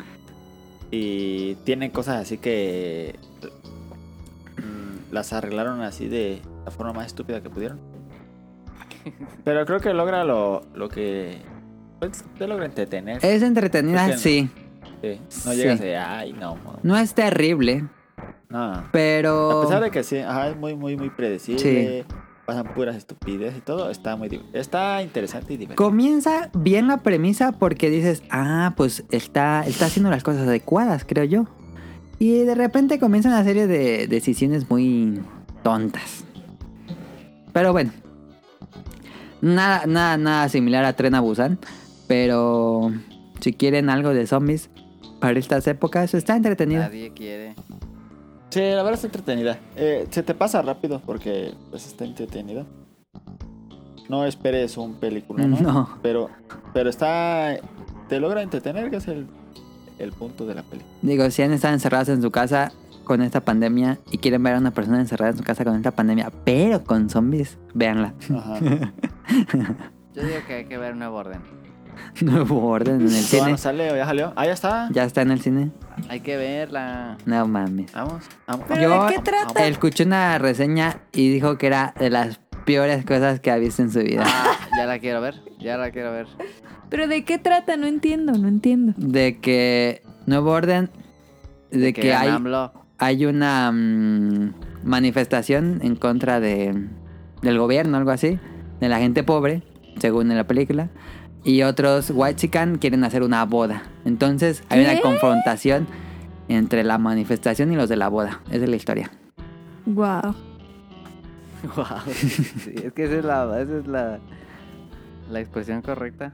Y tiene cosas así que mm, las arreglaron así de la forma más estúpida que pudieron. Pero creo que logra lo, lo que... Pues te logra entretener. Es entretenida, Es que no. sí. Sí, no sí. llegas de... Ay, no. no. No es terrible, No. pero... A pesar de que sí, ajá, es muy, muy, muy predecible. Pasan puras estupideces y todo. Está muy div- está interesante y divertido. Comienza bien la premisa porque dices, ah, pues está, está haciendo las cosas adecuadas, creo yo. Y de repente comienza una serie de decisiones muy tontas. Pero bueno. Nada, nada, nada similar a Tren a Busan. Pero si quieren algo de zombies para estas épocas, está entretenido. Nadie quiere. Sí, la verdad está entretenida. Eh, se te pasa rápido porque pues está entretenida. No esperes un película, ¿no? No. Pero, pero está... Te logra entretener, que es el, el punto de la película. Digo, si han estado encerrados en su casa con esta pandemia y quieren ver a una persona encerrada en su casa con esta pandemia, pero con zombies, véanla. Ajá. Yo digo que hay que ver un nuevo orden. Nuevo orden en el ¿Todavía cine. no sale o ya salió? Ah, ya está. Ya está en el cine. Hay que verla. No mames. Vamos. vamos. ¿Pero Yo de qué trata? escuché una reseña y dijo que era de las peores cosas que ha visto en su vida. Ah, ya la quiero ver. Ya la quiero ver. ¿Pero de qué trata? No entiendo, no entiendo. De que Nuevo Orden, de que, hay, AMLO. hay una mm, manifestación en contra de del gobierno, algo así, de la gente pobre, según en la película, y otros whitexican quieren hacer una boda. Entonces hay ¿Qué? una confrontación entre la manifestación y los de la boda. Esa es la historia. Wow. Wow. Sí, es que esa es la, esa es la, la expresión correcta.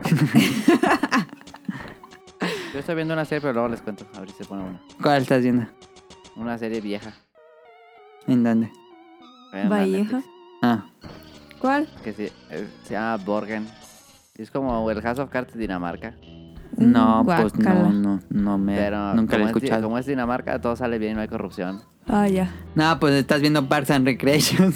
Yo estoy viendo una serie, pero luego les cuento. A ver si se pone una. ¿Cuál estás viendo? Una serie vieja. ¿En dónde? Véanla en ¿Vieja? Netflix, Ah, ¿Cuál? Que se, eh, se llama Borgen. Es como el House of Cards de Dinamarca. No, Mm, pues guácala. no, no, no me... Pero nunca lo he como, es, di- escuchado. como es Dinamarca, todo sale bien, no hay corrupción. Ah, ya. No, pues estás viendo Parks and Recreation.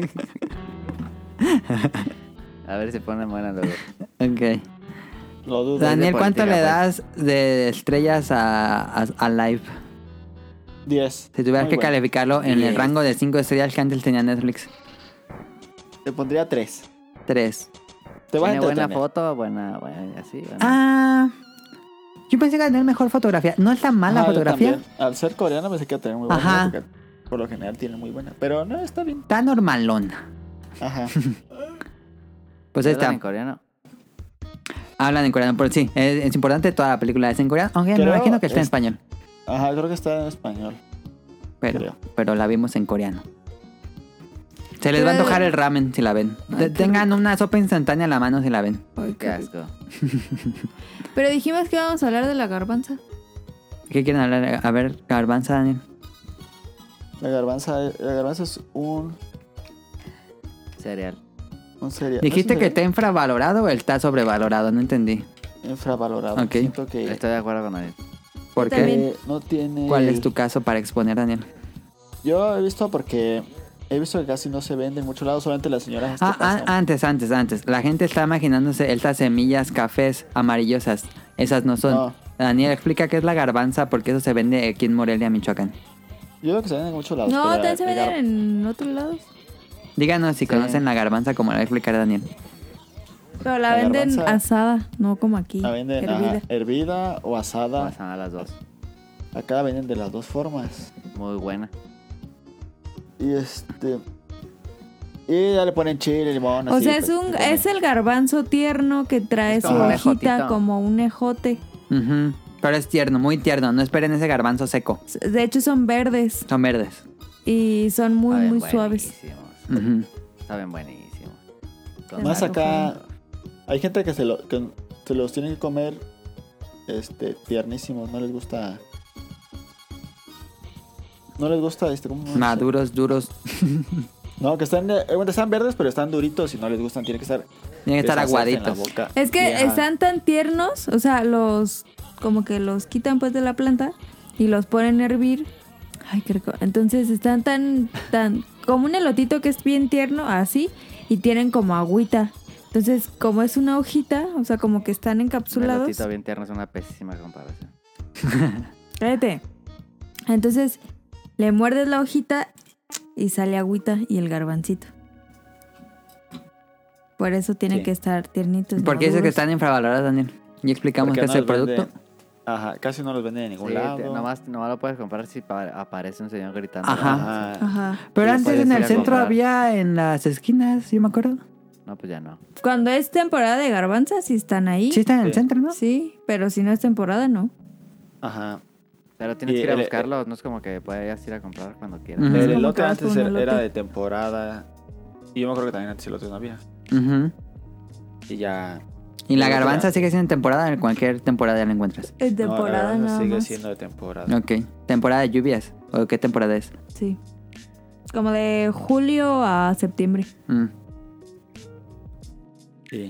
A ver si ponen buena luego. Ok. Lo dudo. Daniel, de ¿cuánto política, le pues. das de estrellas a, a, a Live? diez. Si tuvieras Muy que bueno. calificarlo en el diez. rango de cinco estrellas que antes tenía Netflix. Le pondría tres. tres. Te vas a Tiene buena entretener. foto, buena, buena, así. Buena. Ah... Yo pensé que iba a tener mejor fotografía. ¿No es tan mala Ajá, yo fotografía? también. Al ser coreano pensé que iba a tener muy buena. Ajá. Porque por lo general tiene muy buena. Pero no, está bien. Está normalona. Ajá. Pues ahí ¿Hablan en está. coreano? Hablan en coreano, pero sí, es, es importante, toda la película es en coreano, aunque me Creo imagino que está en es- español, Ajá, creo que está en español. pero, creo. pero la vimos en coreano. Se les va a Pero- antojar el ramen si la ven. Ay, Te- qué Tengan una sopa instantánea en la mano si la ven. Ay, Qué qué- asco. Pero dijimos que íbamos a hablar de la garbanza. ¿Qué quieren hablar? A ver, garbanza, Daniel. La garbanza, la garbanza es un, Cereal. un cereal. ¿Dijiste ¿No que es un está infravalorado o está sobrevalorado? No entendí. cereal? Infravalorado. Ok. Siento que Estoy de acuerdo con nadie. ¿Por Yo qué? también. eh, no tiene... ¿Cuál el- es tu caso para exponer, Daniel? Yo he visto porque... He visto que casi no se vende en muchos lados, solamente las señoras... Ah, que pasan. ah, antes, antes, antes. La gente está imaginándose estas semillas cafés amarillosas. Esas no son. No. Daniel, explica qué es la garbanza porque eso se vende aquí en Morelia, Michoacán. Yo creo que se venden en muchos lados. No, pero también se el venden gar- en otros lados. Díganos si Sí. conocen la garbanza como la va a explicar Daniel. Pero la, La venden garbanza- asada, no como aquí. La venden hervida. ajá, hervida o asada. Pasan a las dos. Acá la venden de las dos formas. Muy buena. Y este... Y ya le ponen chile, limón, O así, sea, es pues, un se come. es el garbanzo tierno que trae Es su como un hojita ejotito. como un ejote. Ujú. Pero es tierno, muy tierno. No esperen ese garbanzo seco. De hecho son verdes Son verdes. y son muy Saben muy suaves. buenísimos. Ujú. Saben buenísimos. Con Más Claro, acá... Hay gente que se, lo, que se los tiene que comer este, tiernísimos. No les gusta... No les gusta este... ¿cómo se llama? Maduros, duros. No, que están, eh, bueno, están verdes, pero están duritos y no les gustan. Tienen que estar... Tienen que estar deshacerse en la aguaditos. boca. Es que Y, ajá, están tan tiernos, o sea, los como que los quitan pues de la planta y los ponen a hervir. Ay, qué rico. Entonces están tan tan como un elotito que es bien tierno, así, y tienen como agüita. Entonces, como es una hojita, o sea, como que están Un encapsulados. elotito bien tierno es una pésima comparación. Cállate. Entonces, le muerdes la hojita y sale agüita y el garbancito. Por eso tienen Sí. que estar tiernitos. ¿Por qué dices que maduros. están infravalorados, Daniel? Y explicamos porque qué no es el los producto. venden- Ajá, casi no los venden en ningún Sí, lado. te- nomás, nomás lo puedes comprar si pa- aparece un señor gritando. Ajá. Ajá. Ajá. Pero Sí, antes puedes en ir el a centro comprar. había en las esquinas, yo me acuerdo. No, pues ya no. Cuando es temporada de garbanzas, sí están ahí. Sí están en el Sí. centro, ¿no? Sí, pero si no es temporada, no. Ajá. Pero tienes Y que ir a el- buscarlo. No es como que puedas ir a comprar cuando quieras. Ujú. El como que elote vas antes por un era, era elote. de temporada. Y yo me acuerdo que también antes elotes no había. Ujú. Y ya... Y la El otro garbanza era- sigue siendo en temporada, en cualquier temporada la encuentras. En no, la temporada garbanza nada sigue más. siendo de temporada. Ok. ¿Temporada de lluvias? ¿O qué temporada es? Sí. Como de julio a septiembre. Mm. Sí.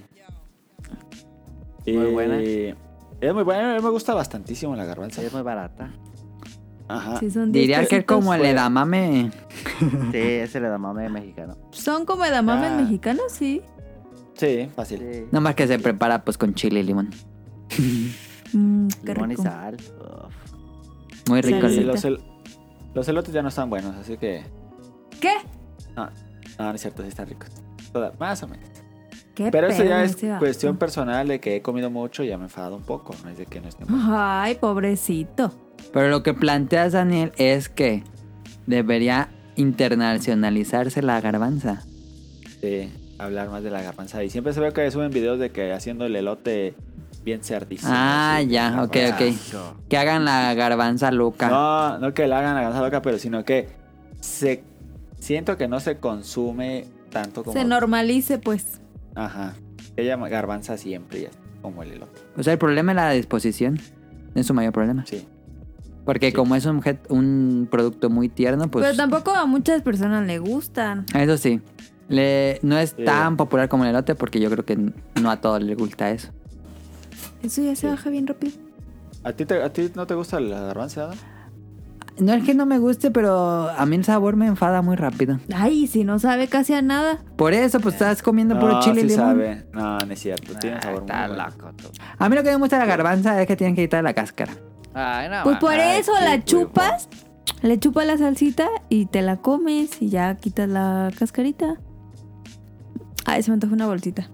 Muy Y- buena. Es muy buena. A mí me gusta bastantísimo la garbanza. Sí, es muy barata. Ajá. Sí, son diez Diría que es pesitos. como el Fue- edamame. Sí, ese le da mame mexicano. Son como edamames Ah. mexicanos, sí. Sí, fácil. Sí. Nada más que se prepara pues con chile y limón. Mm, qué Limón y rico. sal. Uf. Muy rico. Sí. Y sí. los, el- los elotes ya no están buenos, así que... ¿Qué? No, no es cierto, sí están ricos. Toda- más o menos. ¿Qué Pero eso ya pedo es ese vato? cuestión personal de que he comido mucho y ya me he enfadado un poco. No es de que no esté bueno. Ay, pobrecito. Pero lo que planteas, Daniel, es que debería internacionalizarse la garbanza. Sí, hablar más de la garbanza. Y siempre se ve que suben videos de que haciendo el elote bien cerdísimo. Ah, así, ya, la ok, garbanza. ok. Que hagan la garbanza loca. No, no que le hagan la garbanza loca, pero sino que se siento que no se consume tanto como... Se normalice, pues. Ajá. Que haya garbanza siempre, ya, como el elote. O sea, el problema es la disposición. Es su mayor problema. Sí. Porque Sí. como es un, jet- un producto muy tierno, pues... Pero tampoco a muchas personas le gustan. Eso sí. Le, no es Sí. tan popular como el elote porque yo creo que no a todos les gusta eso. Eso ya se Sí. baja bien rápido. ¿A ti, te- ¿A ti no te gusta la garbanza, Adam? No es que no me guste, pero a mí el sabor me enfada muy rápido. Ay, si no sabe casi a nada. Por eso, pues estás comiendo puro chile y sí limón. sabe. No, no es cierto. Tiene un sabor muy Está bueno. loco tú. A mí lo que me gusta de la garbanza es que tienen que quitar la cáscara. Ay, no. Pues por ay, eso qué la huevo. chupas, le chupas la salsita y te la comes y ya quitas la cascarita. Ay, se me antoja una bolsita.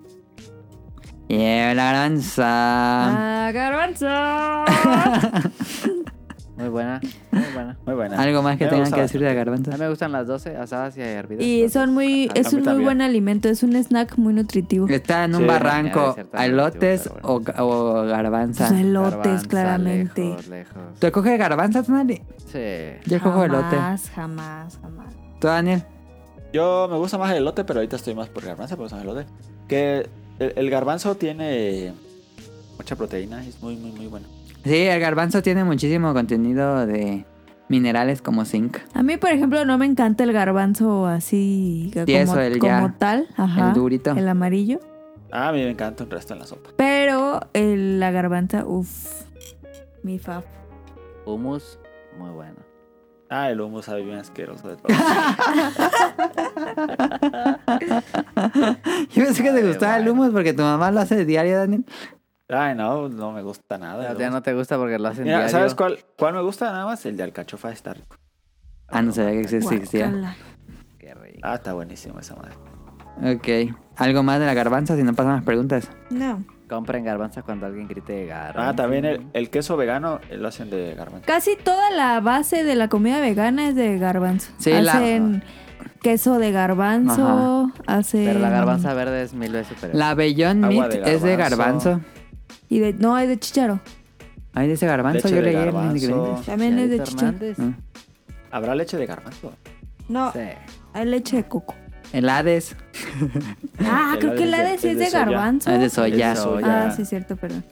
Yeah, la garbanza. ¡Ah, garbanzo! Muy buena, muy buena. Muy buena. Algo más que Me tengan gusta que decir de la A mí garbanza. me gustan las doce asadas y hervidas. Y son muy, A es mí un muy también. buen alimento, es un snack muy nutritivo. Está en un Sí, barranco, debe ser tan elotes nutritivo, pero o, o garbanza. Pues elotes, Garbanza, claramente. Lejos, lejos. ¿Tú coges garbanza, Tonali? Sí. Yo cojo elote. Jamás, jamás, jamás. ¿Tú, Daniel? Yo me gusta más el elote, pero ahorita estoy más por garbanza, pero me gusta más el elote. Que el, el garbanzo tiene mucha proteína y es muy, muy, muy bueno. Sí, el garbanzo tiene muchísimo contenido de minerales como zinc. A mí, por ejemplo, no me encanta el garbanzo así Tieso, como, el como ya- tal. Ajá, el durito. El amarillo. Ah, a mí me encanta un resto en la sopa. Pero el- la garbanza, uff, mi fab. Hummus, muy bueno. Ah, el humo sabe bien asqueroso de todo. Yo pensé que te Ay, gustaba el bueno. hummus porque tu mamá lo hace de diario, Daniel. Ay, no, no me gusta nada. el Ya hummus. no te gusta porque lo hacen Mira, diario. ¿sabes cuál, cuál me gusta nada más? El de alcachofa está rico. Ah, no sabía que existía. Guácala. Qué rico. Ah, está buenísimo esa madre. Ok. ¿Algo más de la garbanza si no pasan las preguntas? No. Compren garbanzas cuando alguien grite garbanza. Ah, también el, el queso vegano eh, lo hacen de garbanzo. Casi toda la base de la comida vegana es de garbanzo. Sí, la- hacen queso de garbanzo, hacen... Pero la garbanza verde es mil veces superior. La Beyond Agua Meat de es de garbanzo. garbanzo. Y de, no, es de chícharo. Ahí dice garbanzo, Leche yo de leí en los garbanzo. ingredientes. También es de Chicharito chícharo. Hernández. Ah. ¿Habrá leche de garbanzo? No, Sí. hay leche de coco. El Hades Ah, El creo que el Hades Hades sí es de soya. garbanzo. es de soya. Es de soya. Ah, sí, cierto, perdón.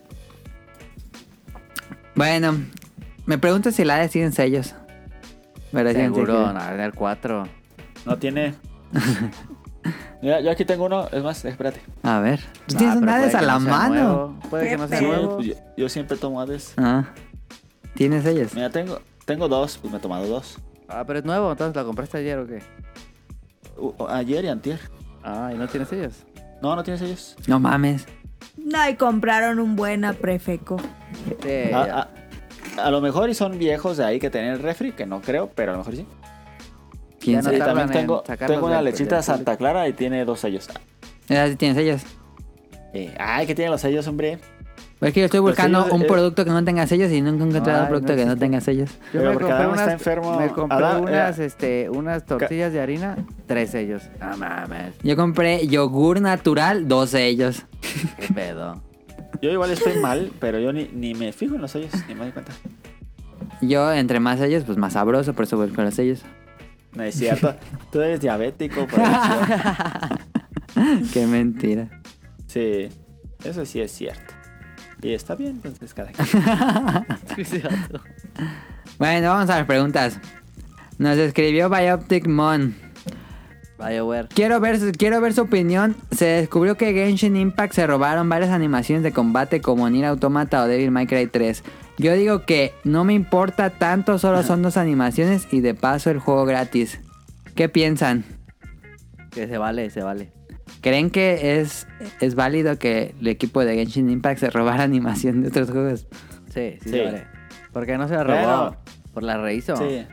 Bueno, me pregunto si el Hades tiene sellos. Pero sí, Seguro, sí. no, en el cuatro. No tiene. Mira, yo aquí tengo uno. Es más, espérate. A ver. Tú Ah, tienes un pero Hades puede a que la no sea mano. nuevo. Puede que Qué no sea Sí, pedo. nuevo. pues yo, yo siempre tomo Hades. Ah. ¿Tiene sellos? Mira, tengo, tengo dos. Pues me he tomado dos. Ah, pero es nuevo, entonces ¿lo compraste ayer o qué? Uh, ayer y antier. Ah, ¿y no tienes ellos? No, no tienes ellos. No mames. No, y compraron un buen a Prefeco. Sí, A, ya. a- a lo mejor y son viejos de ahí que tienen el refri, que no creo, pero a lo mejor sí. ¿Quién Ya no sabe? Y tardan también en tengo, sacarlos tengo una del- lechita del Santa Clara y tiene dos sellos. Esa sí tiene sellos. Eh, ay, que tiene los sellos, hombre. Es que yo estoy buscando sellos, un eh, producto que no tenga sellos y nunca he encontrado Ay, un producto no que no existe. tenga sellos. Yo Pero me porque compré Adam unas, está enfermo. me compré Adam, unas, eh, este, unas tortillas de harina, tres sellos. No mames, Yo compré yogur natural, dos sellos. qué pedo. Yo igual estoy mal, pero yo ni, ni me fijo en los sellos, ni me doy cuenta. Yo, entre más sellos, pues más sabroso, por eso voy con los sellos. No es cierto. Tú eres diabético, por eso. Qué mentira. Sí, eso sí es cierto. Y está bien, entonces cada quien. Bueno, vamos a las preguntas. Nos escribió Bioptic Mon. BioWare. Quiero ver, quiero ver su opinión. Se descubrió que Genshin Impact se robaron varias animaciones de combate como Nier Automata o Devil May Cry tres. Yo digo que no me importa tanto, solo son dos animaciones y de paso el juego gratis. ¿Qué piensan? Que se vale, se vale. ¿Creen que es, es válido que el equipo de Genshin Impact se robara animación de otros juegos? Sí, sí, Sí. se vale. Porque no se la robó, Bueno. por la rehizo. Sí.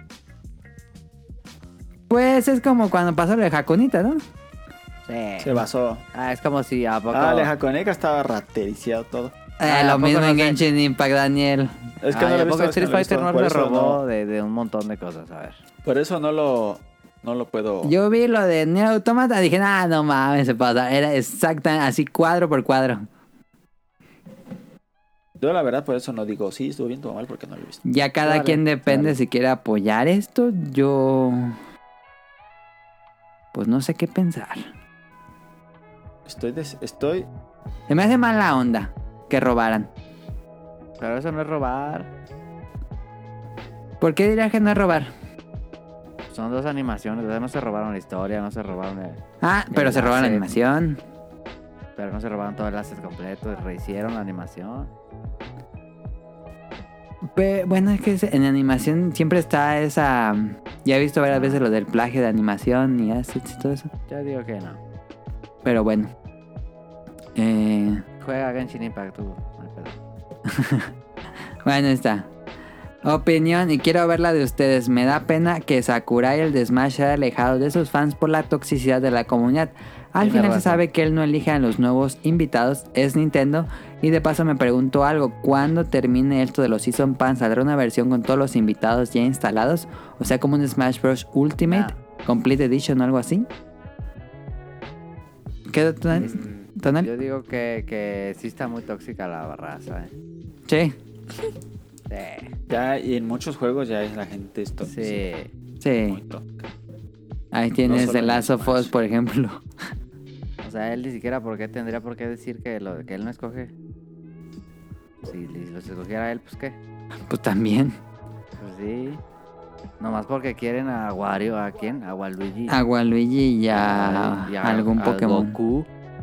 Pues es como cuando pasó lo de Hakunita, ¿no? Sí. Se basó. Ah, es como si a poco... Ah, el Jaconeca estaba ratericiado todo. Eh, Ah, ¿a lo poco mismo no en sé? Genshin Impact, Daniel. Es que Ah, no ¿y lo a he poco visto, es que Street no lo he Fighter visto. no Por se eso robó no- de, de un montón de cosas, a ver. Por eso no lo, no lo puedo. Yo vi lo de Nier Automata, dije, ah, no mames, se pasa. Era exactamente así, cuadro por cuadro. Yo la verdad por eso no digo sí, estuvo bien, estuvo mal, porque no lo he visto. Ya cada Vale, quien depende vale. si quiere apoyar esto. Yo... Pues no sé qué pensar. Estoy, des- estoy Se me hace mala onda que robaran. Pero eso no es robar. ¿Por qué dirías que no es robar? Son dos animaciones, o sea, no se robaron la historia, no se robaron el... Ah, pero se robaron la Enlace. animación. Pero no se robaron todo el asset completo, rehicieron la animación. Pe- bueno, es que es- en animación siempre está esa... Ya he visto varias veces lo del plagio de animación y assets y todo eso. Yo digo que no. Pero bueno. Eh, Juega Genshin Impact tú. No hay pedo. bueno, está. Opinión, y quiero ver la de ustedes. Me da pena que Sakurai, el de Smash, se haya alejado de sus fans por la toxicidad de la comunidad. Al Tiene final se razón. sabe que él no elige a los nuevos invitados, es Nintendo. Y de paso me pregunto algo, ¿cuándo termine esto de los Season Pass? ¿Saldrá una versión con todos los invitados ya instalados? O sea, como un Smash Bros. Ultimate, Complete Edition o algo así. ¿Qué, Tonal? Tonal? Yo digo que, que sí está muy tóxica la raza, ¿eh? Sí, Sí. Ya, y en muchos juegos ya la gente es tóxica. Sí. Muy sí. tóxica. Ahí tienes solo The en Last of Smash. Us, por ejemplo. O sea, él ni siquiera por qué tendría por qué decir que, lo, que él no escoge. Si li- los escogiera él, pues qué. Pues también. Pues sí. Nomás porque quieren a Wario, ¿a quién? A Waluigi. A Waluigi y a Y a- algún a Pokémon. Goku.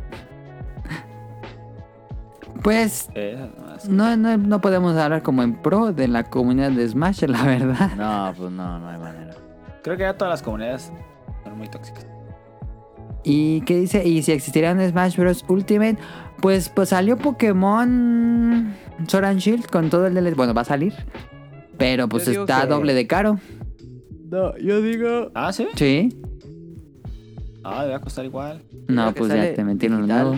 Pues Eh, así. no, no, no podemos hablar como en pro de la comunidad de Smash, la verdad. No, pues no, no hay manera. Creo que ya todas las comunidades son muy tóxicas. ¿Y qué dice? Y si existiera un Smash Bros. Ultimate, pues, pues salió Pokémon Sword and Shield con todo el D L C. Bueno, va a salir. Pero pues Yo digo está que- doble de caro. No, yo digo... Ah, ¿sí? Sí. Ah, debe costar igual. No, Creo que pues ya sale te metieron lo digital. nuevo.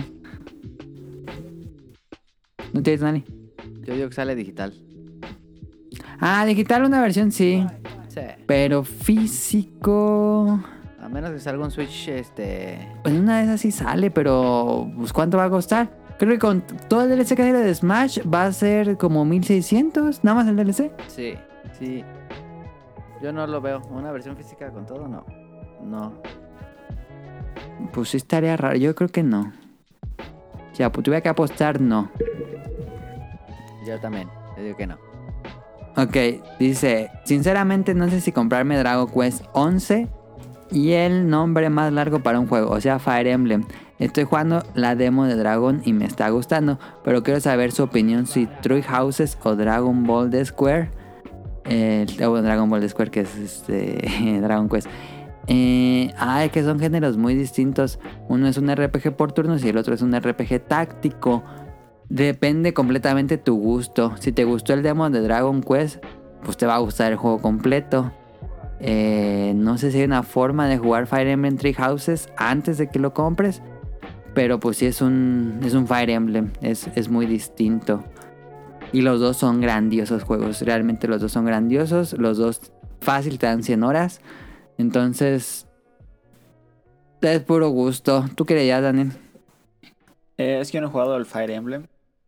¿No tienes, Nani? Yo digo que sale digital. Ah, digital una versión sí. Sí. Pero físico... A menos que salga un Switch, este... Pues una de esas sí sale, pero pues ¿cuánto va a costar? Creo que con todo el D L C que sale de Smash va a ser como mil seiscientos, nada más el D L C. Sí, sí. Yo no lo veo. Una versión física con todo, no. No. Pues sí estaría raro, yo creo que no. O sea, pues tuviera que apostar, no. Yo también. Yo digo que no. Ok, dice, sinceramente no sé si comprarme Dragon Quest once y el nombre más largo para un juego, o sea, Fire Emblem. Estoy jugando la demo de Dragon y me está gustando, pero quiero saber su opinión si Three Houses o Dragon Ball The Square. Eh, o Dragon Ball The Square, que es este Dragon Quest. Eh, ay, que son géneros muy distintos. Uno es un R P G por turnos y el otro es un R P G táctico. Depende completamente tu gusto. Si te gustó el demo de Dragon Quest, pues te va a gustar el juego completo. Eh, no sé si hay una forma de jugar Fire Emblem Three Houses antes de que lo compres. Pero pues sí es un, es un Fire Emblem. Es, es muy distinto. Y los dos son grandiosos juegos. Realmente los dos son grandiosos. Los dos fácil te dan cien horas. Entonces, es puro gusto. ¿Tú qué dirías, Daniel? Eh, es que yo no he jugado el Fire Emblem.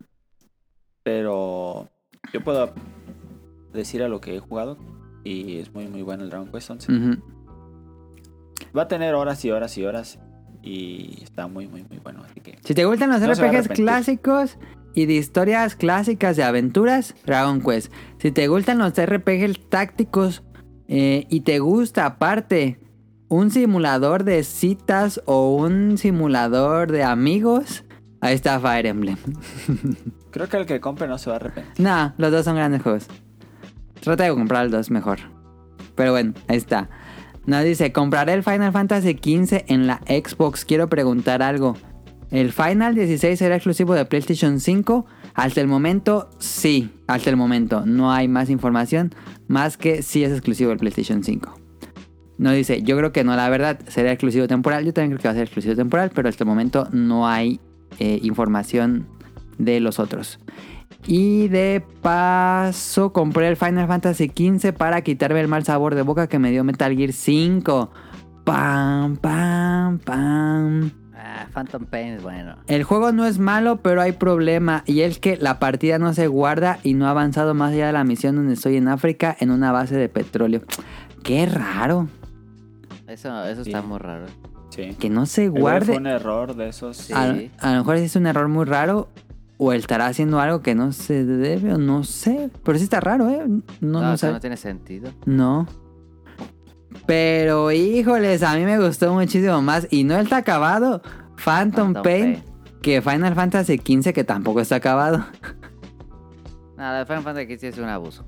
Pero yo puedo decir a lo que he jugado. Y es muy muy bueno el Dragon Quest once. Ujú. Va a tener horas y horas y horas. Y está muy muy muy bueno. Así que Si te gustan los No se va a R P Gs arrepentir. clásicos y de historias clásicas de aventuras, Dragon Quest. Si te gustan los R P Gs tácticos eh, y te gusta aparte un simulador de citas o un simulador de amigos, ahí está Fire Emblem. creo que el que compre no se va a arrepentir. No, los dos son grandes juegos. Trata de comprar el dos mejor. Pero bueno, ahí está. Nos dice, compraré el Final Fantasy quince en la Xbox. Quiero preguntar algo. ¿El Final dieciséis será exclusivo de PlayStation cinco? Hasta el momento, sí. Hasta el momento. No hay más información. Más que sí es exclusivo del PlayStation cinco. Nos dice, yo creo que no, la verdad. Será exclusivo temporal. Yo también creo que va a ser exclusivo temporal. Pero hasta el momento no hay eh, información de los otros. Y de paso compré el Final Fantasy quince para quitarme el mal sabor de boca que me dio Metal Gear cinco. Pam, pam, pam. Ah, Phantom Pain es bueno. El juego no es malo, pero hay problema. Y es que la partida no se guarda y no ha avanzado más allá de la misión donde estoy en África en una base de petróleo. Qué raro. Eso, eso está Sí. muy raro. Sí. Que no se Igual guarde. fue un error de esos. Sí. A, a lo mejor es un error muy raro. O él estará haciendo algo que no se debe o no sé. Pero sí está raro, ¿eh? No, No, no, eso sé. no tiene sentido. No. Pero híjoles, a mí me gustó muchísimo más. Y no está acabado. Phantom, Phantom Pain. Pain. que Final Fantasy quince, que tampoco está acabado. Nada, Final Fantasy quince es un abuso.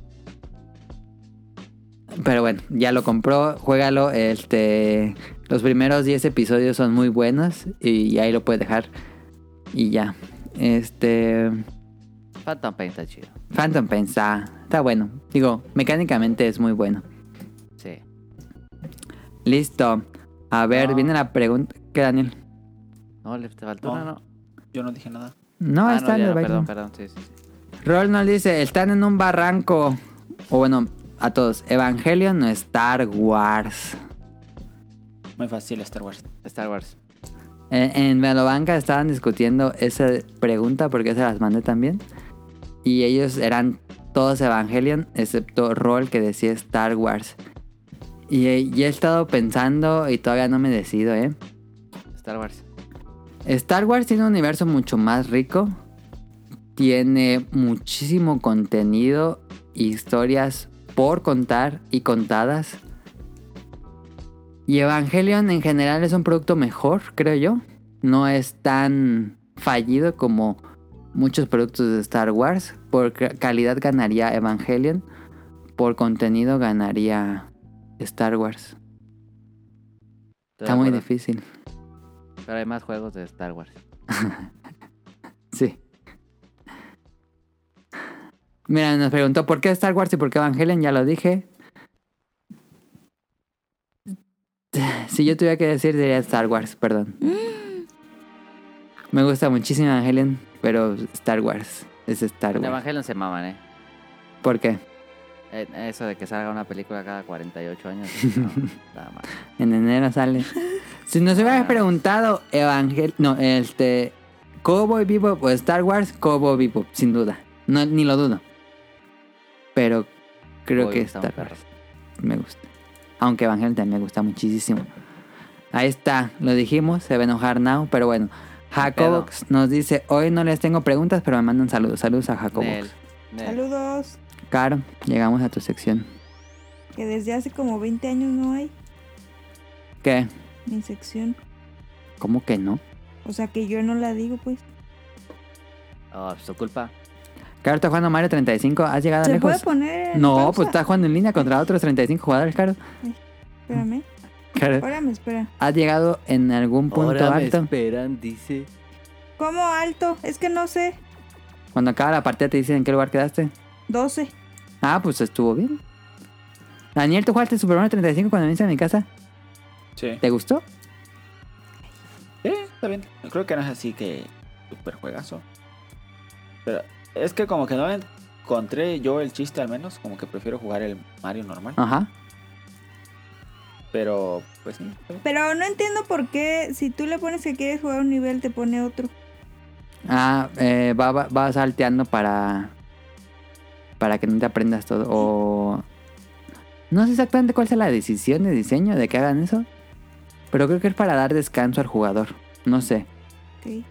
Pero bueno, ya lo compró, juégalo. Este, los primeros diez episodios son muy buenos y ahí lo puedes dejar. Y ya. Este, Phantom Pain está chido. Phantom Pain está, está bueno. Digo, mecánicamente es muy bueno. Sí. Listo. A ver, No. viene la pregunta. ¿Qué, Daniel? No, le te faltó No. una, ¿no? Yo no dije nada. No, Ah, está ya, en el perdón, baile. perdón, sí, sí, sí. Roll nos dice, están en un barranco. O bueno, a todos. Evangelion o Star Wars. Muy fácil Star Wars. Star Wars. En, en Melobanca estaban discutiendo esa pregunta porque se las mandé también. Y ellos eran todos Evangelion, excepto Roll que decía Star Wars. Y, y he estado pensando y todavía no me decido, ¿eh? Star Wars. Star Wars tiene un universo mucho más rico. Tiene muchísimo contenido, historias por contar y contadas. Y Evangelion en general es un producto mejor, creo yo. No es tan fallido como muchos productos de Star Wars. Por ca- calidad ganaría Evangelion. Por contenido ganaría Star Wars. Estoy Está de muy acuerdo. difícil. Pero hay más juegos de Star Wars. Sí. Mira, nos preguntó por qué Star Wars y por qué Evangelion, ya lo dije. Si yo tuviera que decir, diría Star Wars, perdón. Me gusta muchísimo Evangelion, pero Star Wars es Star En Wars. Evangelion se maman, ¿eh? ¿Por qué? Eh, Eso de que salga una película cada cuarenta y ocho años. No, nada más. En enero sale. Si nos hubieras Ah. preguntado Evangel... No, este... Cowboy Bebop o Star Wars, Cowboy Bebop, sin duda. No, ni lo dudo. Pero creo Uy, que está un Star perro. Wars me gusta. Aunque Evangelion también me gusta muchísimo. Ahí está, lo dijimos, se va a enojar Now, pero bueno. Jacobox nos dice, hoy no les tengo preguntas, pero me mandan saludos. Saludos a Jacobox. Nel, Nel. Saludos. Caro, llegamos a tu sección. Que desde hace como veinte años no hay ¿Qué? mi sección. ¿Cómo que no? O sea que yo no la digo, pues. Oh, su culpa. Caro está jugando Mario treinta y cinco, ¿has llegado ¿Se lejos? puede poner en No, pausa? pues está jugando en línea contra otros treinta y cinco jugadores, Caro. Espérame. Caro, Ahora me espera. ¿has llegado en algún punto alto? esperan, dice. ¿Cómo alto? Es que no sé. Cuando acaba la partida te dicen en qué lugar quedaste. doce. Ah, pues estuvo bien. Daniel, ¿tú jugaste Super Mario treinta y cinco cuando viniste a mi casa? Sí. ¿Te gustó? Sí, está bien. Creo que no es así que super juegazo. Pero es que como que no encontré yo el chiste al menos. Como que prefiero jugar el Mario normal. Ajá. Pero, pues sí. está bien. Pero no entiendo por qué si tú le pones que quieres jugar un nivel te pone otro. Ah, eh, va, va, va salteando para... Para que no te aprendas todo. O... No sé exactamente cuál es la decisión de diseño de que hagan eso. Pero creo que es para dar descanso al jugador. No sé. Ok.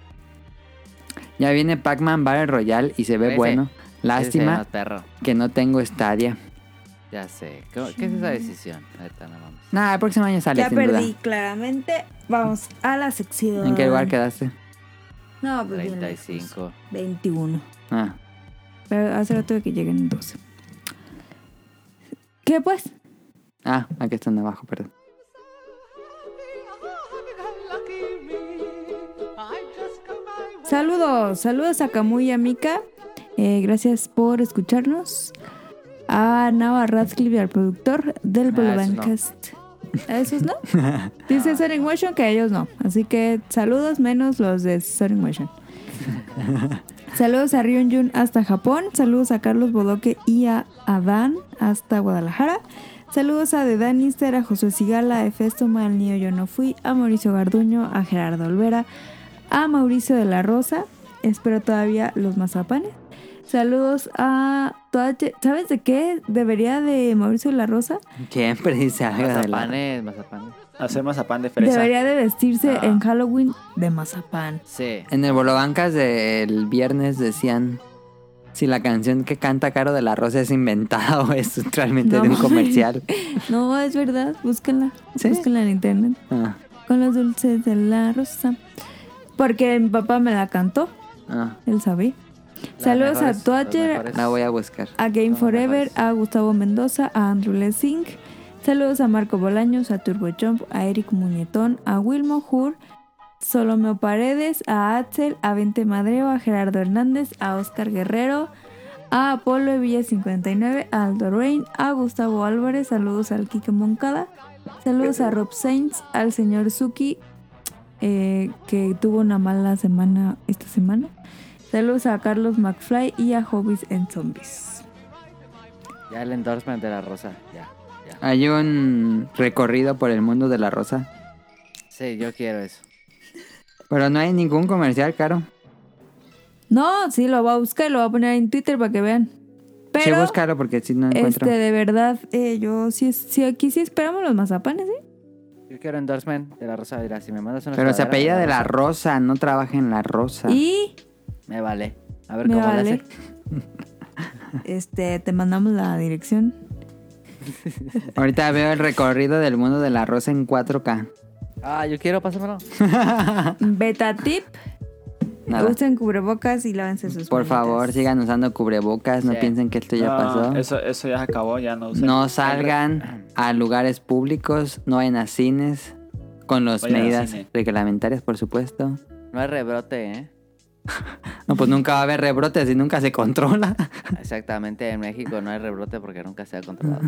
Ya viene Pac-Man Battle Royale y se ve Ese- bueno. Ese se Lástima llama perro. que no tengo Stadia. Ya sé. ¿Qué, qué es esa decisión? Neta, no mames. Nah, el próximo año sale, Ya sin perdí, duda. claramente. Vamos a la sección. ¿En qué lugar quedaste? No, pues bien treinta y lejos. cinco. veintiuno. Ah. Pero hace rato de que lleguen en doce. ¿Qué pues? Ah, aquí están abajo, perdón. Saludos, saludos a Camuy y a Mika. Eh, gracias por escucharnos. A Nava Radcliffe y al productor del Ah, esos no. Bolobancast. ¿A esos no? Dice Sonic Motion que a ellos no. Así que saludos menos los de Sonic Motion. Saludos a Ryun Jun hasta Japón. Saludos a Carlos Bodoque y a Adán hasta Guadalajara. Saludos a The Danister, a Josué Sigala, a Efestoma, al Niño Yo No Fui, a Mauricio Garduño, a Gerardo Olvera, a Mauricio de la Rosa. Espero todavía los mazapanes. Saludos a... Toache- ¿Sabes de qué debería de Mauricio de la Rosa? Siempre dice algo de la... Mazapanes, mazapanes. Hacer mazapán de fresa. Debería de vestirse Ah. en Halloween de mazapán. Sí. En el Bolobancas del viernes decían si la canción que canta Caro de la Rosa es inventada o es realmente No. de un comercial. No, es verdad, búsquenla. ¿Sí? Búsquenla en internet. Ah. Con los dulces de la rosa. Porque mi papá me la cantó. Ah, Él sabe. Las Saludos mejores- a las Twatcher, mejores. la voy a buscar. a Game Son Forever, mejores. a Gustavo Mendoza, a Andrew Lessing. Saludos a Marco Bolaños, a Turbo Jump, a Eric Muñetón, a Wilmo Hur, Solomeo Paredes, a Axel, a Vente Madreo, a Gerardo Hernández, a Oscar Guerrero, a Apolo de Villa cincuenta y nueve, a Aldo Rain, a Gustavo Álvarez, saludos al Kike Moncada, saludos a Rob Sainz, al señor Suki, eh, que tuvo una mala semana esta semana. Saludos a Carlos McFly y a Hobbies en Zombies. Ya el endorsement de la rosa. Ya, ya. Hay un recorrido por el mundo de la rosa. Sí, yo quiero eso. Pero no hay ningún comercial, Caro. No, sí, lo voy a buscar y lo voy a poner en Twitter para que vean. Pero, Sí, búscalo porque si no encuentro. este, de verdad, eh, yo sí, sí, aquí sí esperamos los mazapanes, ¿eh? Yo quiero endorsement de la rosa. Mira, si me mandas una Pero se sudadera apellida de la rosa, rosa, no trabaja en la rosa. Y me vale. A ver me cómo vale. le hace. Este, te mandamos la dirección. Ahorita veo el recorrido del mundo de la rosa en cuatro K. Ah, yo quiero, pásamelo. Beta tip. Nada. Usen cubrebocas y lávense sus Por manitas. favor, sigan usando cubrebocas. No Sí. piensen que esto ya No, pasó. Eso, eso ya se acabó, ya no usen. No salgan a lugares públicos, no vayan a cines, con las Vayan al medidas cine. reglamentarias, por supuesto. No hay rebrote, ¿eh? No, pues nunca va a haber rebrotes y nunca se controla. Exactamente, en México no hay rebrote porque nunca se ha controlado.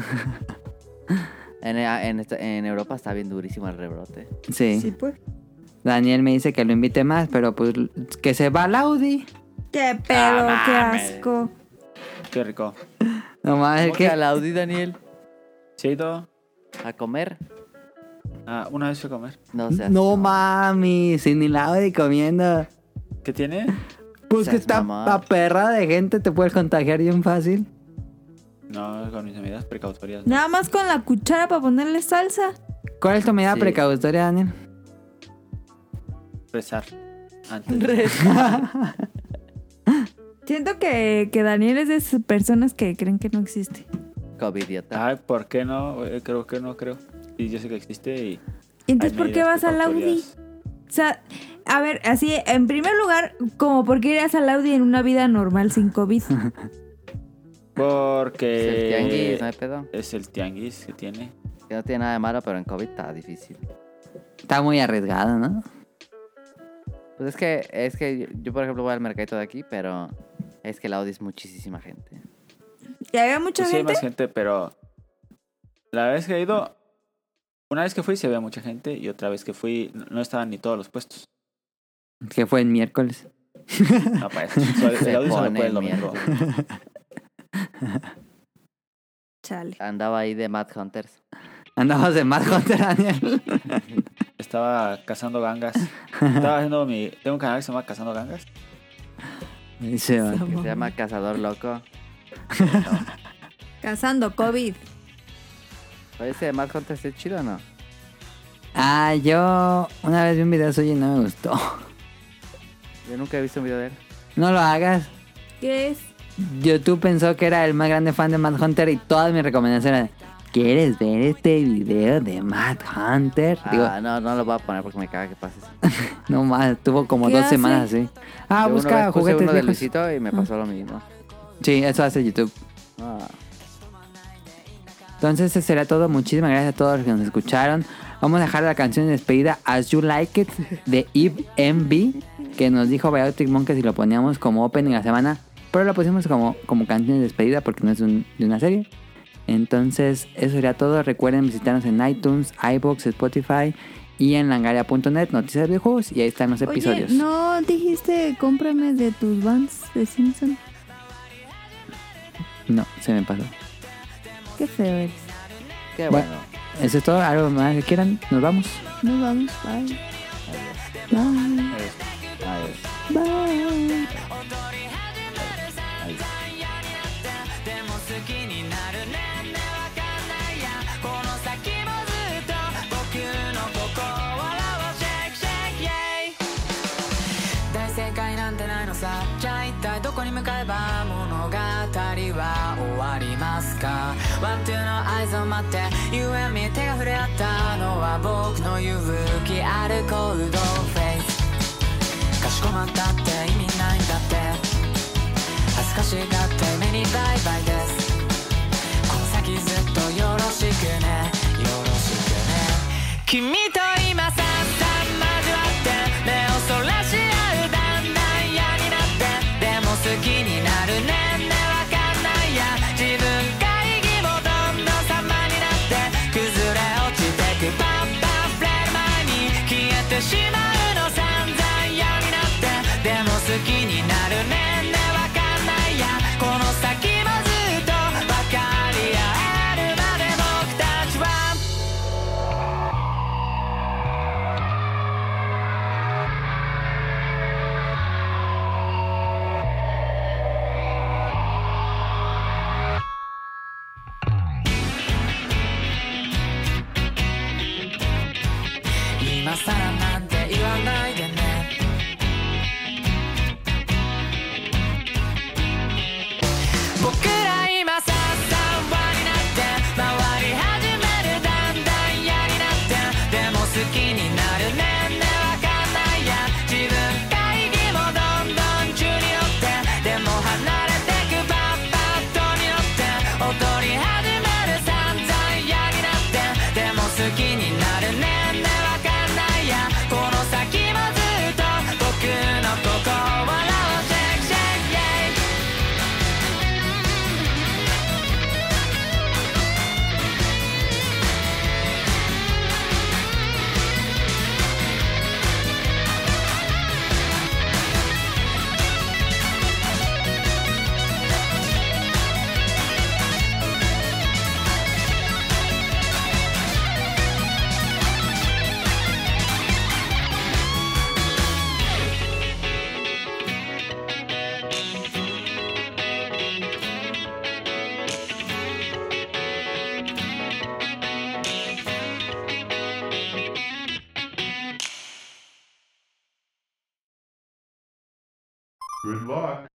En, en, esta- en Europa está bien durísimo el rebrote. Sí. Sí, pues. Daniel me dice que lo invite más, pero pues que se va al Audi. Qué pedo, qué asco. Qué rico. No más, es ¿Cómo que que al Audi, Daniel? ¿Sí ha ido? ¿A comer? Ah, una vez fui a comer. No seas no mamón. mami, sin el Audi comiendo. ¿Qué tiene? Pues que Seas está mamón. aperrada de gente, te puedes contagiar bien fácil. No, con mis medidas precautorias. Nada más con la cuchara para ponerle salsa. ¿Cuál es tu medida Sí. precautoria, Daniel? Rezar. Antes. Siento que, que Daniel es de esas personas que creen que no existe. COVID, idiota. Ay, ¿por qué no? Eh, Creo que no creo. Y yo sé que existe y... ¿Y entonces hay por qué medidas vas al Audi? precautorias. O sea, a ver, así, en primer lugar, como por qué irías al Audi en una vida normal sin COVID. Porque... Es el tianguis, no hay pedo. Es el tianguis que tiene. Que no tiene nada de malo, pero en COVID está difícil. Está muy arriesgado, ¿no? Pues es que, es que yo, yo, por ejemplo, voy al mercadito de aquí, pero es que el Audi es muchísima gente. ¿Y había mucha Pues sí, hay gente? más gente, pero... La vez que he ido... Una vez que fui sí había mucha gente y otra vez que fui no- no estaban ni todos los puestos. Que fue el miércoles. No, para eso. Solo- Se El Audi solo pone puede el el domingo. miércoles. Chale. Andaba ahí de Mad Hunters. Andamos de Mad Hunter, Daniel. Estaba cazando gangas. Estaba haciendo mi... Tengo un canal que se llama Cazando Gangas. Y se va. Que se llama Cazador Loco. Cazando COVID. Oye, ese de Mad Hunters es chido o no? Ah, yo una vez vi un video suyo y no me gustó. Yo nunca he visto un video de él. No lo hagas. ¿Qué es? YouTube pensó que era el más grande fan de Mad Hunter y todas mis recomendaciones eran: ¿quieres ver este video de Mad Hunter? Digo, Ah, no, no lo voy a poner porque me caga que pases. no más, tuvo como ¿Qué dos hace? semanas así. Ah, Yo una busca vez puse juguetes uno de viejos. Luisito y me pasó lo mismo. Sí, eso hace YouTube. Ah. Entonces, eso será todo. Muchísimas gracias a todos los que nos escucharon. Vamos a dejar la canción de despedida As You Like It de Eve M B, que nos dijo Biotic Monkey si lo poníamos como opening a la semana, pero lo pusimos como, como canción de despedida porque no es un- de una serie. Entonces, eso sería todo. Recuerden visitarnos en iTunes, iVoox, Spotify y en langaria punto net, noticias de videojuegos, y ahí están los episodios. Oye, ¿no dijiste cómprame de tus Vans de Simpson? No, se me pasó. Qué feo eres. Qué Bueno. bueno. Eso es todo. ¿Algo más que quieran? Nos vamos. Nos vamos. Bye. Bye. Adiós. Bye. One, two の合図を待って You and me 手が触れ合ったのは僕の勇気あるコールドフェイス困ったって意味ないんだって恥ずかしがって目にバイバイですこの先ずっとよろしくねよろしくね君と今さっさ交わって目をそらし合うだんだん嫌になってでも好きになるねんねわかんないや自分会議もどんどん様になって崩れ落ちてくパンパンフレーム前に消えてしまうの散々嫌になってでも好きになるねんねわかんないやこの先もずっと分かり合えるまで僕たちは今さらなんて言わないでね僕ら今さっさ輪になって回り始めるだんだん嫌になってでも好きになるねんねわかんないや自分会議もどんどん中に乗ってでも離れてくパッパッとに乗って踊り始める散々嫌になってでも好きになるねんねわかんないやこの先もずっと僕の心を笑うシェイクシェイクイェイ Good luck.